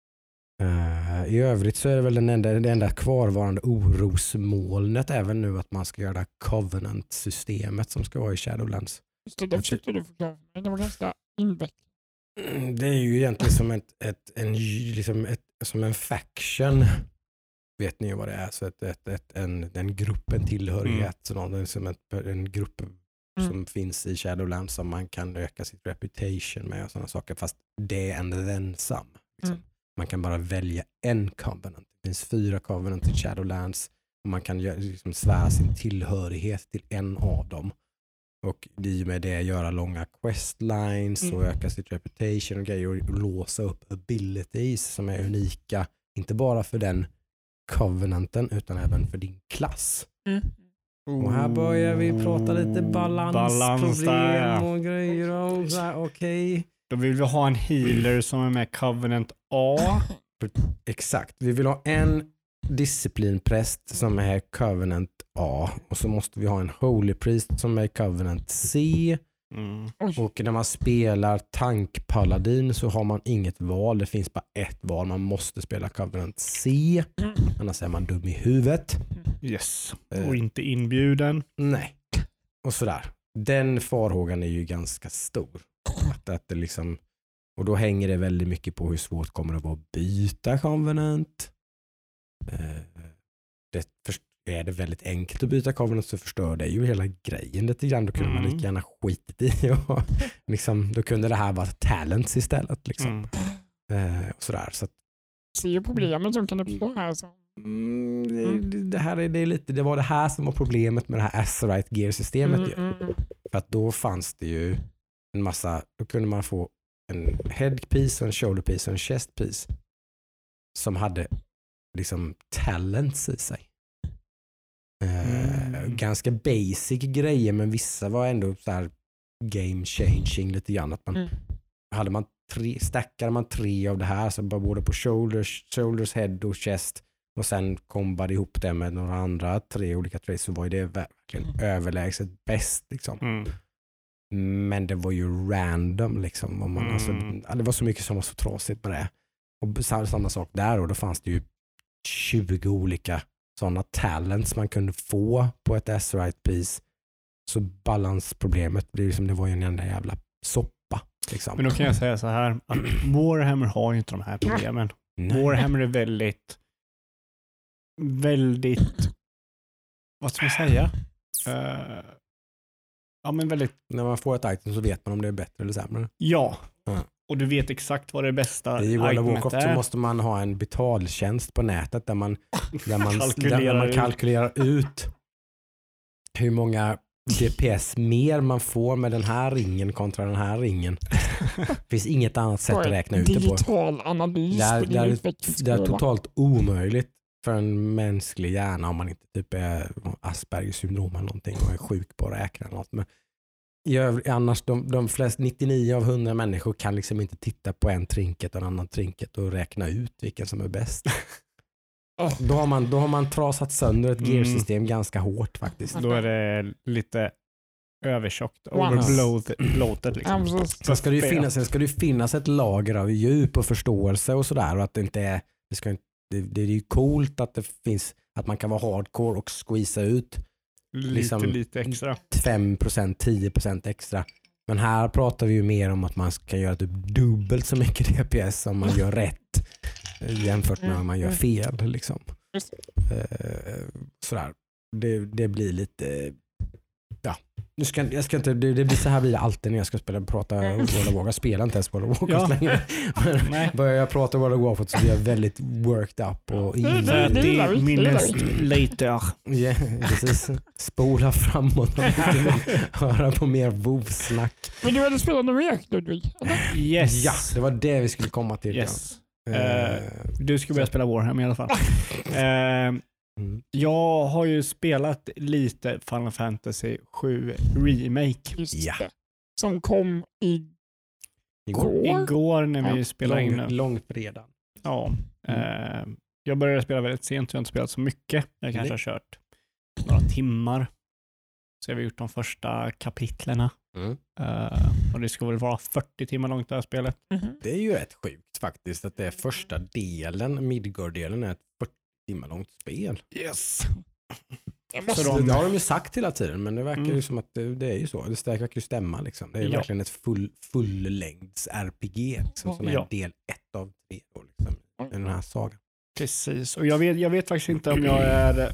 A: Uh, I övrigt så är det väl den enda, det enda kvarvarande orosmolnet även nu att man ska göra det här Covenant-systemet som ska vara i Shadowlands.
C: Just det, det försökte du förklara för mig. Det var ganska invecklat.
A: Mm, det är ju egentligen som, ett, ett, en, liksom ett, som en faction. Vet ni ju vad det är? Så ett, ett, ett, en, en grupp, en tillhörighet. Mm. Någon, som ett, en grupp som mm. finns i Shadowlands som man kan öka sitt reputation med och sådana saker. Fast det är en ensam. Liksom. Mm. Man kan bara välja en covenant. Det finns fyra covenant i Shadowlands. Och man kan liksom svära sin tillhörighet till en av dem. Och i och med det göra långa questlines mm. och öka sitt reputation och grejer och låsa upp abilities som är unika. Inte bara för den covenanten utan även för din klass.
C: Mm.
A: Och här börjar vi prata lite balansproblem
B: Balans
A: och grejer och så här, okej. Okay.
B: Då vill vi ha en healer som är med Covenant A.
A: Exakt. Vi vill ha en disciplinpräst som är Covenant A och så måste vi ha en Holy Priest som är Covenant C.
B: Mm.
A: Och när man spelar tankpaladin så har man inget val. Det finns bara ett val. Man måste spela Covenant C. Annars är man dum i huvudet.
B: Yes. Och inte inbjuden.
A: Nej. Och sådär. Den farhågan är ju ganska stor. Att, att det liksom, och då hänger det väldigt mycket på hur svårt kommer det vara att byta Covenant. Det är det väldigt enkelt att byta Covenant så förstör det ju hela grejen lite grann. Då kunde mm. man lika gärna skitit i och liksom, då kunde det här vara talents istället. Liksom. Mm. Eh, och sådär. Så att,
C: ser ju problemet som kan uppstå här. Så.
A: Mm, det, det, här är, det, är lite, det var det här som var problemet med det här Azerite Gear-systemet. Mm, mm. För att då fanns det ju en massa, då kunde man få en headpiece, en shoulderpiece och en chestpiece som hade liksom talents i sig. Uh, mm. Ganska basic grejer men vissa var ändå så här game changing lite grann. Att man, mm. hade man tre, stackade man tre av det här så bara både på shoulders, shoulders, head och chest och sen kombade ihop det med några andra tre olika traits så var det verkligen mm. överlägset bäst liksom. Mm. Men det var ju random liksom. Och man, mm. alltså, det var så mycket som var så trasigt med det. Och samma sak där och då fanns det ju tjugo olika sådana talents man kunde få på ett Azerite piece. Så balansproblemet blir liksom, det var ju en enda jävla soppa. Liksom.
B: Men då kan jag säga så här att Warhammer har ju inte de här problemen. Nej. Warhammer är väldigt väldigt vad ska man säga? Uh, ja men väldigt...
A: När man får ett item så vet man om det är bättre eller sämre.
B: Ja. Mm. Och du vet exakt vad det bästa
A: i World of Warcraft
B: är.
A: Så måste man ha en betaltjänst på nätet där man, där man, kalkylerar, där man kalkylerar ut hur många D P S mer man får med den här ringen kontra den här ringen. Det finns inget annat sätt att räkna ut det på.
C: Digital analys.
A: Det är, det är, det är totalt omöjligt för en mänsklig hjärna om man inte typ är Aspergers syndrom eller någonting och är sjuk på att räkna något. Men I annars de, de flesta nittionio av hundra människor kan liksom inte titta på en trinket och en annan trinket och räkna ut vilken som är bäst. Då har man, då har man trasat sönder ett gearsystem mm. ganska hårt faktiskt.
B: Då är det lite övertjockt.
C: Wow.
B: Overbloated liksom.
C: Ja, precis.
A: Sen ska det ju finnas, sen ska det ju finnas ett lager av djup och förståelse och sådär. Och att det inte är, det, ska inte, det, det är ju coolt att det finns, att man kan vara hardcore och squeeza ut
B: Lite,
A: liksom
B: lite extra.
A: fem procent, tio procent extra. Men här pratar vi ju mer om att man ska göra typ dubbelt så mycket D P S om man gör rätt jämfört med om man gör fel. Liksom. Uh, sådär. Det, det blir lite... Ja. Nu ska, jag ska inte, det, det blir så här blir det alltid när jag ska spela prata World of Warcraft. Jag spelar inte ens World of Warcraft
B: Ja.
A: längre. Men börjar jag prata World of Warcraft så blir jag väldigt worked up. Och
C: Det-
B: Så här,
C: det gillar vi,
B: det
C: det
B: minnes
C: gillar
B: later.
A: Ja, precis. Spola framåt och höra på mer WoW-snack.
C: Men du hade spelat något mer, Ludvig? eller?
B: Yes.
A: Ja, det var det vi skulle komma till.
B: Yes.
A: Ja.
B: Eh,
A: Eh,
B: Du ska börja spela Warhammer i alla fall. Eh,
A: mm.
B: jag har ju spelat lite Final Fantasy sju Remake.
C: Just
A: Ja.
C: det. Som kom i...
A: Igår.
C: Går?
B: Igår när vi
C: Ja.
B: spelade in
A: Lång,
B: nu.
A: långfredag.
B: Ja. Eh, jag började spela väldigt sent, jag har inte spelat så mycket. Jag kanske
A: Nej.
B: har kört några timmar. Så jag har gjort de första kapitlerna.
A: Mm.
B: Eh, och det ska väl vara fyrtio timmar långt det här spelet.
C: Mhm.
A: Det är ju rätt sjukt faktiskt att det är första delen, Midgard-delen, är ett fyrtio timmar långt spel.
B: Yes.
C: Jag
B: Så
C: måste...
B: de-
A: Det har de ju sagt hela tiden, men det verkar
B: Mm.
A: ju som att det, det är ju så. Det verkar ju stämma liksom. Det är
B: Ja.
A: verkligen ett full, fullängds R P G liksom, som är
B: Ja.
A: del ett av tre då, liksom, i den här sagan.
B: Precis. Och jag vet, jag vet faktiskt inte om jag är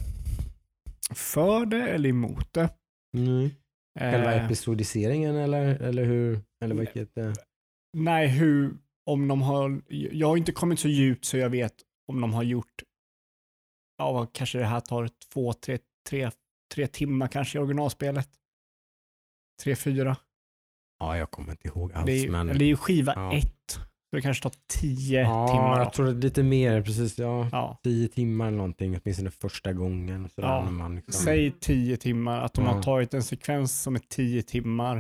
B: för det eller emot det.
A: Mm. Själva
B: Eh,
A: episodiseringen eller, eller hur? Eller vilket? Eh?
B: nej, hur, om de har, jag har inte kommit så djupt så jag vet om de har gjort, ja vad kanske det här tar två, tre, tre, tre timmar kanske i originalspelet. Tre, fyra.
A: Ja, jag kommer inte ihåg alls.
B: Det är,
A: men...
B: det är ju skiva
A: ja.
B: ett. Så det kanske tar tio
A: ja,
B: timmar.
A: jag tror det är lite mer, precis. Ja.
B: Ja.
A: Tio timmar eller någonting, åtminstone första gången. Sådär,
B: Ja,
A: när man liksom...
B: Säg tio timmar, att de
A: Ja.
B: har tagit en sekvens som är tio timmar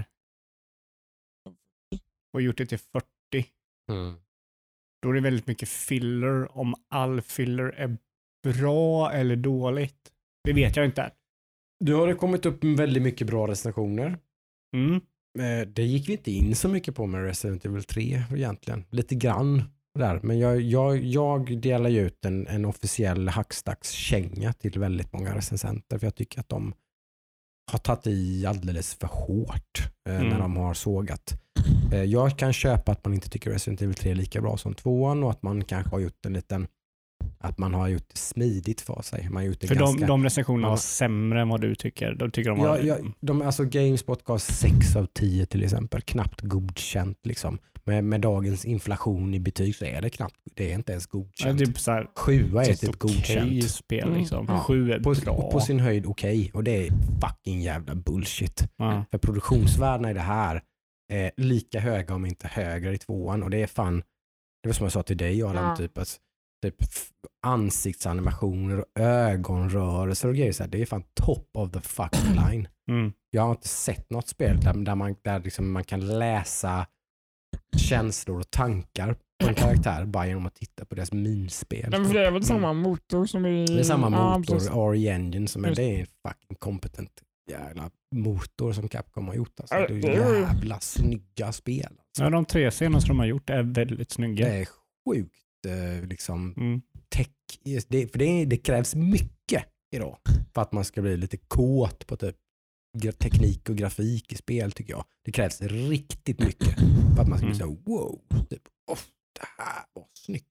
B: och gjort det till fyrtio.
A: Mm.
B: Då är det väldigt mycket filler. Om all filler är bra eller dåligt, det vet jag inte.
A: Du har det kommit upp väldigt mycket bra recensioner.
B: Mm.
A: Eh, Det gick vi inte in så mycket på med Resident Evil tre egentligen. Lite grann där. Men jag, jag, jag delar ju ut en, en officiell hackstackskänga till väldigt många recensenter. För jag tycker att de har tagit i alldeles för hårt eh,
B: Mm.
A: när de har sågat. Eh, jag kan köpa att man inte tycker Resident Evil tre är lika bra som tvåan och att man kanske har gjort en liten att man har gjort det smidigt för sig. Man har gjort det
B: För
A: ganska...
B: de, de recensionerna
A: Ja.
B: var sämre än vad du tycker. De tycker de var...
A: Ja, ja, de, alltså Gamespot gav sex av tio till exempel. Knappt godkänt liksom. Med, med dagens inflation i betyg så är det knappt, det är inte ens
B: Ja,
A: godkänt.
B: typ så här,
A: Sjua är
B: typ
A: typ
B: okej
A: godkänt.
B: spel
C: Mm.
B: liksom.
A: Ja.
B: Sju är
A: På,
B: bra.
A: på sin höjd okej. Och det är fucking jävla bullshit.
B: Ja.
A: För produktionsvärdena i det här är lika höga om inte högre i tvåan. Och det är fan, det var som jag sa till dig Adam,
C: Ja.
A: typ, att, typ f- ansiktsanimationer och ögonrörelser och grejer. Så här, det är fan top of the fucking line.
B: Mm.
A: Jag har inte sett något spel där, där, man, där liksom man kan läsa känslor och tankar på en karaktär bara genom att titta på deras minspel.
C: Men för det är väl samma motor som i...
A: Det är samma
C: Ja,
A: motor,
C: precis.
A: R E Engine, som är,
C: Just.
A: det är en fucking kompetent jävla motor som Capcom har gjort. Alltså.
C: Ja,
A: Det är
C: det är ju-
A: jävla snygga spel. Alltså.
B: Ja, de tre senaste de har gjort är väldigt snygga.
A: Det är sjukt eh, liksom
B: Mm.
A: tech. Det, för det, det krävs mycket idag för att man ska bli lite kåt på typ gra- teknik och grafik i spel tycker jag. Det krävs riktigt mycket för att man ska bli
B: Mm.
A: så wow, typ, oh, det här var snyggt.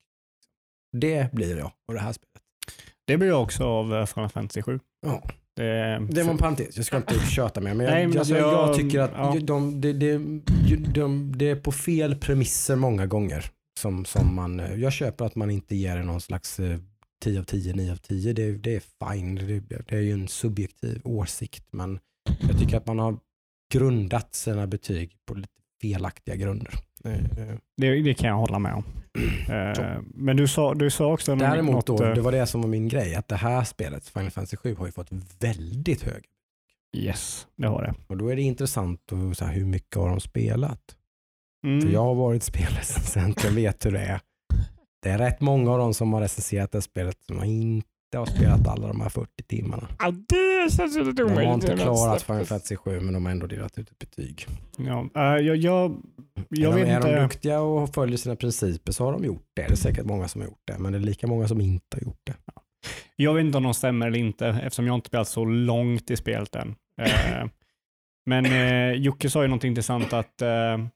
A: Det blir jag av det här spelet.
B: Det blir jag också av eh, Final Fantasy sju.
A: Ja.
B: Det,
A: Det var en parentes, jag ska inte köta mer. Men jag,
B: Nej, men
A: jag,
B: alltså
A: jag, jag
B: jag-
A: tycker att
B: ja.
A: de, de, de, de, det är på fel premisser många gånger. Som, som man, jag köper att man inte ger någon slags eh, tio av tio, nio av tio. Det, det är fine, det, det är ju en subjektiv åsikt. Men jag tycker att man har grundat sina betyg på lite felaktiga grunder. Eh, eh.
B: det, det kan jag hålla med om. Eh, men du sa, du sa också
A: Däremot
B: något,
A: då,
B: eh,
A: det var det som var min grej, att det här spelet, Final Fantasy sju, har ju fått väldigt hög.
B: yes, det har det.
A: Och då är det intressant att, så här, hur mycket har de spelat?
B: Mm.
A: För jag har varit spelrecensent, jag vet hur det är. Det är rätt många av dem som har recenserat det spelet som har inte inte har spelat alla de här fyrtio timmarna.
C: Ja, det känns ju lite
A: De
C: omöjligt.
A: har inte
C: Det är
A: klarat
C: något
A: Final
C: sätt.
A: Fantasy sju, men de har ändå delat ut ett betyg.
B: Ja, uh, jag, jag, jag
A: är
B: vet
A: de, är
B: inte.
A: de duktiga och följer sina principer så har de gjort det. Det är säkert många som har gjort det, men det är lika många som inte har gjort det.
B: Jag vet inte om de stämmer eller inte eftersom jag inte spelat så långt i spelet än. Uh, men uh, Jocke sa ju något intressant att uh,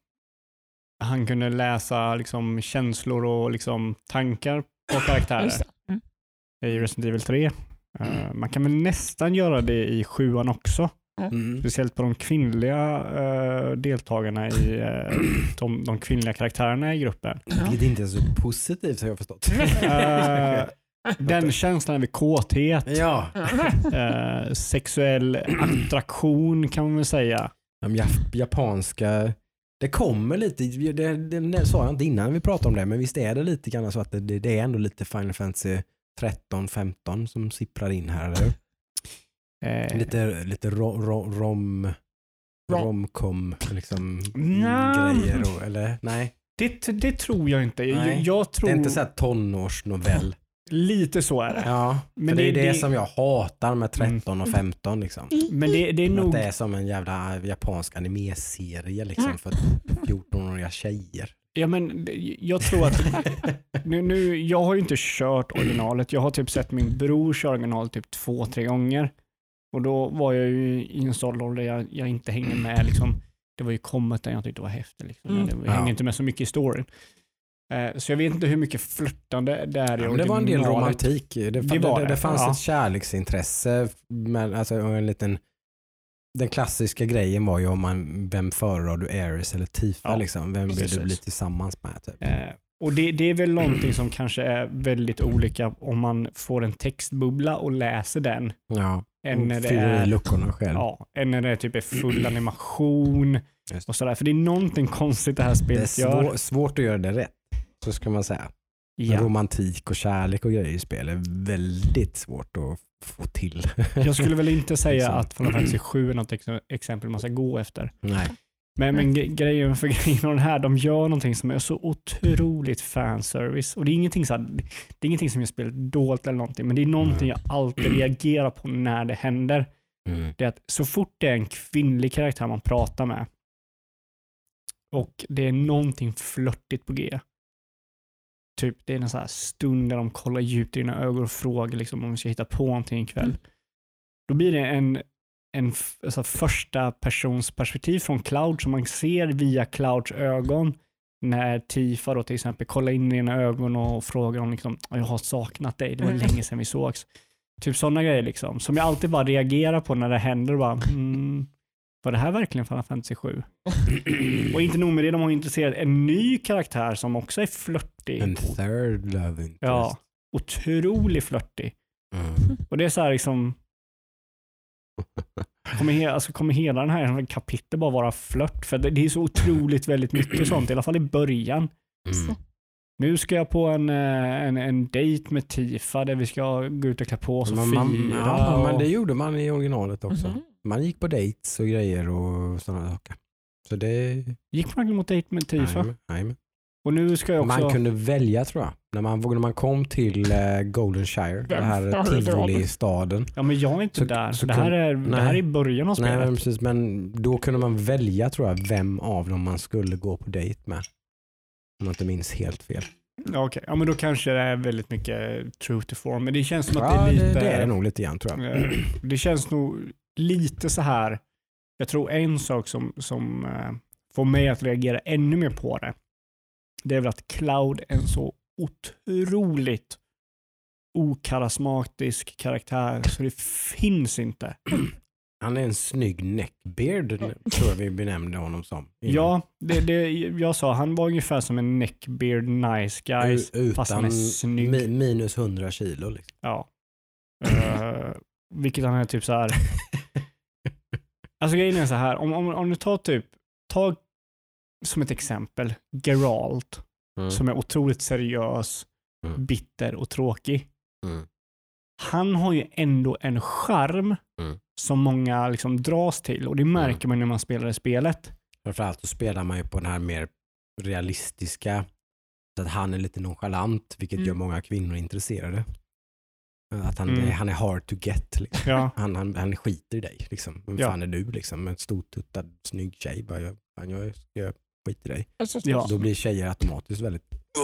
B: han kunde läsa liksom, känslor och liksom, tankar på karaktärer
C: Just det. Mm.
B: i Resident Evil tre. Uh, man kan väl nästan göra det i sjuan också.
A: Mm.
B: Speciellt på de kvinnliga uh, deltagarna i uh, de, de kvinnliga karaktärerna i gruppen.
A: Vilket inte är så positivt har jag förstått.
B: Uh, den känslan vid kåthet,
A: Ja,
B: uh, sexuell attraktion kan man väl säga.
A: de jap- japanska, det kommer lite, det, det, det sa jag inte innan vi pratade om det, men visst är det lite grann så att det, det, det är ändå lite Final Fantasy tretton femton som sipprar in här, eller hur?
B: Uh,
A: Lite, lite ro, ro, rom,
C: Rom.
A: romcom liksom
B: Nja.
A: grejer, och, eller nej,
B: det, det tror jag inte. Jag,
A: Nej,
B: jag tror
A: det är inte så här tonårsnovell.
B: lite så är det.
A: Ja,
B: Men
A: men det är
B: det-
A: det,
B: det-
A: som jag hatar med tretton och femton liksom.
B: Men det, det är
A: Att
B: nog...
A: det är som en jävla japansk animeserie liksom för fjorton-åriga tjejer.
B: Ja, men det- jag tror att... nu, nu, jag har ju inte kört originalet. Jag har typ sett min bror köra originalet typ två, tre gånger. Och då var jag ju i en sån ålder där jag, jag inte hängde med. Liksom. Det var ju kommet där jag tyckte det var häftigt. Liksom.
C: Mm.
B: Jag hängde
A: Ja.
B: inte med så mycket i storyn. Eh, så jag vet inte hur mycket flörtande det är i
A: Ja, men det var en del
B: originalet.
A: romantik. Det, det,
B: Det var
A: det,
B: det,
A: det fanns
B: ja.
A: ett kärleksintresse. Men, alltså, en liten, den klassiska grejen var ju om man, vem föredrar du, Ares eller Tifa?
B: Ja,
A: Liksom. Vem vill
B: precis.
A: du bli tillsammans med? Typ.
B: Eh, och det, det är väl någonting som kanske är väldigt olika om man får en textbubbla och läser den.
A: Ja,
B: Än när
A: och
B: det
A: fyller
B: är,
A: i luckorna själv.
B: ja, än när det är typ är full animation
A: Just.
B: och sådär. För det är någonting konstigt det här
A: Det är
B: spelet gör.
A: svår, svårt att göra det rätt, så ska man säga.
B: Ja.
A: Romantik och kärlek och grejer i spel är väldigt svårt att få till.
B: Jag skulle väl inte säga
A: Liksom.
B: att Final Fantasy sju är något ex- exempel man ska gå efter.
A: Nej.
B: Men, men ge- grejen för grejen av den här, de gör någonting som är så otroligt fanservice. Och det är ingenting, så här, det är ingenting som jag spelar dåligt eller någonting, men det är någonting jag alltid reagerar på när det händer.
A: Mm.
B: Det är att så fort det är en kvinnlig karaktär man pratar med och det är någonting flörtigt på G. Typ det är en sån här stund där de kollar djupt i dina ögon och frågar liksom, om vi ska hitta på någonting ikväll.
C: Mm.
B: Då blir det en, en f- alltså första persons perspektiv från Cloud som man ser via Clouds ögon när Tifa då till exempel kollar in i dina ögon och frågar om liksom, jag har saknat dig, det var
C: Mm.
B: länge sedan vi sågs. Typ sådana grejer liksom. Som jag alltid bara reagerar på när det händer och bara, mm, var det här verkligen Final Fantasy sju? Och inte nog med det, de har intresserat en ny karaktär som också är flörtig.
A: En third love interest.
B: Ja, otroligt flörtig.
A: Mm.
B: Och det är så här liksom, kommer, he- alltså, kommer hela den här kapitlet bara vara flört? För det, det är så otroligt väldigt mycket sånt, i alla fall i början.
A: Mm.
B: Nu ska jag på en, eh, en, en dejt med Tifa där vi ska gå ut och klä på oss och
A: Man,
B: fira.
A: man, ja,
B: och...
A: men det gjorde man i originalet också.
C: Mhm.
A: Man gick på dates och grejer och sådana saker. Så det...
B: Gick man verkligen mot dejt med Tifa?
A: Jajamän, jajamän.
B: Och nu ska jag också...
A: Man kunde välja tror jag. När man, när man kom till eh, Golden Shire, det här
C: Vem föredrar
A: Tivoli-staden.
B: Ja, men jag är inte
A: Så-
B: där.
A: så
B: det, här
A: kun-
B: är, det här är i början av
A: Nej,
B: spelet.
A: men precis. Men då kunde man välja tror jag vem av dem man skulle gå på dejt med. Om jag inte minns helt fel.
B: Ja, okej. Ja, men då kanske det är väldigt mycket true to form. Men det känns som att
A: Ja,
B: det är lite...
A: det, det är det nog lite grann tror jag.
B: Eh, Det känns nog lite så här. Jag tror en sak som, som eh, får mig att reagera ännu mer på det, det är väl att Cloud är en så otroligt okarismatisk karaktär så det finns inte.
A: Han är en snygg neckbeard tror jag vi benämnde honom som.
B: Ja, det, det, jag sa han var ungefär som en neckbeard nice guy
A: U-
B: fast han
A: Utan
B: är snygg.
A: mi- minus hundra kilo. Liksom.
B: Ja. Uh, vilket han är typ så här. Alltså grejen är så här, om, om, om du tar typ, ta som ett exempel Geralt
A: Mm.
B: som är otroligt seriös,
A: Mm.
B: bitter och tråkig.
A: Mm.
B: Han har ju ändå en charm
A: Mm.
B: som många liksom dras till och det märker man när man spelar det spelet.
A: Framförallt så spelar man ju på den här mer realistiska, så att han är lite nonchalant, vilket
C: Mm.
A: gör många kvinnor intresserade. Att han,
B: Mm.
A: han är hard to get. Liksom.
B: Ja.
A: Han, han, han skiter i dig. Liksom. Vem
B: Ja.
A: fan är du? Liksom? En stortuttad, snygg tjej. Bara, jag, fan, jag, jag skiter i dig.
C: Alltså,
B: Ja.
A: Då blir tjejer automatiskt väldigt...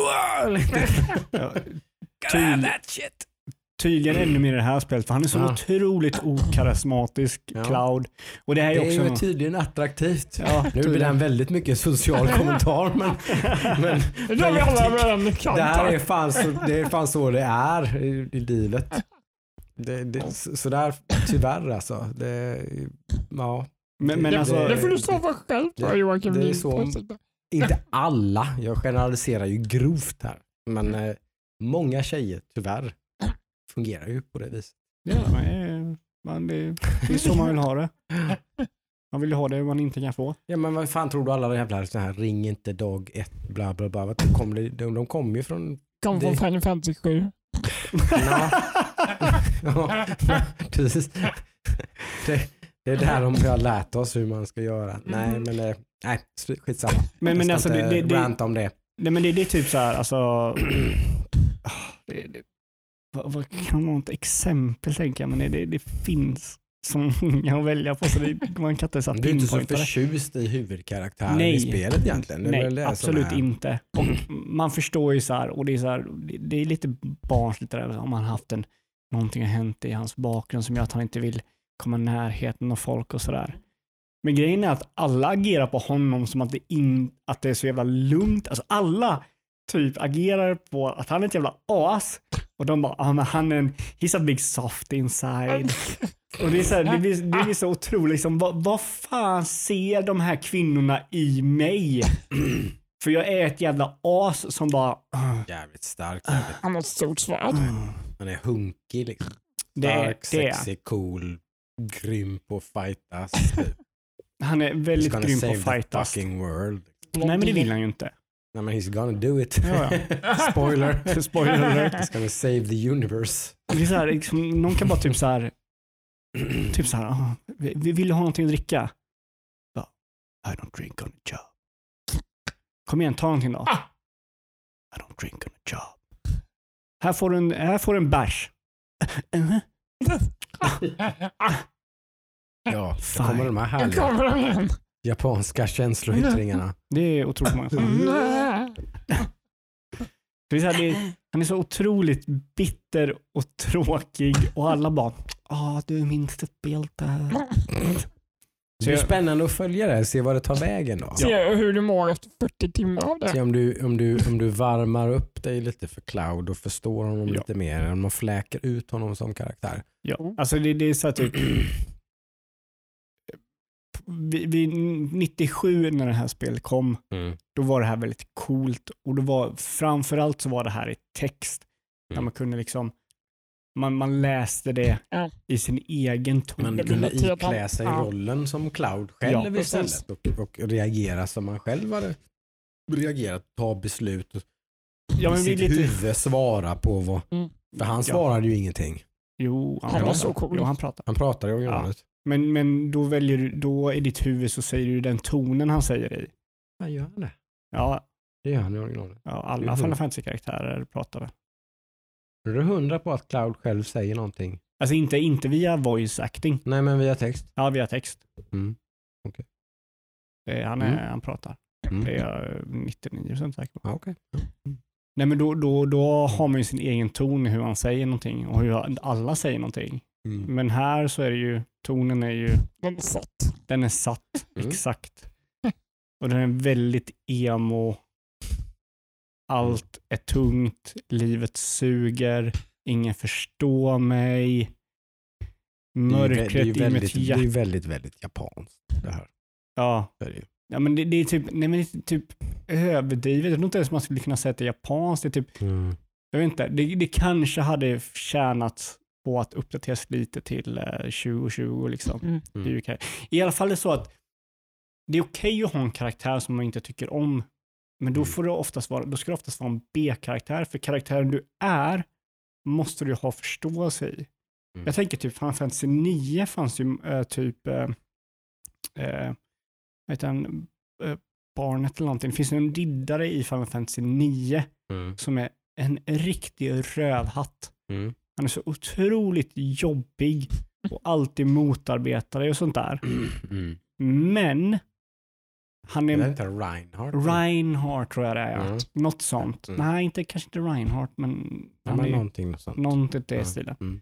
B: Ja.
A: Tydligen. That shit.
B: Tydligen ännu mer i det här spelet, för han är så
A: Ja.
B: otroligt okarismatisk,
A: Ja.
B: Cloud. Och det här är,
A: Det är
B: också...
A: ju tydligen attraktivt.
B: Ja,
A: Nu blir
B: tydligen.
A: det en väldigt mycket social kommentar, men, men,
C: det
A: men
C: har vi
A: jag
C: alla
A: tycker-
C: redan kan.
A: det här är fan så det, är fan så det är i, i livet. Det, det, så, så där, tyvärr alltså. Det, ja,
B: Men, men
A: det-
B: alltså...
C: Det får du stå för själv, tror jag, Joakim.
A: det är
C: Din
A: så-
C: åsikt.
A: inte alla. Jag generaliserar ju grovt här. Men eh, många tjejer, tyvärr, fungerar ju på det viset.
B: Ja, men, eh, man, det, det är så man vill ha det. Man vill ju ha det man inte kan få.
A: Ja, men vad fan tror du alla jävla så här ring inte dag ett bla bla bla. De kommer de, de kom ju från...
C: Kom från
A: det-
C: Final Fantasy sju.
A: Ja, ja, precis. Det, det är där de har lärt oss hur man ska göra. Nej, men det, nej, skitsamma.
B: Men, men
A: Jag
B: alltså,
A: ska
B: det,
A: inte
B: det, det,
A: ranta om det.
B: nej, men det, det är typ så här, alltså... ah, det, det, vad, vad kan man ett exempel tänka? Men det, det, det finns så många att välja på, så det, man kan inte så här
A: Du är inte så
B: pinpointa det.
A: förtjust i huvudkaraktären
B: Nej.
A: i spelet egentligen. Det är
B: Nej,
A: väl det som
B: absolut
A: är-
B: inte. Och man förstår ju så här, och det är så här, det, det är lite barnsligt där, om han haft en, någonting har hänt i hans bakgrund som gör att han inte vill komma i närheten av folk och sådär. Men grejen är att alla agerar på honom som att det, in, att det är så jävla lugnt. Alltså alla typ agerar på att han är ett jävla as. Och de bara, ah, men han är en, he's a big soft inside. Och det är så här, det blir, det blir så otroligt, liksom, vad, vad fan ser de här kvinnorna i mig? För jag är ett jävla as som bara...
A: Jävligt stark. Jävligt.
C: Han har ett stort svärd.
A: Han är hunkig liksom.
B: Det är
A: Stark,
B: det.
A: sexy, cool, grym på att fightas.
B: Han är väldigt
A: He's gonna
B: grym på
A: save
B: att
A: the
B: fightas.
A: fucking world.
B: Nej, men det vill han ju inte.
A: Nej, men he's gonna do it.
B: Ja,
A: Spoiler.
B: Spoiler alert.
A: He's gonna save the universe.
B: Det är så här, liksom, någon kan bara typ så här... Typ så här, ah, vi, vi vill ha någonting att dricka. Ja, I don't drink on the job. Kom igen, ta någonting då. I don't drink on the job. Här får du en, här får du en bärs. Uh-huh.
A: Ja, så
B: Fine.
A: kommer de här
C: Nu
A: härliga
C: kommer han igen.
A: japanska känsloyttringarna.
B: Det är otroligt många. Det är så här, det är, han är så otroligt bitter och tråkig och alla bara, ah, du är min superhjälte.
A: Det är spännande att följa det, se vad det tar vägen då.
C: Se hur du mår efter fyrtio timmar av det.
A: Se om du, om, du, om du varmar upp dig lite för Cloud och förstår honom
B: Ja.
A: lite mer, om man fläker ut honom som karaktär.
B: Ja, alltså det, det är så här typ vid, vid nittiosju när det här spelet kom,
A: Mm.
B: då var det här väldigt coolt och det var, framförallt så var det här i text. Där
A: Mm.
B: man kunde liksom, man, man läste det
C: Ja.
B: i sin egen ton.
A: Man
C: Det
A: kunde
C: blir lite
A: iklä sig
C: ja.
A: rollen som Cloud själv
B: Ja,
A: istället och, och reagera som man själv hade reagerat, ta beslut och
B: Ja, men
A: i
B: vi
A: sitt
B: lite,
A: huvud svara på vad...
C: Mm.
A: För han
B: Ja.
A: svarade ju ingenting.
B: jo,
C: Han var
B: pratade.
C: så cool.
B: Jo, han pratade.
A: Han pratade i originalet.
B: Men, men då väljer du, då i ditt huvud så säger du den tonen han säger i.
A: Ja, gör han det?
B: Ja,
A: Det gör han i originalet.
B: ja alla
A: Mhm.
B: Final Fantasy-karaktärer pratar väl.
A: Är du hundra på att Cloud själv säger någonting?
B: Alltså inte, inte via voice acting.
A: Nej, men via text.
B: Ja, via text.
A: Mm.
B: Det är, han, är,
A: Mm.
B: han pratar.
A: Mm.
B: Det är jag nittionio procent säker på.
A: Ja, okej.
B: Nej, men då, då, då har man ju sin egen ton i hur han säger någonting och hur alla säger någonting.
A: Mm.
B: Men här så är det ju, tonen är ju,
C: Den är satt.
B: den är satt
A: Mm.
B: exakt. Och den är väldigt emo. Allt är tungt, livet suger, ingen förstår mig. Mörkret
A: det är ju
B: i mitt
A: väldigt, det är
B: hjärta.
A: ju väldigt, väldigt japanskt det här.
B: Ja.
A: Det är det ju.
B: Ja, men det, det är typ, nej, men det är typ överdrivet. Jag tror inte ens man skulle kunna säga att det är japanskt. Det är typ,
A: Mm.
B: jag vet inte, det, det kanske hade tjänat på att uppdateras lite till eh, tjugo tjugo liksom.
C: Mm.
A: Mm.
B: Det är ju okej. I alla fall är det så att det är okej att ha en karaktär som man inte tycker om, men då
A: Mm.
B: får det oftast vara, då ska det oftast vara en B-karaktär, för karaktären du är måste du ha förståelse i.
A: Mm.
B: Jag tänker typ Final Fantasy nio fanns ju äh, typ äh, äh, vet han, äh, barnet eller någonting. Det finns en diddare i Final Fantasy nio
A: Mm.
B: som är en riktig rövhatt.
A: Mm.
B: Han är så otroligt jobbig och alltid motarbetar dig och sånt där.
A: Mm.
B: Men han är...
A: Det är inte Reinhardt.
B: Reinhardt tror jag det är. Ja.
A: Mm.
B: Något sånt.
A: Mm.
B: Nej, inte, kanske inte Reinhardt, men...
A: Ja,
B: han
A: men
B: är
A: någonting sånt.
B: någonting i det
A: Ja.
B: stilen.
A: Mm.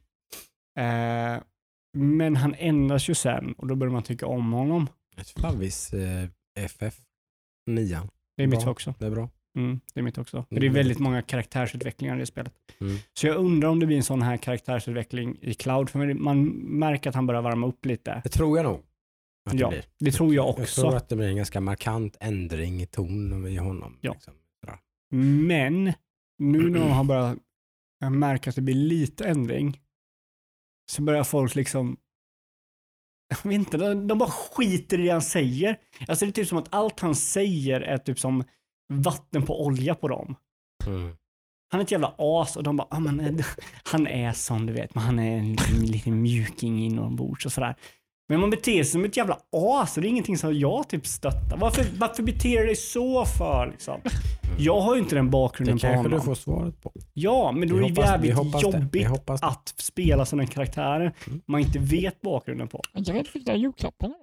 B: Eh, men han ändras ju sen och då börjar man tycka om honom.
A: Ett favvis eh, F F nio.
B: Det är mitt
A: Bra.
B: också.
A: Det är bra.
B: Mm, det är mitt också. För
A: Mm.
B: det är väldigt många karaktärsutvecklingar i det spelet.
A: Mm.
B: Så jag undrar om det blir en sån här karaktärsutveckling i Cloud. För man märker att han börjar varma upp lite.
A: Det tror jag nog. Att
B: Ja,
A: det, blir.
B: det tror jag
A: Jag
B: också.
A: tror att det blir en ganska markant ändring i ton i honom.
B: Ja.
A: Liksom. Sådär.
B: Men nu när han börjar märka att det blir lite ändring så börjar folk liksom jag vet inte, de, de bara skiter i det han säger. Alltså det är typ som att allt han säger är typ som vatten på olja på dem.
A: Mm.
B: Han är ett jävla as och de bara, ah, men, han är sån du vet, men han är en liten, liten mjuking inombords och sådär. Men man beter sig som ett jävla as och det är ingenting som jag typ stöttar. Varför, varför beter du dig så för liksom? Jag har ju inte den bakgrunden
A: Det
B: på
A: kanske
B: honom.
A: du får svaret på.
B: Ja, men då
A: Vi
B: är det
A: hoppas- vi
B: jävligt
A: hoppas det. Vi
B: jobbigt
A: hoppas det.
B: att spela sådana karaktärer
A: Mm.
B: man inte vet bakgrunden på.
C: Jag fick den julklappen.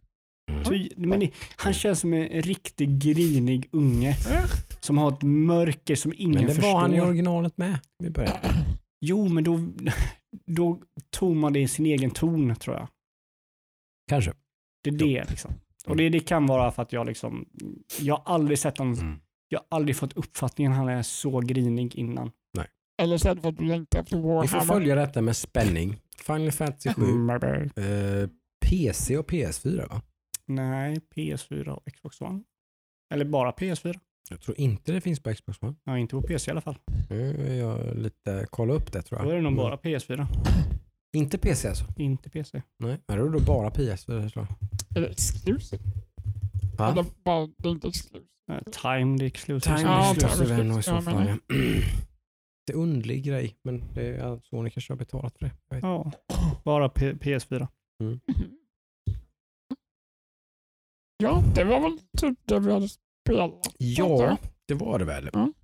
B: Så, men det, han känns som en riktig grinig unge som har ett mörker som ingen
A: Men det
B: förstår.
A: var han i originalet med. Vi börjar.
B: Jo, men då, då tog man det i sin egen ton tror jag.
A: Kanske.
B: Det är det liksom. Och det, det kan vara för att jag liksom, jag har aldrig sett honom,
A: Mm.
B: jag har aldrig fått uppfattningen att han är så grinig innan.
C: Eller så är det för att du längtar efter
A: Vi får
C: Warhammer.
A: följa detta med spänning. Final Fantasy sju.
B: Mm.
A: Eh, P C och P S fyra va?
B: Nej, P S fyra och Xbox One. Eller bara P S fyra.
A: Jag tror inte det finns på Xbox One.
B: Ja, inte på P C i alla fall.
A: Nu är jag lite kolla upp det tror jag.
B: Då är det nog
A: Mm.
B: bara P S fyra.
A: Inte P C alltså?
B: Inte P C.
A: Nej, är det då bara P S fyra? tror jag.
C: Eller exclusive.
A: Va?
C: Eller bara, det är inte exclusive.
B: Uh, timed exclusive.
A: Time
C: Ja,
A: exclusive
C: time
A: är nog i så
C: exclusive,
A: fall.
C: ja,
A: Ja. Det är underlig grej, men det är ja, Sony kanske har betalat för det. Jag vet.
B: Ja, bara P- PS4.
A: Mm.
C: Ja, det var väl typ det vi hade spelat.
A: Ja, det var det väl.
C: Mm.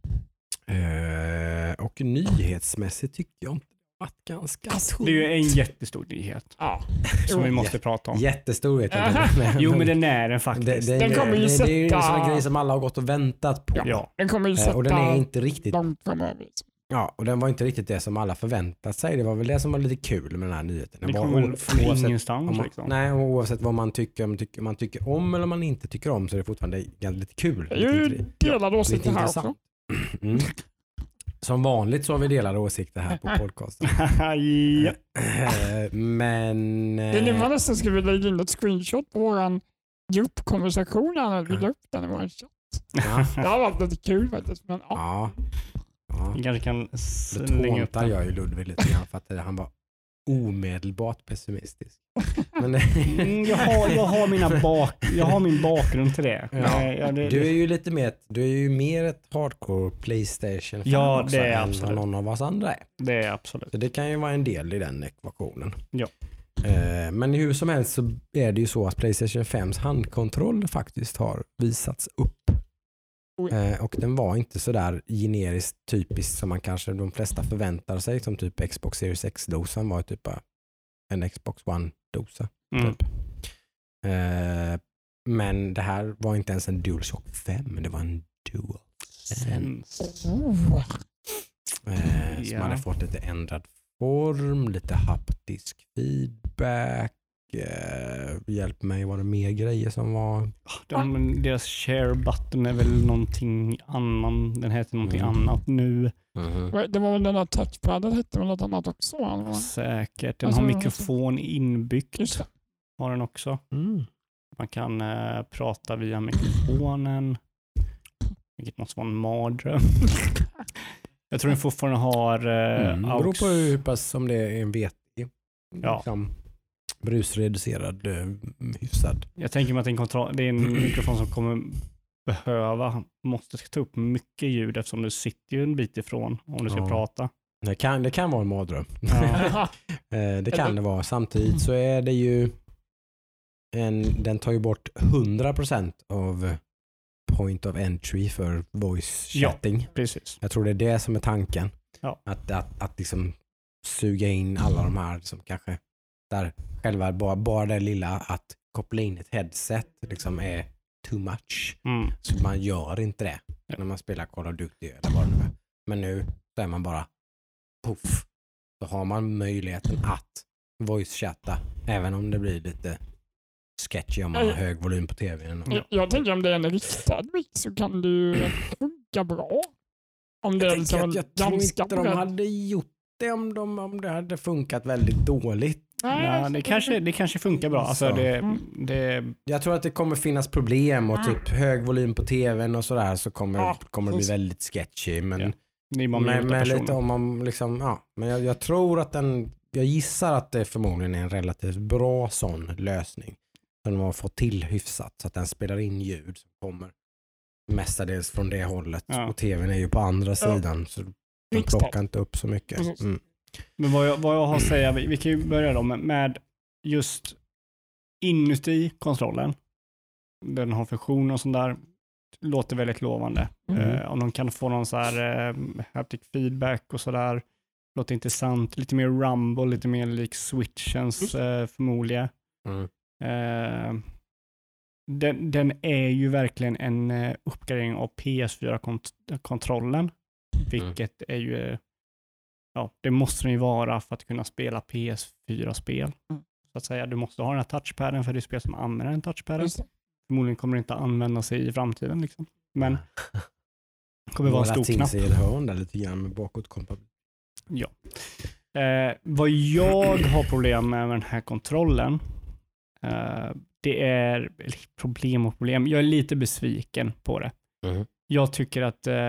A: Eh, och nyhetsmässigt tycker jag inte det har varit ganska
B: Det är ju en jättestor nyhet
C: Ja.
B: som vi
C: Jo.
B: måste prata om.
A: jättestor vet jag
C: Aha.
A: inte.
B: Jo, men den är den
A: det,
B: faktiskt.
A: det,
C: Den
A: det,
C: kommer ju
A: det, det är ju en
C: sätta-
A: sån grej som alla har gått och väntat på.
B: Ja.
C: Den kommer ju
A: Eh,
C: sätta
A: och den är inte riktigt
C: långt framöver.
A: Ja, och den var inte riktigt det som alla förväntat sig. Det var väl det som var lite kul med den här nyheten.
B: Det
A: var
B: kommer
A: o-
B: från
A: oavsett-
B: ingenstans
A: om man,
B: liksom.
A: Nej, och oavsett vad man tycker, om tycker, man tycker om eller man inte tycker om så är det fortfarande ganska lite kul.
C: Det är ju
A: Lite,
C: delade
A: lite
C: åsikter här också.
A: intressant. Mm. Som vanligt så har vi delade åsikter här på podcasten.
B: ja.
A: Eh, Men...
C: Det är nu
A: eh,
C: man nästan skulle lägga in ett screenshot på våran gruppkonversation när vi la upp den i vår chatt.
A: ja,
C: Det har varit lite kul faktiskt. Men, ja.
A: ja, ja.
B: Vi kanske kan
A: Då
B: slänga upp
A: tåntar
B: den.
A: jag ju Ludvig lite grann för att han var omedelbart pessimistisk. Men,
B: Mm, jag, har, jag, har mina bak, jag har min bakgrund till det.
A: Ja.
B: Eh, ja, det,
A: Du är ju lite mer, du är ju mer ett hardcore PlayStation fan
B: Ja,
A: också
B: det är
A: än
B: absolut.
A: vad någon av oss andra är.
B: det är absolut.
A: Så det kan ju vara en del i den ekvationen.
B: Ja.
A: Eh, men hur som helst så är det ju så att PlayStation fems handkontroll faktiskt har visats upp.
C: Oj.
A: Eh, och den var inte så där generiskt typiskt som man kanske de flesta förväntar sig, som typ Xbox Series X-dosan var typ bara en Xbox One-dosa.
B: Mm.
A: Typ. Eh, men det här var inte ens en DualShock fem, det var en DualSense.
C: Oh.
A: Eh, som
B: Ja.
A: hade fått lite ändrad form, lite haptisk feedback. Eh, hjälp mig, var det mer grejer som var...
B: De, deras share button är väl någonting annan. Den heter någonting
A: Mm.
B: annat nu.
C: Det var väl den där touchpaden hette väl något annat också? Eller?
B: Säkert. Den
C: Alltså,
B: har mikrofon inbyggt.
C: Just det.
B: Har den också.
A: Mm.
B: Man kan eh, prata via mikrofonen. Vilket måste vara en mardröm. Jag tror den fortfarande har eh,
A: Mm. Det beror
B: aux.
A: på hur pass om det är en vetig.
B: Ja.
A: Liksom, brusreducerad, eh, hyfsad.
B: Jag tänker mig att det är en, kontroll, det är en mikrofon som kommer behöva, måste ta upp mycket ljud eftersom du sitter ju en bit ifrån om du ska
A: Ja.
B: prata.
A: Det kan, det kan vara en mardröm.
B: Ja.
A: Eh, det kan det vara. Samtidigt så är det ju en, den tar ju bort hundra procent av point of entry för voice
B: Ja.
A: chatting.
B: Precis.
A: Jag tror det är det som är tanken.
B: Ja.
A: Att, att, att liksom suga in alla de här som kanske där själva bara, bara det lilla att koppla in ett headset liksom är too much.
B: Mm.
A: Så man gör inte det när man spelar Call of Duty eller vad det nu är. Men nu så är man bara puff. Så har man möjligheten att voice-chatta även om det blir lite sketchy om man har hög volym på tvn.
C: Jag, jag tänker om det är en riktad mick så kan det ju funka bra. Om det är liksom
A: jag, jag tror
C: ganska
A: inte de
C: brett.
A: hade gjort det om, de, om det hade funkat väldigt dåligt.
C: Nej,
B: Ja, det, kanske, det kanske funkar bra. Alltså,
A: Så.
B: det,
C: Mm.
B: det,
A: Jag tror att det kommer finnas problem och
C: Mm.
A: typ hög volym på tvn och sådär så kommer,
C: Ja,
A: kommer det bli
C: precis.
A: väldigt sketchy. Men,
B: Ja. det är bara
A: men,
B: med
A: men
B: personer.
A: lite om man liksom, ja. Men jag, jag tror att den, jag gissar att det förmodligen är en relativt bra sån lösning. Som de har fått till hyfsat så att den spelar in ljud som kommer mestadels från det hållet.
B: Ja.
A: Och tvn är ju på andra sidan så den
C: Riksdag.
A: plockar inte upp så mycket.
C: Precis.
A: Mm.
B: Men vad jag, vad jag har att säga, vi, vi kan ju börja då med, med just inuti kontrollen. Den har funktioner och sånt där. Låter väldigt lovande.
C: Mm.
B: Eh, om de kan få någon så här eh, haptic feedback och sådär. Låter intressant. Lite mer rumble, lite mer lik switchens eh, förmodligen.
A: Mm.
B: Eh, den, den är ju verkligen en eh, uppgradering av P S fyra-kontrollen. Vilket är ju, eh, ja, det måste den ju vara för att kunna spela P S fyra-spel.
C: Mm.
B: Så att säga, du måste ha den här touchpaden för det är spel som använder den touchpaden.
C: Just det.
B: Förmodligen kommer det inte använda sig i framtiden. Liksom. Men det kommer vara en
A: Några
B: stor knapp.
A: ting i ett hörn där lite grann med bakåtkompatibilitet.
B: Ja. Eh, vad jag har problem med med den här kontrollen, eh, det är eller, problem och problem. Jag är lite besviken på det.
A: Mm.
B: Jag tycker att eh,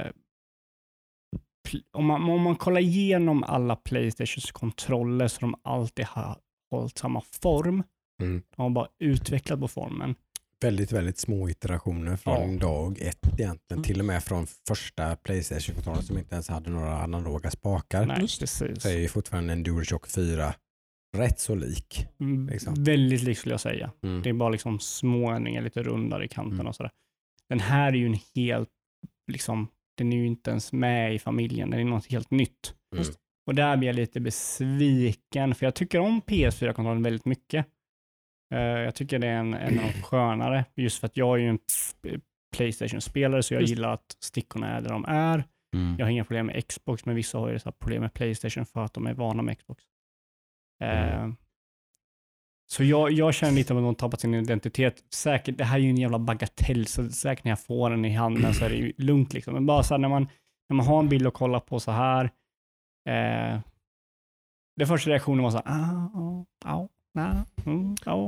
B: pl- om, man, om man kollar igenom alla PlayStations kontroller så de alltid har hållit samma form.
A: Mm.
B: De har bara utvecklat på formen.
A: Väldigt, väldigt små iterationer från
B: Ja.
A: dag ett egentligen.
C: Mm.
A: Till och med från första PlayStation-kontrollen som inte ens hade några analoga spakar.
B: Nej,
C: Just
B: precis.
A: Så är ju fortfarande en DualShock fyra rätt så lik.
B: Mm,
A: liksom.
B: Väldigt lik skulle jag säga.
A: Mm.
B: Det är bara liksom små ändringar, lite rundare i kanten
A: Mm.
B: och sådär. Den här är ju en helt, liksom, den är ju inte ens med i familjen. Den är något helt nytt.
A: Mm.
B: Och där blir jag lite besviken, för jag tycker om P S fyra-kontrollen väldigt mycket. Uh, jag tycker det är en, en av de skönare, just för att jag är ju en p- PlayStation-spelare, så jag
C: Just.
B: gillar att stickorna är där de är.
A: Mm.
B: Jag har inga problem med Xbox, men vissa har ju så här problem med PlayStation för att de är vana med Xbox. Uh,
A: Mm.
B: Så jag, jag känner lite att de har tappat sin identitet. Säkert, det här är ju en jävla bagatell, så säkert när jag får den i handen så är det ju lugnt liksom. Men bara så här, när man, när man har en bild att kolla på så här. Eh, den första reaktionen var så här, ah, ah, ah, nah, mm, ah,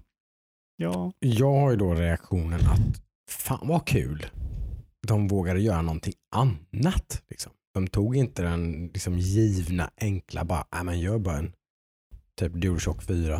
B: ja.
A: Jag har ju då reaktionen att fan vad kul. De vågade göra någonting annat. Liksom. De tog inte den liksom, givna, enkla, bara, äh, men gör bara en typ DualShock fyra.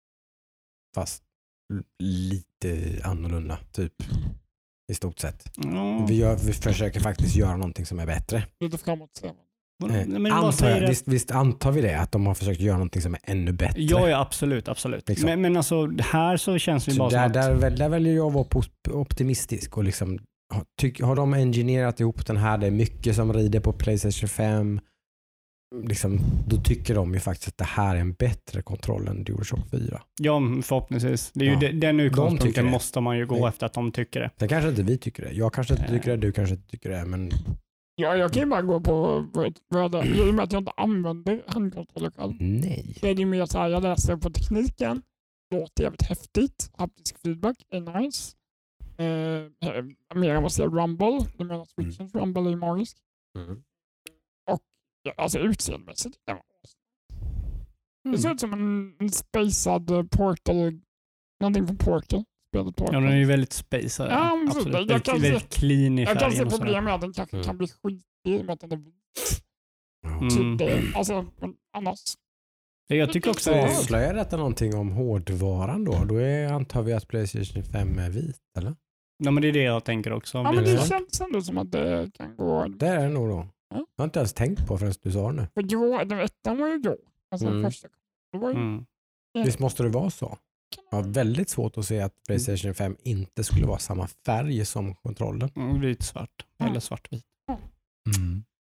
A: Fast l- lite annorlunda, typ. I stort sett.
B: Ja.
A: Vi, gör, vi försöker faktiskt göra någonting som är bättre.
C: Lite framåt ser man.
A: Eh,
B: Men vad
A: antar
B: säger
A: jag,
B: det?
A: visst, visst antar vi det, att de har försökt göra någonting som är ännu bättre.
B: Ja, ja, absolut, absolut.
A: Liksom.
B: Men, men alltså, här så känns det ju
A: Så
B: bara
A: där,
B: som att...
A: där, väl- där väljer jag att vara pos- optimistisk och liksom, har, tyck, har de engineerat ihop den här, det är mycket som rider på PlayStation fem, liksom, då tycker de ju faktiskt att det här är en bättre kontroll än DualShock fyra.
B: Ja, förhoppningsvis. Det är ju
A: Ja.
B: de, den
A: tycker
B: utgångspunkten
A: det.
B: måste man ju gå
A: Nej.
B: efter att de tycker det.
A: Sen kanske inte vi tycker det. Jag kanske inte tycker det, du kanske inte tycker det, men
C: Ja, jag kan ju bara gå på vad- vad det är. I och med att jag inte använder handkontroller själv.
A: nej.
C: Så är det ju mer så här, jag läser på tekniken. Låter jävligt häftigt. Haptisk feedback är nice. Eh, mer än vad säger Rumble. Jag menar Switchens Rumble är ju magisk.
A: Mm.
C: Ja, alltså utseendemässigt. Ja.
B: Mm.
C: Det ser ut som en, en spacad eh, Portal. Någonting från Portal. Spelet Portal.
B: Ja, den är ju väldigt spacad.
C: Ja, men så-
B: absolut.
C: jag
B: Väldigt,
C: kan se-
B: väldigt clean i
C: jag kan se
B: färgen och sådär.
C: problem med att den kanske
A: Mm.
C: kan bli skitig i och med att den är vit.
A: Ja.
B: Mm.
C: Typ det. Alltså, men annars.
B: Jag tycker också...
A: Avslöjar detta någonting om hårdvaran då? Då är, antar vi att PlayStation fem är vit, eller?
B: Ja, men det är det jag tänker också.
C: Ja, men
A: det-
C: det känns ändå som att det kan gå.
A: Det är det nog då. Jag har inte ens tänkt på förrän du sa det nu.
C: För grå, den ettan var ju grå. Alltså
A: Mm.
C: den första. Det var ju,
B: Mm.
A: Visst måste det vara så? Jag har väldigt svårt att se att PlayStation fem inte skulle vara samma färg som kontrollen.
B: Mm, vit svart.
C: Ja.
B: Eller svartvit.
A: Mm.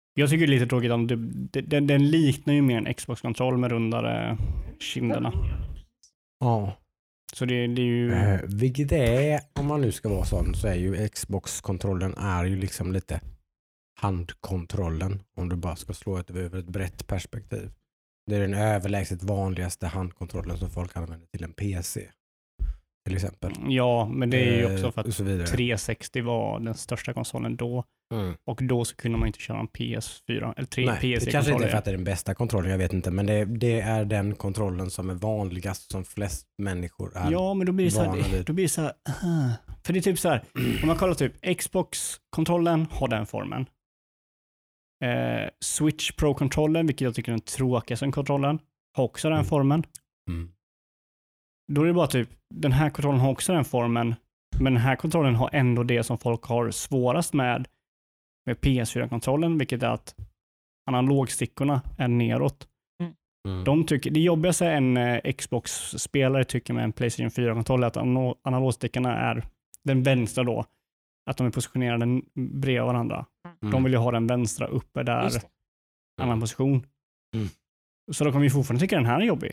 B: Jag tycker det är lite tråkigt om det, den, den liknar ju mer en Xbox-kontroll med rundare kinderna.
A: Ja.
B: Så det, det är ju...
A: Eh, vilket är, om man nu ska vara sån, så är ju Xbox-kontrollen är ju liksom lite handkontrollen om du bara ska slå ett över ett brett perspektiv. Det är den överlägset vanligaste handkontrollen som folk använder till en P C. Till exempel.
B: Ja, men det är ju också för att
A: eh,
B: trehundrasextio var den största konsolen då.
A: Mm.
B: Och då så kunde man inte köra en P S fyra eller tre
A: Nej,
B: P S
A: det kanske inte är för att det är den bästa kontrollen, jag vet inte. Men det, det är den kontrollen som är vanligast, som flest människor är.
B: Ja, men då blir det så
A: vana
B: här,
A: vid.
B: då blir det så här uh, för det är typ så här, om man kollar typ Xbox-kontrollen har den formen. Eh, Switch Pro-kontrollen, vilket jag tycker är den tråkigaste kontrollen, har också den
A: Mm.
B: formen.
A: Mm.
B: Då är det bara typ, den här kontrollen har också den formen, men den här kontrollen har ändå det som folk har svårast med med P S fyra-kontrollen, vilket är att analogstickorna är neråt.
A: Mm.
B: De tycker, det jobbigaste en eh, Xbox-spelare tycker med en PlayStation fyra-kontroll är att anal- analogstickorna är den vänstra då, att de är positionerade bredvid varandra.
A: Mm.
B: De vill ju ha den vänstra uppe där,
C: Just det.
B: annan position.
A: Mm.
B: Så då kommer vi fortfarande tycka den här är jobbig.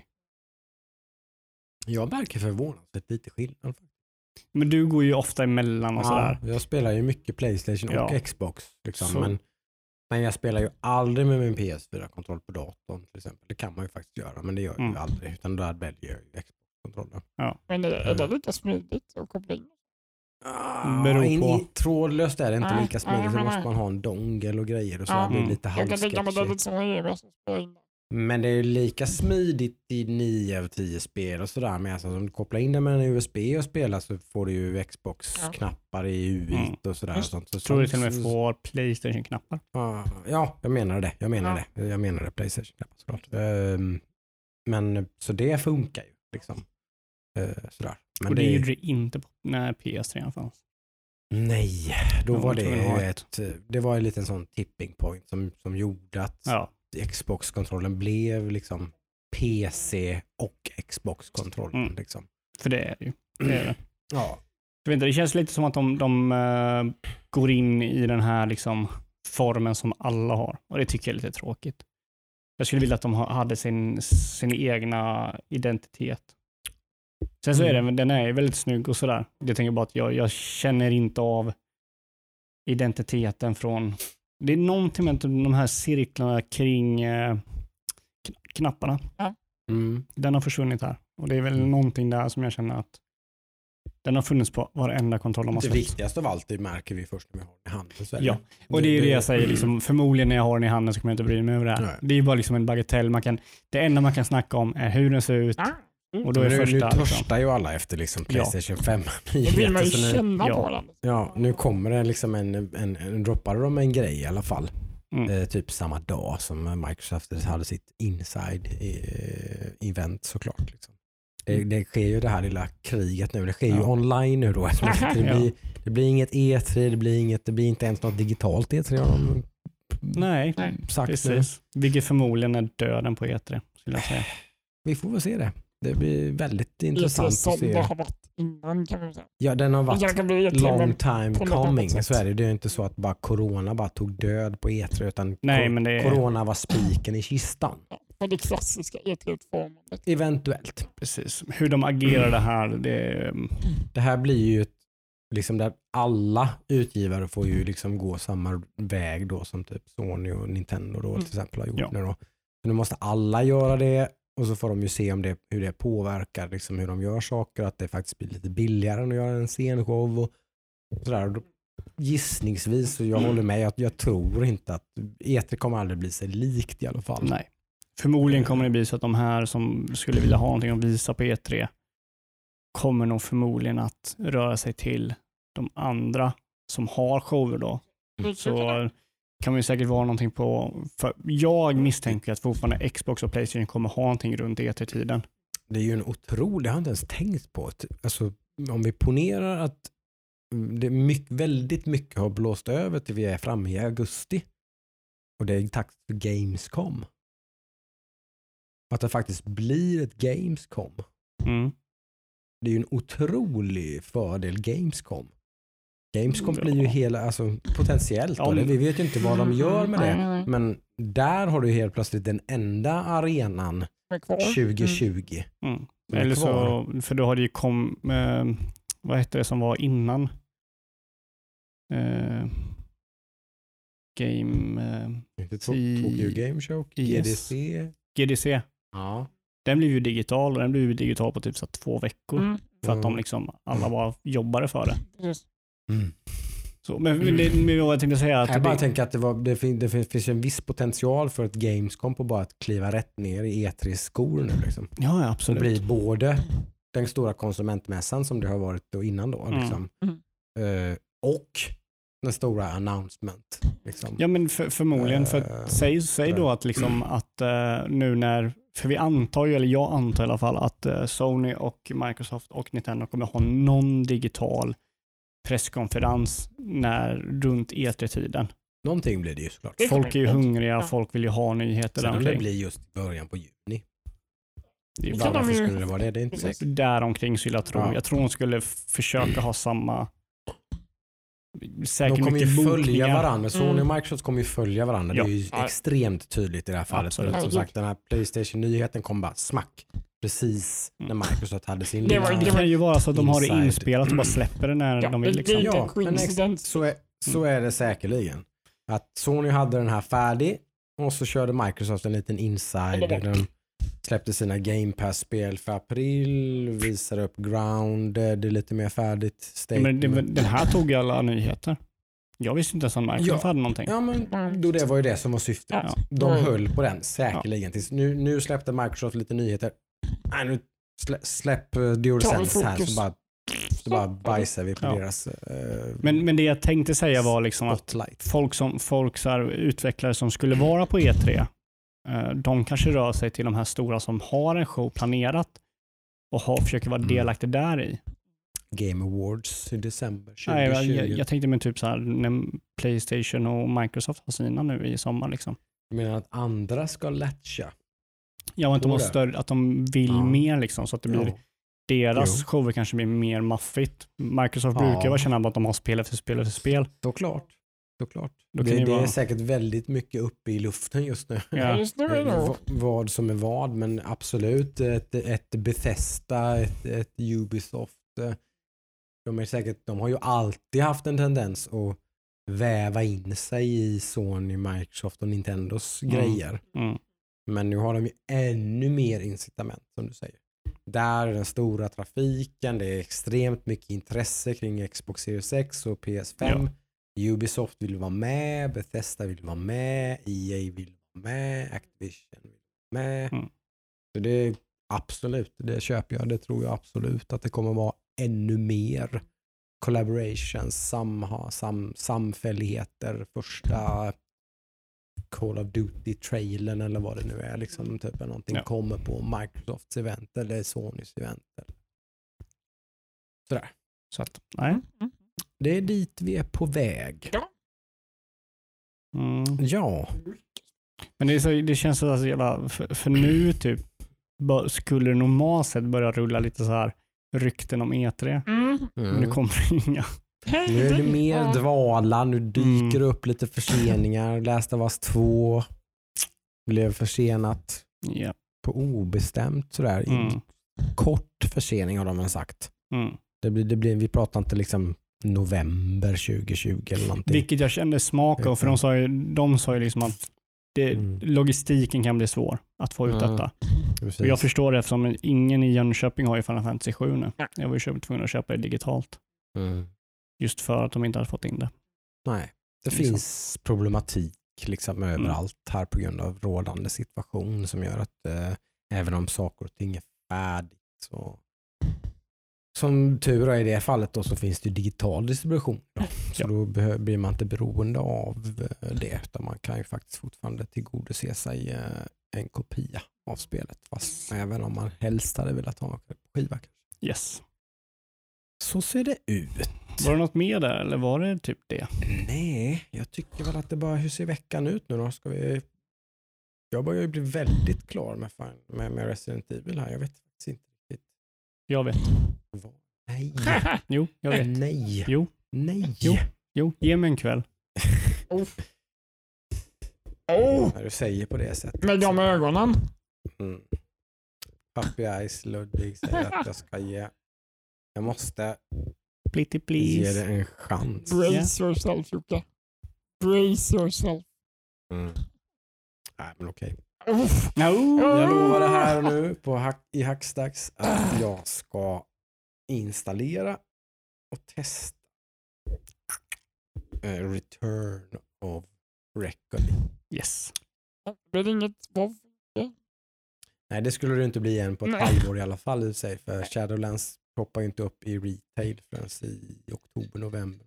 A: Jag märker förvånansvärt lite skillnad.
B: Men du går ju ofta emellan och sådär.
A: Jag spelar ju mycket PlayStation och
B: Ja.
A: Xbox. Liksom.
B: Så-
A: Men, men jag spelar ju aldrig med min P S fyra-kontroll på datorn till exempel. Det kan man ju faktiskt göra, men det gör jag
B: Mm.
A: ju aldrig. Utan där väljer jag ju Xbox-kontrollen.
C: Men är, är det lika smidigt att koppla in?
A: Ah,
B: Beror
A: in
B: på.
A: i trådlöst är det inte
C: Nej,
A: lika smidigt.
C: nej,
A: Så
C: men
A: måste
C: nej.
A: man ha en dongle och grejer och så.
C: Ja.
A: Det blir
B: Mm.
A: lite
C: Jag kan tänka mig det är
A: halvsketchigt.
C: lite som E V som spelar in.
A: Men det är ju lika smidigt i nio av tio spel och sådär. Men alltså, om du kopplar in det med en U S B och spelar så får du ju Xbox-knappar i U I
B: Mm.
A: och sådär. Och sånt. Så,
B: Jag tror du till och med
A: så-
B: får PlayStation-knappar.
A: Ah, ja, jag menar det. Jag menar
C: Ja.
A: det. Jag menar det. PlayStation-knappar såklart. Ehm, men så det funkar ju liksom. Uh, sådär. Men
B: Och det,
A: det
B: gjorde det inte på när P S tre fanns.
A: Nej, då
B: De
A: var
B: var
A: det
B: tvungna att ha
A: ett, det var en liten sån tipping point som, som gjorde att
B: Ja.
A: Xbox-kontrollen blev liksom P C och Xbox-kontrollen.
B: Mm.
A: Liksom.
B: För det är det ju. Det, är det.
A: Ja.
B: Jag vet inte, det känns lite som att de, de eh, går in i den här liksom, formen som alla har. Och det tycker jag är lite tråkigt. Jag skulle vilja att de ha- hade sin, sin egna identitet. Sen så är den, den är väldigt snygg och sådär. Jag tänker bara att jag, jag känner inte av identiteten från... Det är någonting med de här cirklarna kring eh, kn- knapparna.
A: Mm.
B: Den har försvunnit här. Och det är väl någonting där som jag känner att den har funnits på varenda kontroll de har
A: Det
B: släppt.
A: viktigaste av allt det märker vi först när vi har den i handen. Så är
B: Ja,
A: det.
B: och det är ju det jag säger. Liksom, förmodligen när jag har den i handen så kommer jag inte bry mig över det här.
A: Nej.
B: Det är ju bara liksom en bagatell. Man kan, det enda man kan snacka om är hur den ser ut.
C: Ja.
B: Och då är det
A: nu,
B: första.
A: nu
B: Liksom.
A: törstar ju alla efter liksom Playstation fem.
C: Det vill man ju
A: Så nu,
C: känna
B: ja.
C: på den.
A: ja, nu kommer det liksom en, en, en droppar de en grej i alla fall.
B: Mm.
A: Eh, typ samma dag som Microsoft hade sitt inside-event såklart. Liksom. Det, det sker ju det här lilla kriget nu. Det sker ju
B: Ja.
A: online nu då. Det
B: Ja.
A: blir, det blir inget E tre, det blir, inget, det blir inte ens något digitalt E tre. Har de
B: Nej,
A: sagt nu.
B: precis. Vilket förmodligen är döden på E tre, skulle jag säga.
A: Vi får väl se det. Det blir väldigt intressant
C: som
A: att
C: det
A: se.
C: har varit innan kan man säga.
A: Ja, den har varit
C: Jag kan bli
A: long time
C: på något
A: coming.
C: annat sätt.
A: Så är det. Det är ju inte så att bara corona bara tog död på E tre, utan
B: Nej,
A: cor-
B: men det är
A: corona var spiken i kistan.
C: För det klassiska E tre-utformandet.
A: Eventuellt.
B: precis. Hur de agerar det här, det är...
A: Det här blir ju ett, liksom där alla utgivare får ju liksom gå samma väg då som typ Sony och Nintendo då till exempel har gjort
B: Ja.
A: nu då. Så nu måste alla göra det och så får de ju se om det, hur det påverkar liksom hur de gör saker, att det faktiskt blir lite billigare än att göra en scenshow och sådär. Då- Gissningsvis, så jag håller med, att jag tror inte att E tre kommer aldrig bli sig likt i alla fall.
B: Nej. Förmodligen kommer det bli så att de här som skulle vilja ha någonting att visa på E tre kommer nog förmodligen att röra sig till de andra som har shower då. Så kan man ju säkert vara någonting på... För jag misstänker att fortfarande Xbox och PlayStation kommer ha någonting runt E tre-tiden.
A: Det är ju en otrolig, det har jag inte ens tänkt på. Alltså, om vi ponerar att det är mycket, väldigt mycket har blåst över till vi är framme i augusti. Och det är i takt för Gamescom. Att det faktiskt blir ett Gamescom.
B: Mm.
A: Det är ju en otrolig fördel Gamescom. Gamescom blir ju hela, alltså potentiellt.
B: Ja,
A: Då,
B: men-
A: vi vet ju inte vad de gör med
C: Nej,
A: det.
C: nej, nej.
A: Men där har du helt plötsligt den enda arenan
C: Men kvar.
A: tjugo tjugo.
B: Mm.
A: Som är
B: Eller så,
A: kvar.
B: för då har det ju kom, eh, vad hette det som var innan? Eh, game, eh,
A: Inte To-
B: I-
A: Tokyo Game Show,
B: Yes.
A: G D C.
B: G D C.
A: Ja.
B: Den blev ju digital och den blev ju digital på typ så här två veckor.
C: Mm.
B: För att de
A: Mm.
B: liksom, alla bara jobbade för det.
C: Precis.
A: Mm.
B: Så, men, men, det, men vad jag tänkte säga att
A: Jag bara
B: det,
A: tänker att det, var, det, fin, det fin- finns en viss potential för ett Gamescom på bara att kliva rätt ner i E tre-skor nu. Liksom.
B: ja, ja,
A: Och
B: absolut.
A: bli både den stora konsumentmässan som det har varit då innan då.
B: Mm.
A: Liksom,
C: Mm.
A: eh, och den stora announcement. Liksom.
B: Ja, men för, förmodligen. För
A: Eh,
B: att, säg, säg då att, liksom, att eh, nu när, för vi antar ju, eller jag antar i alla fall, att eh, Sony och Microsoft och Nintendo kommer ha någon digital presskonferens när, runt E tre-tiden.
A: Någonting blir det ju såklart.
C: Det-
B: Folk är ju hungriga,
C: Ja.
B: folk vill ju ha nyheter
A: Sen om det
B: däromkring.
A: blir just i början på juni.
B: Det är
C: Det
B: bara
C: kan de
A: Varför
C: ju-
A: skulle det vara det? Det är inte
C: Precis.
A: säkert.
B: däromkring skulle jag tro.
A: Ja.
B: Jag tror de skulle f- försöka ha samma, säkert
A: De kommer ju
B: mycket
A: följa
B: bokningar.
A: varandra. Sony
C: Mm.
A: och Microsoft kommer ju följa varandra.
B: Ja.
A: Det är ju
C: Ja.
A: extremt tydligt i det här fallet. För
B: Absolut.
A: att, som
C: Herregud.
A: sagt, den här Playstation-nyheten kom bara smack. Precis när
B: Mm.
A: Microsoft hade sin
C: Det var-
A: lilla-
B: Det kan ju vara så att de har det
A: Inside.
B: inspelat och bara släpper det när
C: Ja,
B: de vill.
C: det-
B: Liksom.
C: det-
A: Ja,
C: en
A: men ex-
C: coincidence.
A: så, är, så är det säkerligen. Att Sony hade den här färdig och så körde Microsoft en liten inside.
C: Eller
A: Där de släppte sina Game Pass-spel för april, visade upp Grounded, det är lite mer färdigt.
B: Ja,
A: Statement.
B: men det, den här tog ju alla nyheter. Jag visste inte ens att Microsoft
A: Ja.
B: hade någonting.
A: Ja, men då det var ju det som var syftet.
C: Ja.
A: De
C: Mm.
A: höll på den säkerligen. Tills nu, nu släppte Microsoft lite nyheter. Nej, nu slä, släpp uh, DualSense här
C: fokus.
A: så bara, så bara bajsar vi på
B: Ja.
A: deras uh,
B: Men, men det jag tänkte säga var liksom att
A: spotlight.
B: folk som folk så här, utvecklare som skulle vara på E tre, eh, de kanske rör sig till de här stora som har en show planerat och har, försöker vara
A: Mm.
B: delaktig där i.
A: Game Awards i december
B: Nej, jag,
A: tjugo tjugo.
B: jag, jag tänkte mig typ så här när Playstation och Microsoft har sina nu i sommar. Liksom.
A: Jag menar att andra ska latcha.
B: Jag vet inte om
A: Tror
B: de,
A: det.
B: större, att de vill
A: Ja.
B: mer liksom, så att det blir,
A: Ja.
B: deras
A: Jo.
B: shower kanske blir mer maffigt. Microsoft
A: Ja.
B: brukar vara känna att de har spel efter spel efter spel.
A: Såklart. Såklart.
B: Då
A: Det,
B: kan det
A: det är
B: vara-
A: säkert väldigt mycket uppe i luften just nu.
B: Ja.
C: Just nu är det nog.
A: V- vad som är vad, men absolut ett, ett Bethesda, ett, ett Ubisoft. eh, De, är säkert, de har ju alltid haft en tendens att väva in sig i Sony, Microsoft och Nintendos
B: Mm.
A: grejer.
B: Mm.
A: Men nu har de ju ännu mer incitament som du säger. Där är den stora trafiken, det är extremt mycket intresse kring Xbox Series X och P S fem. Ubisoft vill vara med, Bethesda vill vara med, E A vill vara med, Activision vill vara med.
B: Mm.
A: Så det är absolut, det köper jag. Det tror jag absolut att det kommer vara ännu mer collaborations, samha, sam, samfälligheter, första Call of Duty-trailern eller vad det nu är. Liksom, typ någonting
B: Ja.
A: kommer på Microsofts event eller Sonys event. Eller. Sådär.
B: Så att, nej.
C: Mm.
A: Det är dit vi är på väg.
B: Mm.
A: Ja.
B: Men det, är så, det känns så alltså, jävla, för, för nu typ bör, skulle det normalt sett börja rulla lite så här rykten om E tre.
C: Mm.
B: Men det kommer inga.
A: Nu är det mer dvala, nu dyker det
B: Mm.
A: upp lite förseningar. Last of Us två blev försenat
B: Ja.
A: på obestämt sådär.
B: Mm.
A: Kort försening har de väl sagt.
B: Mm.
A: Det blir, det blir, vi pratar inte liksom november tjugo tjugo eller någonting.
B: Vilket jag kände smak av, för de sa ju, de sa ju liksom att det,
A: Mm.
B: logistiken kan bli svår att få ut
A: Mm.
B: detta.
A: Precis.
B: Och jag förstår det eftersom ingen i Jönköping har ju Final Fantasy sju nu.
C: Ja.
B: Jag var ju köpt- tvungen att köpa det digitalt.
A: Mm.
B: Just för att de inte hade fått in det.
A: Nej, det
B: Liksom.
A: finns problematik liksom överallt här på grund av rådande situation som gör att eh, även om saker och ting är färdigt så som tur är i det fallet då så finns det ju digital distribution. Då. Så
B: Ja.
A: då behö- blir man inte beroende av eh, det utan man kan ju faktiskt fortfarande tillgodose sig eh, en kopia av spelet fast även om man helst hade velat ha en skiva.
B: Yes.
A: Så ser det ut.
B: Var det något mer där eller var det typ det?
A: Nej, jag tycker väl att det bara, hur ser veckan ut nu då? Ska vi... Jag börjar ju bli väldigt klar med, fan, med, med Resident Evil här. Jag vet faktiskt inte riktigt
B: Jag vet.
A: vad. Nej,
B: Jo, jag vet.
A: nej.
B: Jo.
A: Nej.
B: Jo. Jo, ge mig en kväll.
C: Oh. Oh.
A: När du säger på det sättet.
C: Med de ögonen.
A: Mm. Puppy Eyes Ludvig säger att jag ska ge. Jag måste
B: Plitty
A: ge
B: please.
A: det en chans.
C: Brace yourself, Jocke. Brace yourself.
A: Mm. Nej, men okej.
C: Uff.
B: No.
A: Jag lovar det här och nu på hack, i Hackstacks att jag ska installera och testa uh, Return of Record.
B: Yes.
C: Det är inget vov.
A: Nej, det skulle det inte bli än på ett
C: Nej.
A: halvår i alla fall i sig, för Shadowlands poppar ju inte upp i retail förrän i oktober, november.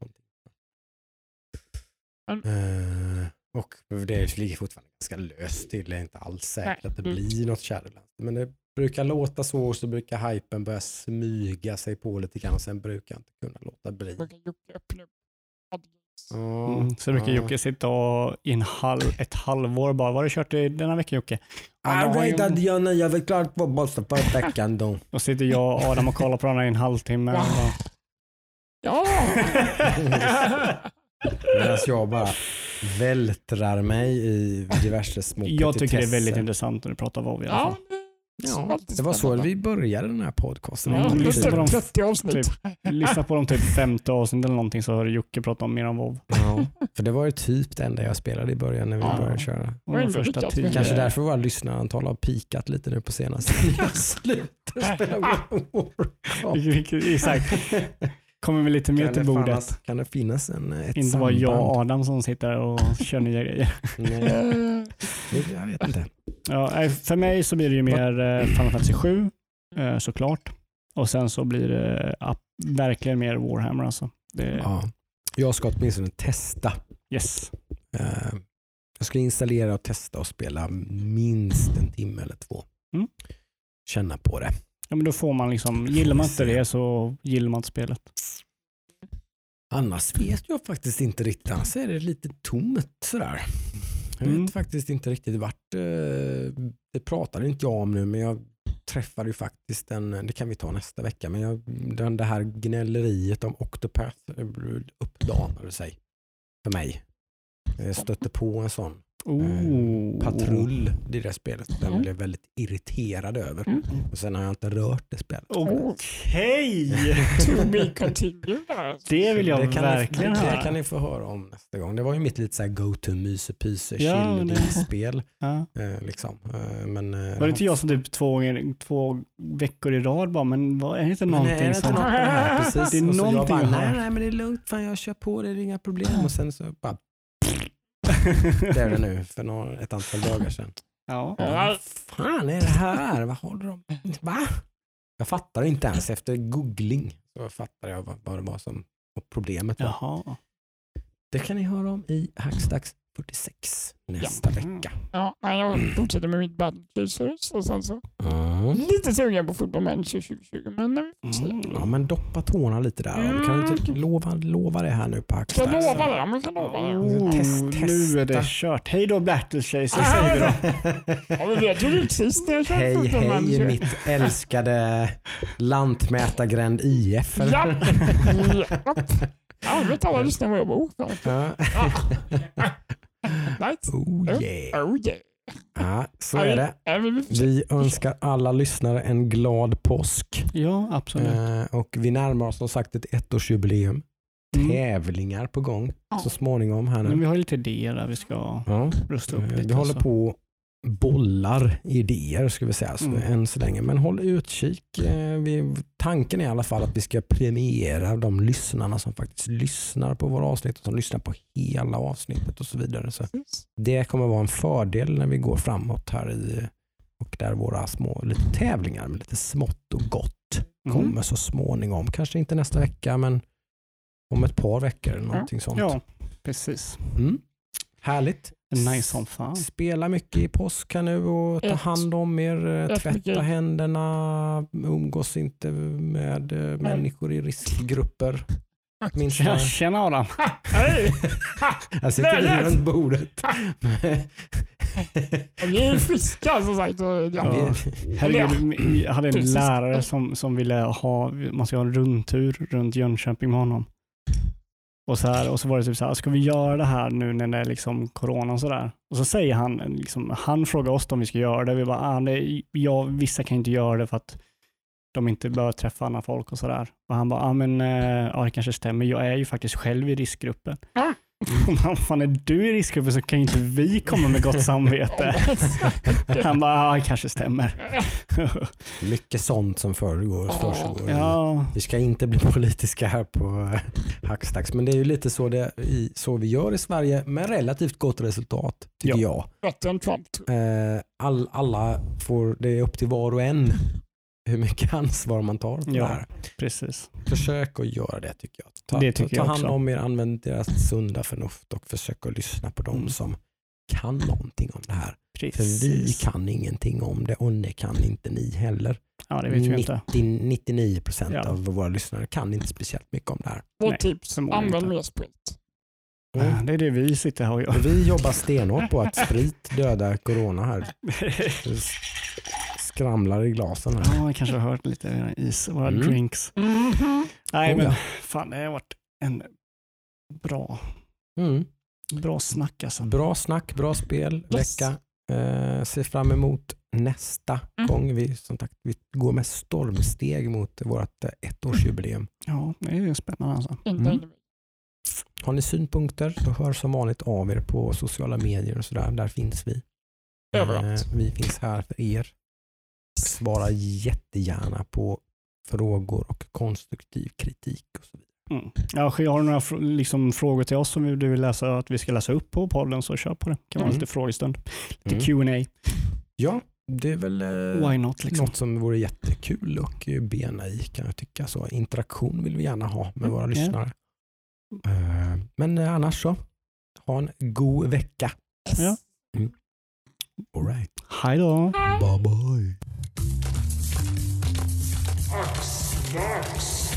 C: Mm.
A: Uh, och det ligger fortfarande ganska löst till. Det är inte alls säkert
C: Nej.
A: att det blir något Shadowlands. Men det brukar låta så, och så brukar hypen börja smyga sig på lite grann, och sen brukar jag inte kunna låta bli.
C: Då kan Jocke öppna upp.
A: Ja,
B: Mm, så brukar
A: ja.
B: Jocke sitta och i en halv, ett halvår bara, vad har du kört i denna vecka Jocke? Ja,
A: Jag
B: då har
A: vet
B: jag-
A: att jag när jag vill klart på bossen på veckan då.
B: Och sitter jag och Adam och kollar på den här i en halvtimme.
C: Ja.
B: Och bara,
C: Ja!
A: Medan jag bara vältrar mig i diverse små
B: jag tycker det är väldigt
A: petitesser.
B: intressant när du pratar vad vi i alla fall.
C: Ja,
A: Ja, det var så vi började den här podcasten.
B: Ja,
C: Ja,
B: lyssna
C: lyssna
B: på
C: på
B: dem.
C: trettio avsnitt.
B: Typ. Lyssna på de typ femte avsnitt eller någonting, så hör du Jocke prata om mer om WoW.
A: Ja, för det var ju typ det enda jag spelade i början när vi
B: Ja.
A: började köra.
B: Och de
C: ändå
B: första
C: lyckats
B: tio.
C: med
A: Kanske därför våra lyssnarantal har pikat lite nu på senaste. Jag slutar spela World of Warcraft.
B: Exakt. Kommer vi lite mer
A: Kan
B: till
A: det,
B: bordet.
A: fannas, kan det finnas en, ett
B: Inte
A: samband?
B: bara jag och Adam som sitter och kör nya grejer.
A: Nej,
C: Eh,
A: det- jag vet inte.
B: Ja, nej, för mig så blir det ju mer eh, Final Fantasy sju eh, såklart. Och sen så blir det eh, verkligen mer Warhammer alltså. Det,
A: Ja. Jag ska åtminstone testa.
B: Yes.
A: Eh, jag ska installera och testa och spela minst en timme eller två.
B: Mm.
A: Känna på det.
B: Ja, men då får man liksom, gillar man inte det så gillar man inte spelet.
A: Annars vet jag faktiskt inte riktigt. Annars är det lite tomt sådär. Jag vet
B: Mm.
A: faktiskt inte riktigt vart. Eh, det pratar inte jag om nu, men jag träffade ju faktiskt en, det kan vi ta nästa vecka, men jag, den, det här gnälleriet om Octopath uppdanade sig för mig. Jag stötte på en sån
B: Oh.
A: patrull i det spelet. Den
C: Mm.
A: blev väldigt irriterad över.
C: Mm.
A: Och sen har jag inte rört det spelet.
B: Okej!
C: To be continued.
B: Det vill jag
A: det kan
B: verkligen
A: ni,
B: höra.
A: Det kan ni få höra om nästa gång. Det var ju mitt lite så här go-to myse-pyse
B: Ja,
A: chill
B: det-
A: spel
B: Ja.
A: eh, liksom. Eh, men, eh,
B: Var det inte jag som typ två, gånger- två veckor i rad bara, men vad, är det inte
A: men
B: någonting
A: är det inte
B: som...
A: något med det här? Precis.
B: Det är
A: Och så jag
B: någonting
A: bara,
B: jag har.
A: nej, nej, men det är lugnt. Fan, jag kör på det. Det är inga problem. Och sen så bara, det är det nu för några, ett antal dagar sedan.
B: Ja.
A: Vad fan är det här? Vad håller de? Va? Jag fattar inte ens efter googling. Så fattar jag vad, vad det var som vad problemet var.
B: Jaha.
A: Det kan ni höra om i Hackstacks fyrtiosex nästa
B: Ja.
A: vecka.
C: Ja, nej, jag fortsätter med mitt Battle Chasers och sen så
A: Mm.
C: lite sugen på Football Manager tjugo tjugo, men vi får se.
B: Mm.
A: Ja, men doppa tårna lite där. Vi kan inte lova, lova det här nu på
C: Kan
A: Hackstacks.
C: jag lova det? Men kan jag lova det?
B: Oh,
A: Test,
B: nu är det
A: testa.
B: kört. Hej då Battle Chaser, säger vi då.
C: Ja, vi vet ju precis när jag kör
A: Hej,
C: Football
A: hej
C: Manager.
A: mitt älskade Lantmätargränd I F. Eller?
C: Ja! Ja, ja, vet alla lyssnar var jag bor.
A: Ja.
C: Nice.
A: Oh yeah.
C: Oh yeah.
A: Ja, så är det.
C: Ja, vi- vi får se.
A: Vi önskar alla lyssnare en glad påsk.
B: Ja, absolut.
A: Eh, och vi närmar oss som sagt ett ettårsjubileum.
B: Mm.
A: Tävlingar på gång
C: Ja.
A: så småningom här
B: Men
A: nu.
B: vi har lite idéer där vi ska
A: Ja.
B: rusta upp
A: Eh,
B: lite.
A: Vi håller
B: så.
A: på bollar idéer ska vi säga så
B: Mm.
A: än så länge. Men håll utkik. Eh, vi, tanken är i alla fall att vi ska premiera de lyssnarna som faktiskt lyssnar på våra avsnitt och som lyssnar på hela avsnittet och så vidare. Så det kommer vara en fördel när vi går framåt här i och där våra små lite tävlingar med lite smått och gott
B: Mm.
A: kommer så småningom. Kanske inte nästa vecka men om ett par veckor eller någonting sånt.
B: Ja, precis.
A: Mm. Härligt.
B: Nice som fan.
A: Spela mycket i påsk här nu och ta
C: Ett.
A: hand om er, eh,
C: Ett
A: tvätta
C: mycket.
A: händerna, umgås inte med eh, människor i riskgrupper. Minst
B: Tjena, tjena Adam.
C: Hej!
A: här sitter vi
C: Nej, nej.
A: runt bordet.
C: Vi är friska som sagt. och Ja.
B: Ja. Herregud, jag hade en
C: Precis.
B: lärare som, som ville ha, man ska ha en rundtur runt Jönköping med honom. Och så, här, och så var det typ så här, ska vi göra det här nu när det är liksom corona och sådär? Och så säger han, liksom, han frågar oss om vi ska göra det. Vi bara, ah, det, ja, vissa kan inte göra det för att de inte bör träffa andra folk och sådär. Och han bara, ah, men ja, det kanske stämmer. Jag är ju faktiskt själv i riskgruppen. Mm. Vad fan är du i riskgruppen så kan inte vi komma med gott samvete. Han bara, ja, det kanske stämmer.
A: Mycket sånt som föregår. försiggår.
B: Ja.
A: Vi ska inte bli politiska här på Hackstacks, men det är ju lite så, det, så vi gör i Sverige med relativt gott resultat, tycker
B: ja.
A: jag. All, alla får, det är upp till var och en hur mycket ansvar man tar för
B: ja,
A: det här.
B: Precis.
A: Försök att göra det, tycker jag. Ta,
B: det tycker
A: ta, ta
B: jag
A: hand
B: också.
A: om er, använd deras sunda förnuft och försök att lyssna på dem mm. som kan någonting om det här.
B: Precis.
A: För vi kan ingenting om det och det kan inte ni heller.
B: Ja, det vet vi inte.
A: nittio, nittionio procent
B: ja.
A: av våra lyssnare kan inte speciellt mycket om det här.
C: Vårt tips, använd mer sprit.
B: Mm. Det är det vi sitter här och gör.
A: Vi jobbar stenhårt på att sprit döda corona här. Skramlar i glasen här.
B: Ja, jag kanske har hört lite is och
A: mm.
B: drinks.
C: Mm-hmm.
B: Nej,
A: oh,
B: men
A: ja.
B: fan, det har varit en bra
A: mm.
B: bra snack alltså.
A: Bra snack, bra spel,
C: yes.
A: vecka. Eh, ser fram emot nästa mm. gång. Vi, som sagt, vi går med stormsteg mot vårt ettårsjubileum.
B: Ja, det är spännande alltså.
A: Mm. Har ni synpunkter så hör som vanligt av er på sociala medier och sådär. Där finns vi.
C: Överallt.
A: Eh, vi finns här för er. Svara jättegärna på frågor och konstruktiv kritik och så vidare.
B: Mm. Ja, har du några fr- liksom, frågor till oss som du vill läsa, att vi ska läsa upp på podden, så kör på det. Det kan vara
A: mm.
B: lite frågestund. Lite
A: mm.
B: Q and A.
A: Ja, det är väl eh,
B: Why not, liksom?
A: något som vore jättekul och bena i, kan jag tycka. Så interaktion vill vi gärna ha med
B: mm.
A: våra
B: yeah.
A: lyssnare. Uh, men eh, annars så, ha en god vecka.
B: Ja.
A: Mm. All right.
B: Hej då.
A: Bye bye.
C: Snacks.